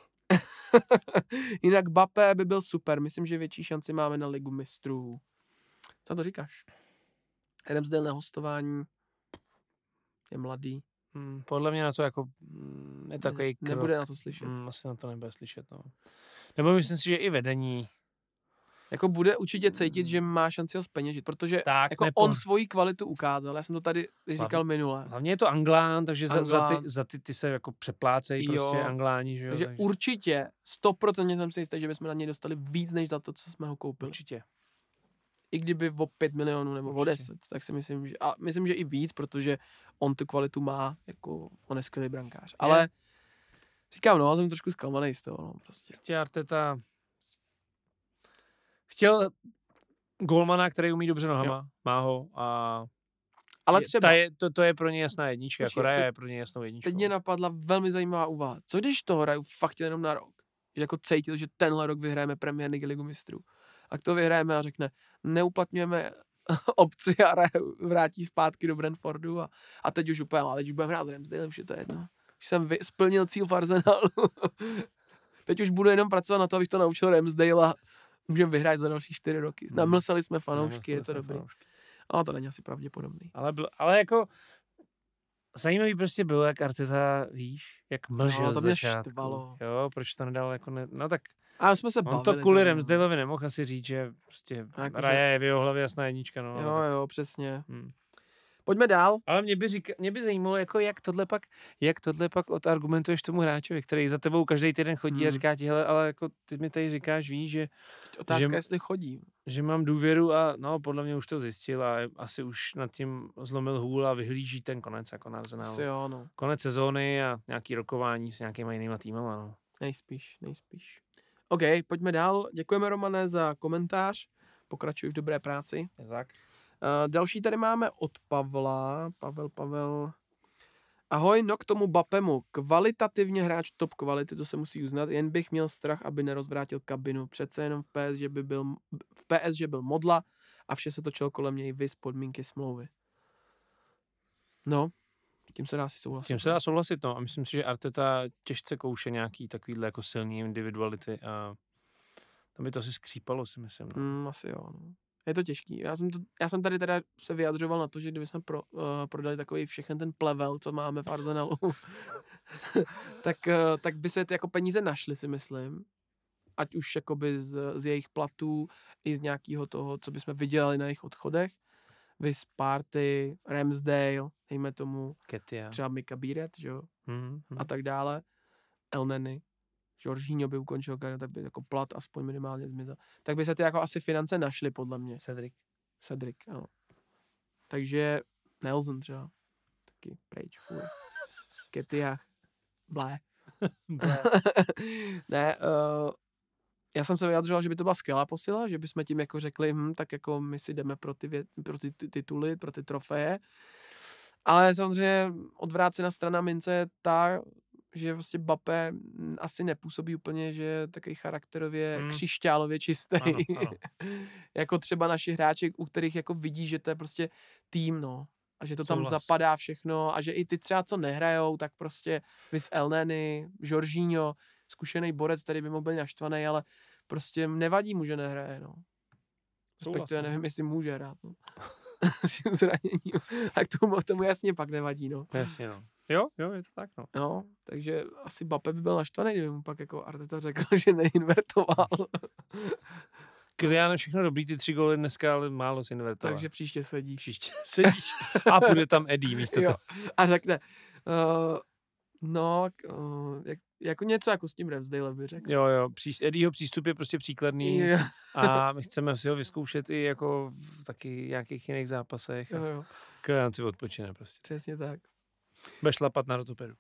Jinak Mbappé by byl super. Myslím, že větší šanci máme na Ligu mistrů. Co to říkáš? Ramsdale na hostování je mladý. Hmm, podle mě na to jako mm, je takový ne, nebude na to slyšet. Hmm, asi na to nebude slyšet, no. Nebo myslím si, že i vedení. Jako bude určitě cítit, že má šanci ho zpeněžit, protože Tak, jako nepo... on svoji kvalitu ukázal. Já jsem to tady říkal minule. Hlavně je to Anglán, takže Anglán. Za, za, ty, za ty, ty se jako přeplácejí prostě Angláni, že jo. Takže, takže určitě, sto procent jsem si jistý, že bychom na něj dostali víc, než za to, co jsme ho koupili. Určitě. I kdyby o pět milionů nebo určitě. o deset, tak si myslím, že, a myslím, že i víc, protože on tu kvalitu má, jako on je skvělý brankář. Je. Ale říkám, no, jsem trošku zklamaný z toho, no, prostě. Chtěl Arteta chtěl golmana, který umí dobře nohama, jo. Má ho a ale třeba je, to, to je pro ně jasná jednička, jako Raya je pro ně jasnou jedničkou. Teď mě napadla velmi zajímavá úvaha. Co když toho Raju fakt chtěl jenom na rok? Že jako cítil, že tenhle rok vyhrajeme Premier League Ligu mistrů. A to vyhrajeme a řekne, neuplatňujeme opci a Raju vrátí zpátky do Brentfordu a, a teď už úplně, ale teď už budeme hrát s Ramsdalem, už je to jedno. Už jsem vy, splnil cíl v Arsenalu. Teď už budu jenom pracovat na to, abych to naučil Ramsdale a můžeme vyhrát za další čtyři roky. Namlsali jsme fanoušky, Namlsali je to dobrý. Fanoušky. Ale to není asi pravděpodobný. Ale, byl, ale jako zajímavý prostě bylo, jak Arteta, víš, jak mlžil no, to mě štvalo. Jo, proč to nedal jako ne... No tak a jsme se on bavili. to kvůli Ramsdaleovi nemohl asi říct, že prostě jako Raya je v jeho hlavě jasná jednička. No, jo, ale... jo, přesně. Hmm. Pojďme dál. Ale mě by, říka, mě by zajímalo, jako jak tohle pak, jak tohle pak odargumentuješ tomu hráčovi, který za tebou každý týden chodí hmm. a říká ti, hele, ale jako ty mi tady říkáš, víš, že... Otázka, že, jestli chodí. Že mám důvěru a no, podle mě už to zjistil a asi už nad tím zlomil hůl a vyhlíží ten konec jako na Arsenalu. Jo, no. Konec sezóny a nějaký rokování s nějakýma jinýma týmama, no. Nejspíš, nejspíš. OK, pojďme dál. Děkujeme, Romane, za komentář. Pokračuj v dobré práci. Tak. Uh, další tady máme od Pavla. Pavel, Pavel. Ahoj, no k tomu Mbappému. Kvalitativně hráč top kvality, to se musí uznat. Jen bych měl strach, aby nerozvrátil kabinu. Přece jenom v P S G by byl, v P S G byl modla a vše se točilo kolem něj vys podmínky smlouvy. No, tím se dá si souhlasit. Tím se dá souhlasit, no. A myslím si, že Arteta těžce kouše nějaký takovýhle jako silný individuality a tam by to asi skřípalo, si myslím. No. Mm, asi jo, no. Je to těžký. Já jsem, to, já jsem tady teda se vyjadřoval na to, že kdybychom pro, uh, prodali takový všechen ten plevel, co máme v Arsenalu, tak, uh, tak by se ty jako peníze našly, si myslím. Ať už jakoby z, z jejich platů i z nějakého toho, co bychom vydělali na jejich odchodech. Vys Party, Ramsdale, dejme tomu, Ketia. třeba Mika Biret, že jo, mm-hmm. a tak dále. El Neny. Jorginho by ukončil kariéru, tak by jako plat aspoň minimálně zmizel. Tak by se ty jako asi finance našly, podle mě. Cedric. Cedric, ano. Takže Nelson třeba. Taky pryč, fuj. Ketiach. Blé. Blé. Ne, uh, já jsem se vyjadřoval, že by to byla skvělá posila, že bychom tím jako řekli, hm, tak jako my si jdeme pro ty, vě- pro ty tituly, pro ty trofeje. Ale samozřejmě odvrácená strana mince je ta, že vlastně Mbappé asi nepůsobí úplně, že je takový charakterově hmm. křišťálově čistý. Ano, ano. Jako třeba naši hráči, u kterých jako vidí, že to je prostě tým, no. A že to tam Souhlas. zapadá všechno a že i ty třeba, co nehrajou, tak prostě vys Elneny, Jorginho, zkušený borec, který by mohl být naštvaný, ale prostě nevadí mu, že nehraje, no. Respektive nevím, jestli může hrát, no. S tím zraněním. Tak tomu, tomu jasně pak nevadí, no. Jasně, no. Jo, jo, je to tak, no. No, takže asi Bape by byl naštvaný, kdyby mu pak jako Arteta řekl, že neinvertoval. Kylián všechno dobrý, ty tři góly dneska, ale málo si invertoval. Takže příště sedí. Příště sedíš a půjde tam Eddie místo toho. A řekne, uh, no, uh, jak, jako něco jako s tím Ramsdale by řekl. Jo, jo, pří, Eddieho přístup je prostě příkladný Jo. a my chceme si ho vyzkoušet i jako v taky nějakých jiných zápasech. Jo, jo. Kylián si odpočine prostě. Přesně tak. Bude šlapat na rotopedu.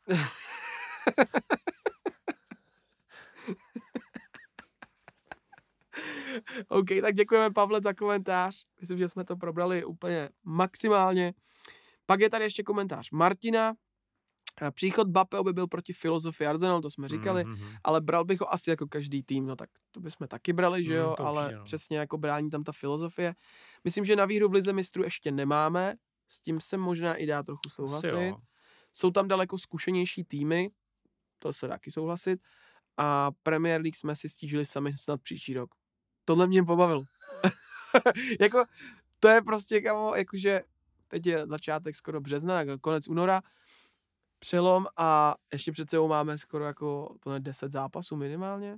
OK, tak děkujeme, Pavle, za komentář. Myslím, že jsme to probrali úplně maximálně. Pak je tady ještě komentář Martina. Příchod Bapeho by byl proti filozofii Arsenal, to jsme říkali, mm-hmm. ale bral bych ho asi jako každý tým, no tak to bychom taky brali, že jo, mm, ale určitě, no. Přesně jako brání tam ta filozofie. Myslím, že na výhru v Lize mistrů ještě nemáme, s tím se možná i dá trochu souhlasit. Jsou tam daleko zkušenější týmy, to se dá taky souhlasit, a Premier League jsme si stížili sami snad příští rok. Tohle mě pobavilo. Jako, to je prostě, kamo, jakože teď je začátek skoro března, jako konec února, přelom a ještě před sebou máme skoro jako deset zápasů minimálně.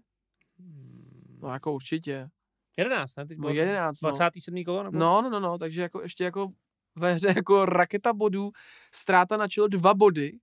No jako určitě. jedenáct, ne? Teď no jedenáct, dvacátý sedmý kolo? Nebo? No, no, no, no, takže jako ještě jako ve hře jako raketa bodů, ztráta na čelo dva body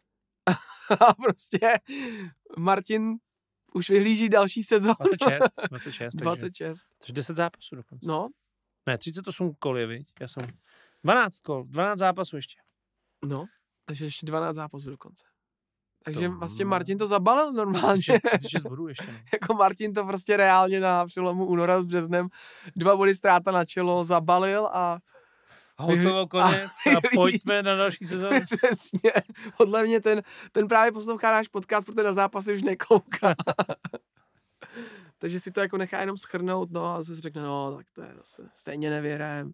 a prostě Martin už vyhlíží další sezónu. dvacet šest. dvacet šest. dvacet šest. Takže deset zápasů dokonce. No. Ne, třicet osm kol je, viď? Já jsem dvanáct kol, dvanáct zápasů ještě. No, takže ještě dvanáct zápasů dokonce. Takže to... vlastně Martin to zabalil normálně. třicet šest bodů ještě. Ne? Jako Martin to prostě reálně na přelomu února s březnem dva body ztráta na čelo zabalil a A hotovo, konec a, a pojďme na další sezónu. Přesně. Podle mě ten, ten právě poslouchá náš podcast, protože na zápasy už nekouká. Takže si to jako nechá jenom schrnout, no a zase řekne, no tak to je zase, stejně nevěrem.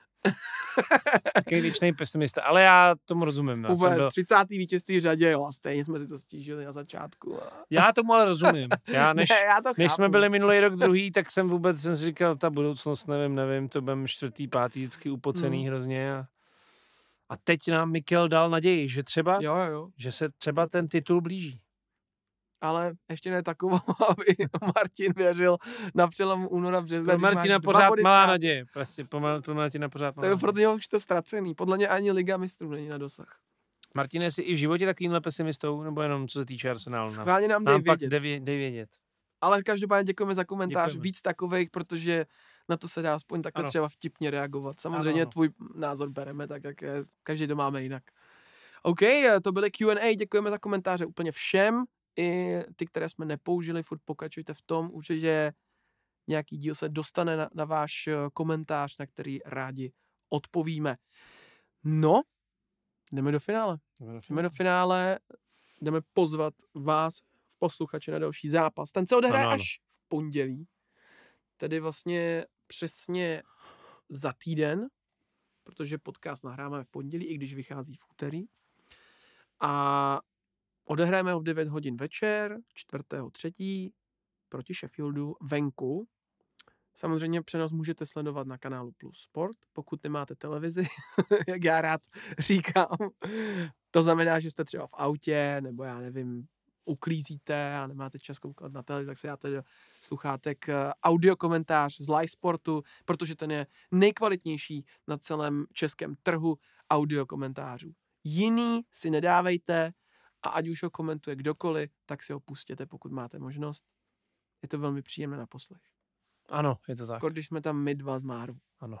Takový věčnej pesimista, ale já tomu rozumím. Já Úplně byl... třicátý vítězství v řadě, jo, a stejně jsme si to stížili na začátku. A... Já tomu ale rozumím. Já než, ne, já to než jsme byli minulý rok druhý, tak jsem vůbec jsem si říkal, ta budoucnost, nevím, nevím, to budeme čtvrtý, pátý, vždycky upocený hmm. hrozně. A, a teď nám Mikel dal naději, že třeba, jo, jo. že se třeba ten titul blíží. Ale ještě ne takovou, aby Martin věřil na přelomu února března. Pro Martina pořád malá naděje. Prostě pro Martina pořád malá. To je pro něho už to ztracený. Podle mě ani Liga mistrů není na dosah. Martin, jsi i v životě takovýmhle pesimistou, nebo jenom co se týče Arsenalu? Schválně nám dej vědět. Dej, dej vědět. Ale každopádně děkujeme za komentář. Děkujeme. Víc takových, protože na to se dá aspoň takhle ano. třeba vtipně reagovat. Samozřejmě ano, ano. tvůj názor bereme, tak jak je, každý to máme jinak. OK, to byly Q and A, děkujeme za komentáře úplně všem. I ty, které jsme nepoužili, furt pokračujte v tom. Určitě nějaký díl se dostane na, na váš komentář, na který rádi odpovíme. No, jdeme do finále. Jdeme do finále. Jdeme do finále, jdeme pozvat vás v posluchači na další zápas. Ten se odehraje až v pondělí. Tedy vlastně přesně za týden, protože podcast nahráváme v pondělí, i když vychází v úterý. A odehrajeme ho v devět hodin večer, čtvrtého třetího proti Sheffieldu venku. Samozřejmě přenos můžete sledovat na kanálu Plus Sport, pokud nemáte televizi, jak já rád říkám. To znamená, že jste třeba v autě, nebo já nevím, uklízíte a nemáte čas koukat na televizi, tak si dáte do sluchátek audio komentář z Live Sportu, protože ten je nejkvalitnější na celém českém trhu audio komentářů. Jiný si nedávejte, a ať už ho komentuje kdokoliv, tak si ho pustěte, pokud máte možnost. Je to velmi příjemné na poslech. Ano, je to tak. Jako když jsme tam my dva z Máru. Ano.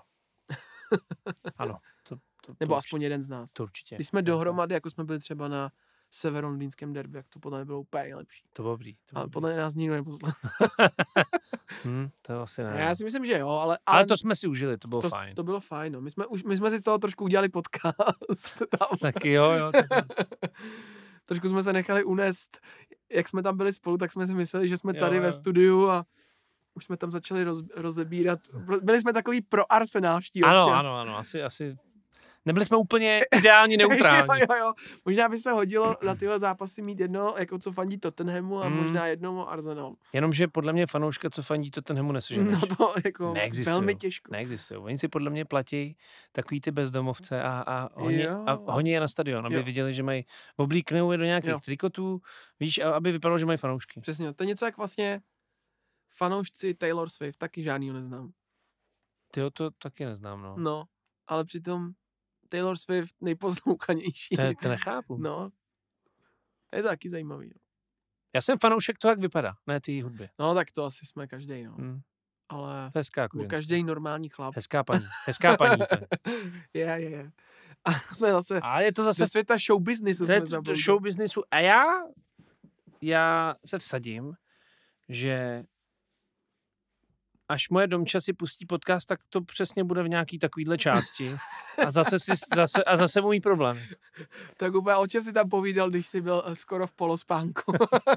Ano. To, to, Nebo to aspoň jeden z nás. To určitě. Když jsme dohromady, jako jsme byli třeba na severolondýnském derby, jak to podle mě bylo úplně nejlepší. To bylo dobrý. To ale podle mě nás nikdo neposlal. hmm, to asi ne. Já si myslím, že jo, ale... Ale, ale to jsme si užili, to bylo to, fajn. To bylo fajn, no. My jsme, už, my jsme si z toho trošku udělali podcast. Tam. Taky jo, jo. Tak... Trošku jsme se nechali unést, jak jsme tam byli spolu, tak jsme si mysleli, že jsme tady jo, jo. ve studiu a už jsme tam začali roz, rozebírat. Byli jsme takový pro arsenálští ano, občas. Ano, ano, asi, asi Nebyli jsme úplně ideálně neutrální. jo, jo, jo. Možná by se hodilo na tyhle zápasy mít jedno, jako co fandí Tottenhamu a mm. možná jednomu Arsenalu. Jenomže podle mě fanouška, co fandí Tottenhamu, neseženeš. No to jako Neexistujou. velmi těžko. Neexistují. Oni si podle mě platí takový ty bezdomovce a, a, honí, a honí je na stadion, aby jo. viděli, že mají, oblíknou je do nějakých jo. trikotů, víš, aby vypadalo, že mají fanoušky. Přesně, to je něco jak vlastně fanoušci Taylor Swift, taky žádnýho neznám. Tyjo, to taky neznám, no. No, ale přitom Taylor Swift nejposlouchanější. To, je, to nechápu. No, je to taky zajímavý. No. Já jsem fanoušek toho, jak vypadá, ne té hudbě. No, tak to asi jsme každej, no. Hmm. Ale hezká každý normální chlap. Hezká paní, hezká paní to je. Je, je, je. A jsme zase a je to zase do světa show businessu. Do show businessu. A já, já se vsadím, že až moje domča si pustí podcast, tak to přesně bude v nějaký takovýhle části. A zase, si, zase, a zase můj problém. Tak úplně o čem jsi tam povídal, když jsi byl skoro v polospánku?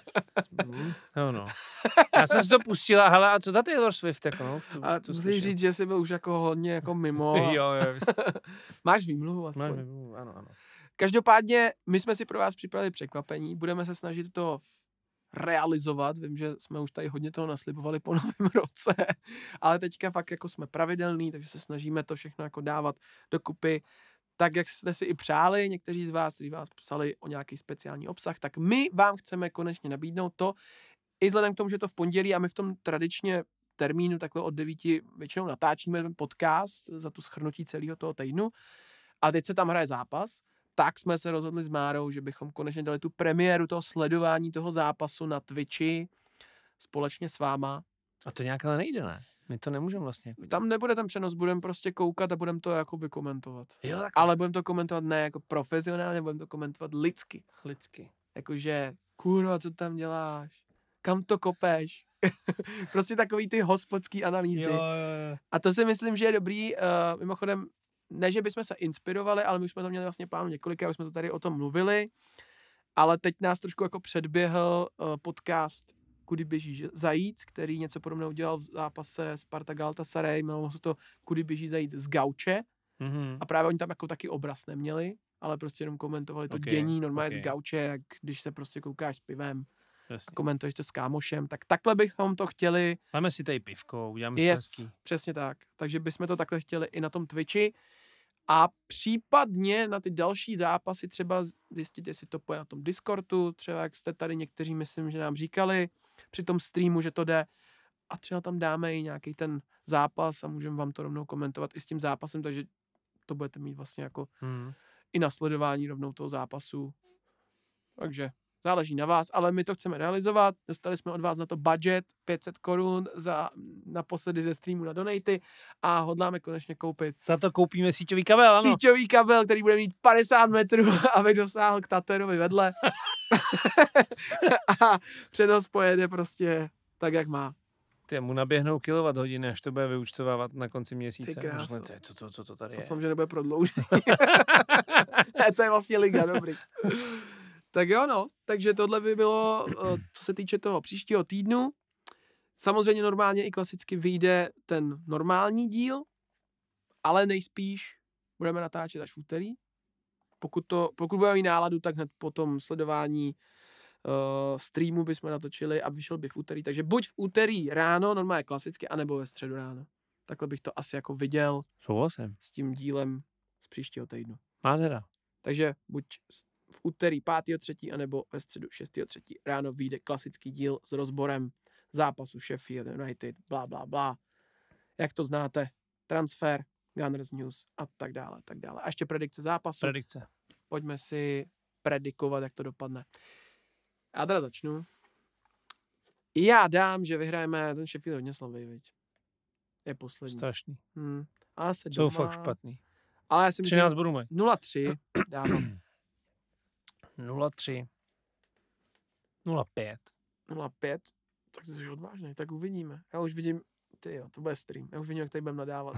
no, no. Já jsem si to pustila, hele, a co ta Taylor Swift? Jako, no, tu, a tu musíš říct, že jsi byl už jako hodně jako mimo. A... jo, jo. Máš výmluvu aspoň. Máš výmluvu, ano, ano. Každopádně, my jsme si pro vás připravili překvapení, budeme se snažit to realizovat. Vím, že jsme už tady hodně toho naslibovali po novém roce, ale teďka fakt jako jsme pravidelní, takže se snažíme to všechno jako dávat dokupy tak, jak jste si i přáli, někteří z vás, kteří vás psali o nějaký speciální obsah, tak my vám chceme konečně nabídnout to, i vzhledem k tomu, že to v pondělí a my v tom tradičně termínu takhle od devíti většinou natáčíme ten podcast za tu shrnutí celého toho týdnu a teď se tam hraje zápas, tak jsme se rozhodli s Márou, že bychom konečně dali tu premiéru toho sledování toho zápasu na Twitchi společně s váma. A to nějak ale nejde, ne? My to nemůžeme vlastně. Jako tam nebude ten přenos, budeme prostě koukat a budeme to jakoby komentovat. Jo, tak... Ale budeme to komentovat ne jako profesionálně, budeme to komentovat lidsky. Lidsky. Jakože, kurva, co tam děláš? Kam to kopeš? Prostě takový ty hospodský analýzy. Jo, jo, jo. A to si myslím, že je dobrý. Uh, mimochodem, ne, že bychom se inspirovali, ale my už jsme to měli vlastně plánu několikrát, už jsme to tady o tom mluvili, ale teď nás trošku jako předběhl uh, podcast Kudy běží zajíc, který něco podobného udělal v zápase Sparta Galatasaray, jmenovalo se to Kudy běží zajíc z gauče mm-hmm. a právě oni tam jako taky obraz neměli, ale prostě jenom komentovali to okay, dění normálně okay. z gauče, jak když se prostě koukáš s pivem a komentuješ to s kámošem, tak takhle bychom to chtěli. Dáme si tady pivko, uděláme yes, přesně tak. Takže bychom to takhle chtěli i na tom Twitchi a případně na ty další zápasy třeba zjistit, jestli to půjde na tom Discordu, třeba jak jste tady někteří, myslím, že nám říkali při tom streamu, že to jde a třeba tam dáme i nějaký ten zápas a můžeme vám to rovnou komentovat i s tím zápasem, takže to budete mít vlastně jako hmm. i nasledování rovnou toho zápasu. Takže záleží na vás, ale my to chceme realizovat. Dostali jsme od vás na to budget pět set korun za naposledy ze streamu na donaty a hodláme konečně koupit. Za to koupíme síťový kabel, ano. Síťový kabel, který bude mít padesát metrů, aby dosáhl k Taterovi vedle. A přenos pojede prostě tak, jak má. Ty mu naběhnou kilovat hodiny, až to bude vyúčtovávat na konci měsíce. Ty krásno. Co, co, co to tady je? Doufám, že nebude prodloužený. To je vlastně liga, dobrý. Tak jo, no. Takže tohle by bylo, co se týče toho příštího týdnu. Samozřejmě normálně i klasicky vyjde ten normální díl, ale nejspíš budeme natáčet až v úterý. Pokud, to, pokud budeme mít náladu, tak hned po tom sledování uh, streamu bychom natočili a vyšel by v úterý. Takže buď v úterý ráno, normálně klasicky, anebo ve středu ráno. Takhle bych to asi jako viděl. Souhlasím. S tím dílem z příštího týdnu. Má teda. Takže buď v úterý pátého třetího anebo ve středu šestého třetího ráno vyjde klasický díl s rozborem zápasu Sheffield United, blá, blá, blá. Jak to znáte? Transfer, Gunners News a tak dále, tak dále. A ještě predikce zápasu. Predikce. Pojďme si predikovat, jak to dopadne. Já teda začnu. Já dám, že vyhrajeme ten Sheffield hodně slabý, viď? Je poslední. Strašný. Hmm. A se jsou fakt špatný. Ale já si myslím, třináct bodů mají. nula tři dávám. nula tři. nula pět. nula pět. Tak jsi už odvážný, tak uvidíme. Já už vidím, tyjo, to bude stream. Já už vidím, jak tady budeme nadávat.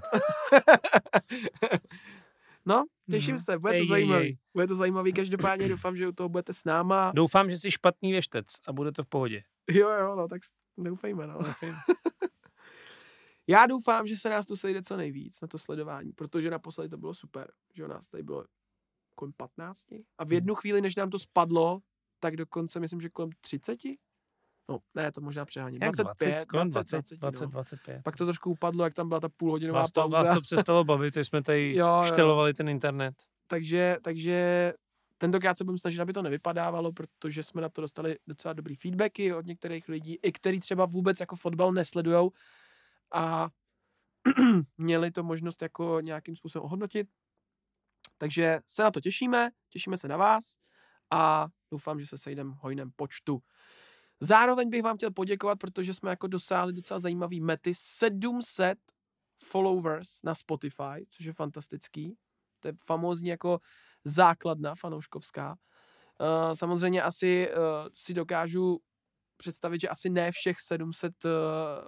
No, těším mm. se, bude to ej, zajímavý. Ej, ej. Bude to zajímavý, každopádně doufám, že u toho budete s náma. Doufám, že jsi špatný věštec a bude to v pohodě. Jo, jo, no, tak doufejme, no. Doufejme. Já doufám, že se nás tu sejde co nejvíc na to sledování, protože naposledy to bylo super, že u nás tady bylo kolem patnácti a v jednu chvíli, než nám to spadlo, tak dokonce myslím, že kolem třiceti. No, ne, to možná přeháním. Jak dvacet pět, dvacet, dvacet, dvacet, dvacet, no. dvacet pět. Pak to trošku upadlo, jak tam byla ta půlhodinová Vás to, pauza. vás to přestalo bavit, když jsme tady Jo, jo. štelovali ten internet. Takže, takže tentokrát se budeme snažit, aby to nevypadávalo, protože jsme na to dostali docela dobrý feedbacky od některých lidí, i který třeba vůbec jako fotbal nesledujou a měli to možnost jako nějakým způsobem ohodnotit. Takže se na to těšíme, těšíme se na vás a doufám, že se sejdeme v hojném počtu. Zároveň bych vám chtěl poděkovat, protože jsme jako dosáhli docela zajímavý mety sedm set followers na Spotify, což je fantastický. To je famózní jako základna fanouškovská. Uh, samozřejmě asi uh, si dokážu představit, že asi ne všech sedm set uh,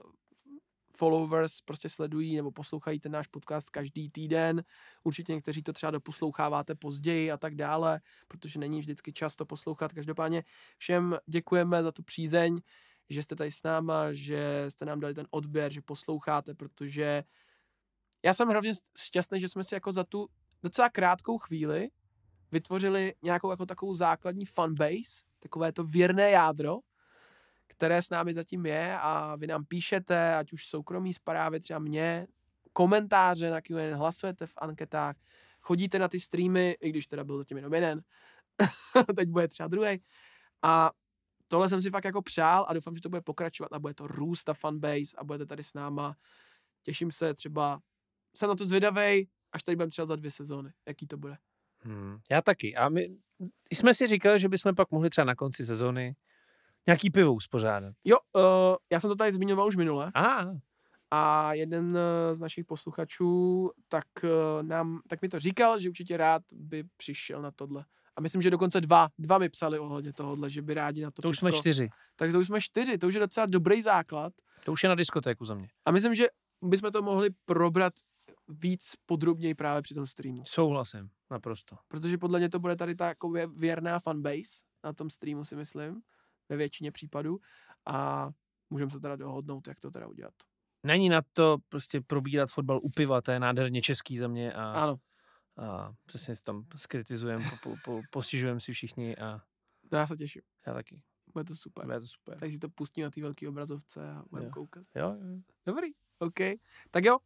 followers prostě sledují nebo poslouchají ten náš podcast každý týden. Určitě někteří to třeba doposloucháváte později a tak dále, protože není vždycky čas to poslouchat. Každopádně všem děkujeme za tu přízeň, že jste tady s náma, že jste nám dali ten odběr, že posloucháte, protože já jsem hlavně šťastný, že jsme si jako za tu docela krátkou chvíli vytvořili nějakou jako takovou základní fanbase, takové to věrné jádro, které s námi zatím je a vy nám píšete, ať už soukromí zprávy třeba mě, komentáře na Q and A, hlasujete v anketách, chodíte na ty streamy, i když teda byl zatím jenom jeden, teď bude třeba druhý. A tohle jsem si fakt jako přál a doufám, že to bude pokračovat a bude to růst ta fanbase a budete tady s náma. Těším se třeba, jsem na to zvědavej, až tady budeme třeba za dvě sezóny. Jaký to bude? Hmm, já taky. A my jsme si říkali, že bychom pak mohli třeba na konci sezóny nějaký pivo uspořádat. Jo, uh, já jsem to tady zmiňoval už minule. Aha. A jeden z našich posluchačů tak uh, nám, tak mi to říkal, že určitě rád by přišel na tohle. A myslím, že dokonce dva, dva mi psali ohledně tohohle, že by rádi na to To už pivko. jsme čtyři. Tak to už jsme čtyři, to už je docela dobrý základ. To už je na diskotéku za mě. A myslím, že bychom to mohli probrat víc podrobněji právě při tom streamu. Souhlasím, naprosto. Protože podle mě to bude tady ta jako věrná fanbase na tom streamu, si myslím, ve většině případů. A můžeme se teda dohodnout, jak to teda udělat. Není na to prostě probírat fotbal u piva, to je nádherně český za mě a, Ano. a přesně si tam skritizujeme, po, po, po, postižujeme si všichni a No já se těším. já taky. Bude to super. Bude to super. Tak si to pustím na té velké obrazovce a budeme koukat. Jo, jo. Dobrý, OK. Tak jo,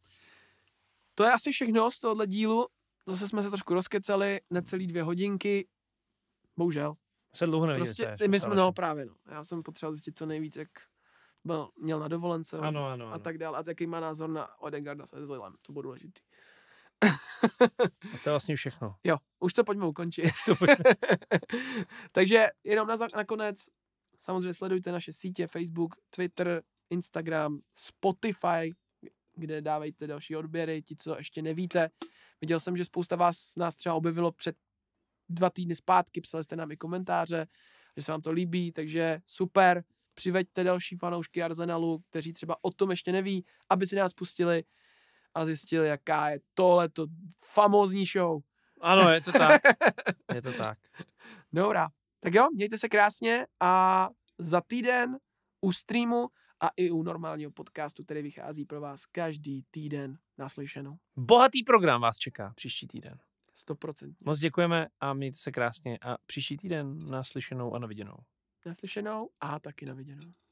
to je asi všechno z tohohle dílu. Zase jsme se trošku rozkecali, necelý dvě hodinky. Bohužel. Se dlouho neviděli. Prostě, my jsme, no právě, no. Já jsem potřeboval zjistit co nejvíc, jak byl, měl na dovolence ano, ano, ano. a tak dále. A jaký má názor na Odegaarda se Özilem. To bylo důležitý. A to je vlastně všechno. Jo, už to pojďme ukončit. To pojďme. Takže jenom na, nakonec samozřejmě sledujte naše sítě Facebook, Twitter, Instagram, Spotify, kde dávejte další odběry, ti, co ještě nevíte. Viděl jsem, že spousta vás nás třeba objevilo před dva týdny zpátky, psali jste nám i komentáře, že se vám to líbí, takže super. Přiveďte další fanoušky Arsenalu, kteří třeba o tom ještě neví, aby si nás pustili a zjistili, jaká je tohleto famózní show. Ano, je to tak. Je to tak. Dobrá. Tak jo, mějte se krásně a za týden u streamu a i u normálního podcastu, který vychází pro vás každý týden naslyšenou. Bohatý program vás čeká příští týden. Stoprocentně. Moc děkujeme a mějte se krásně a příští týden naslyšenou a naviděnou. Naslyšenou a taky naviděnou.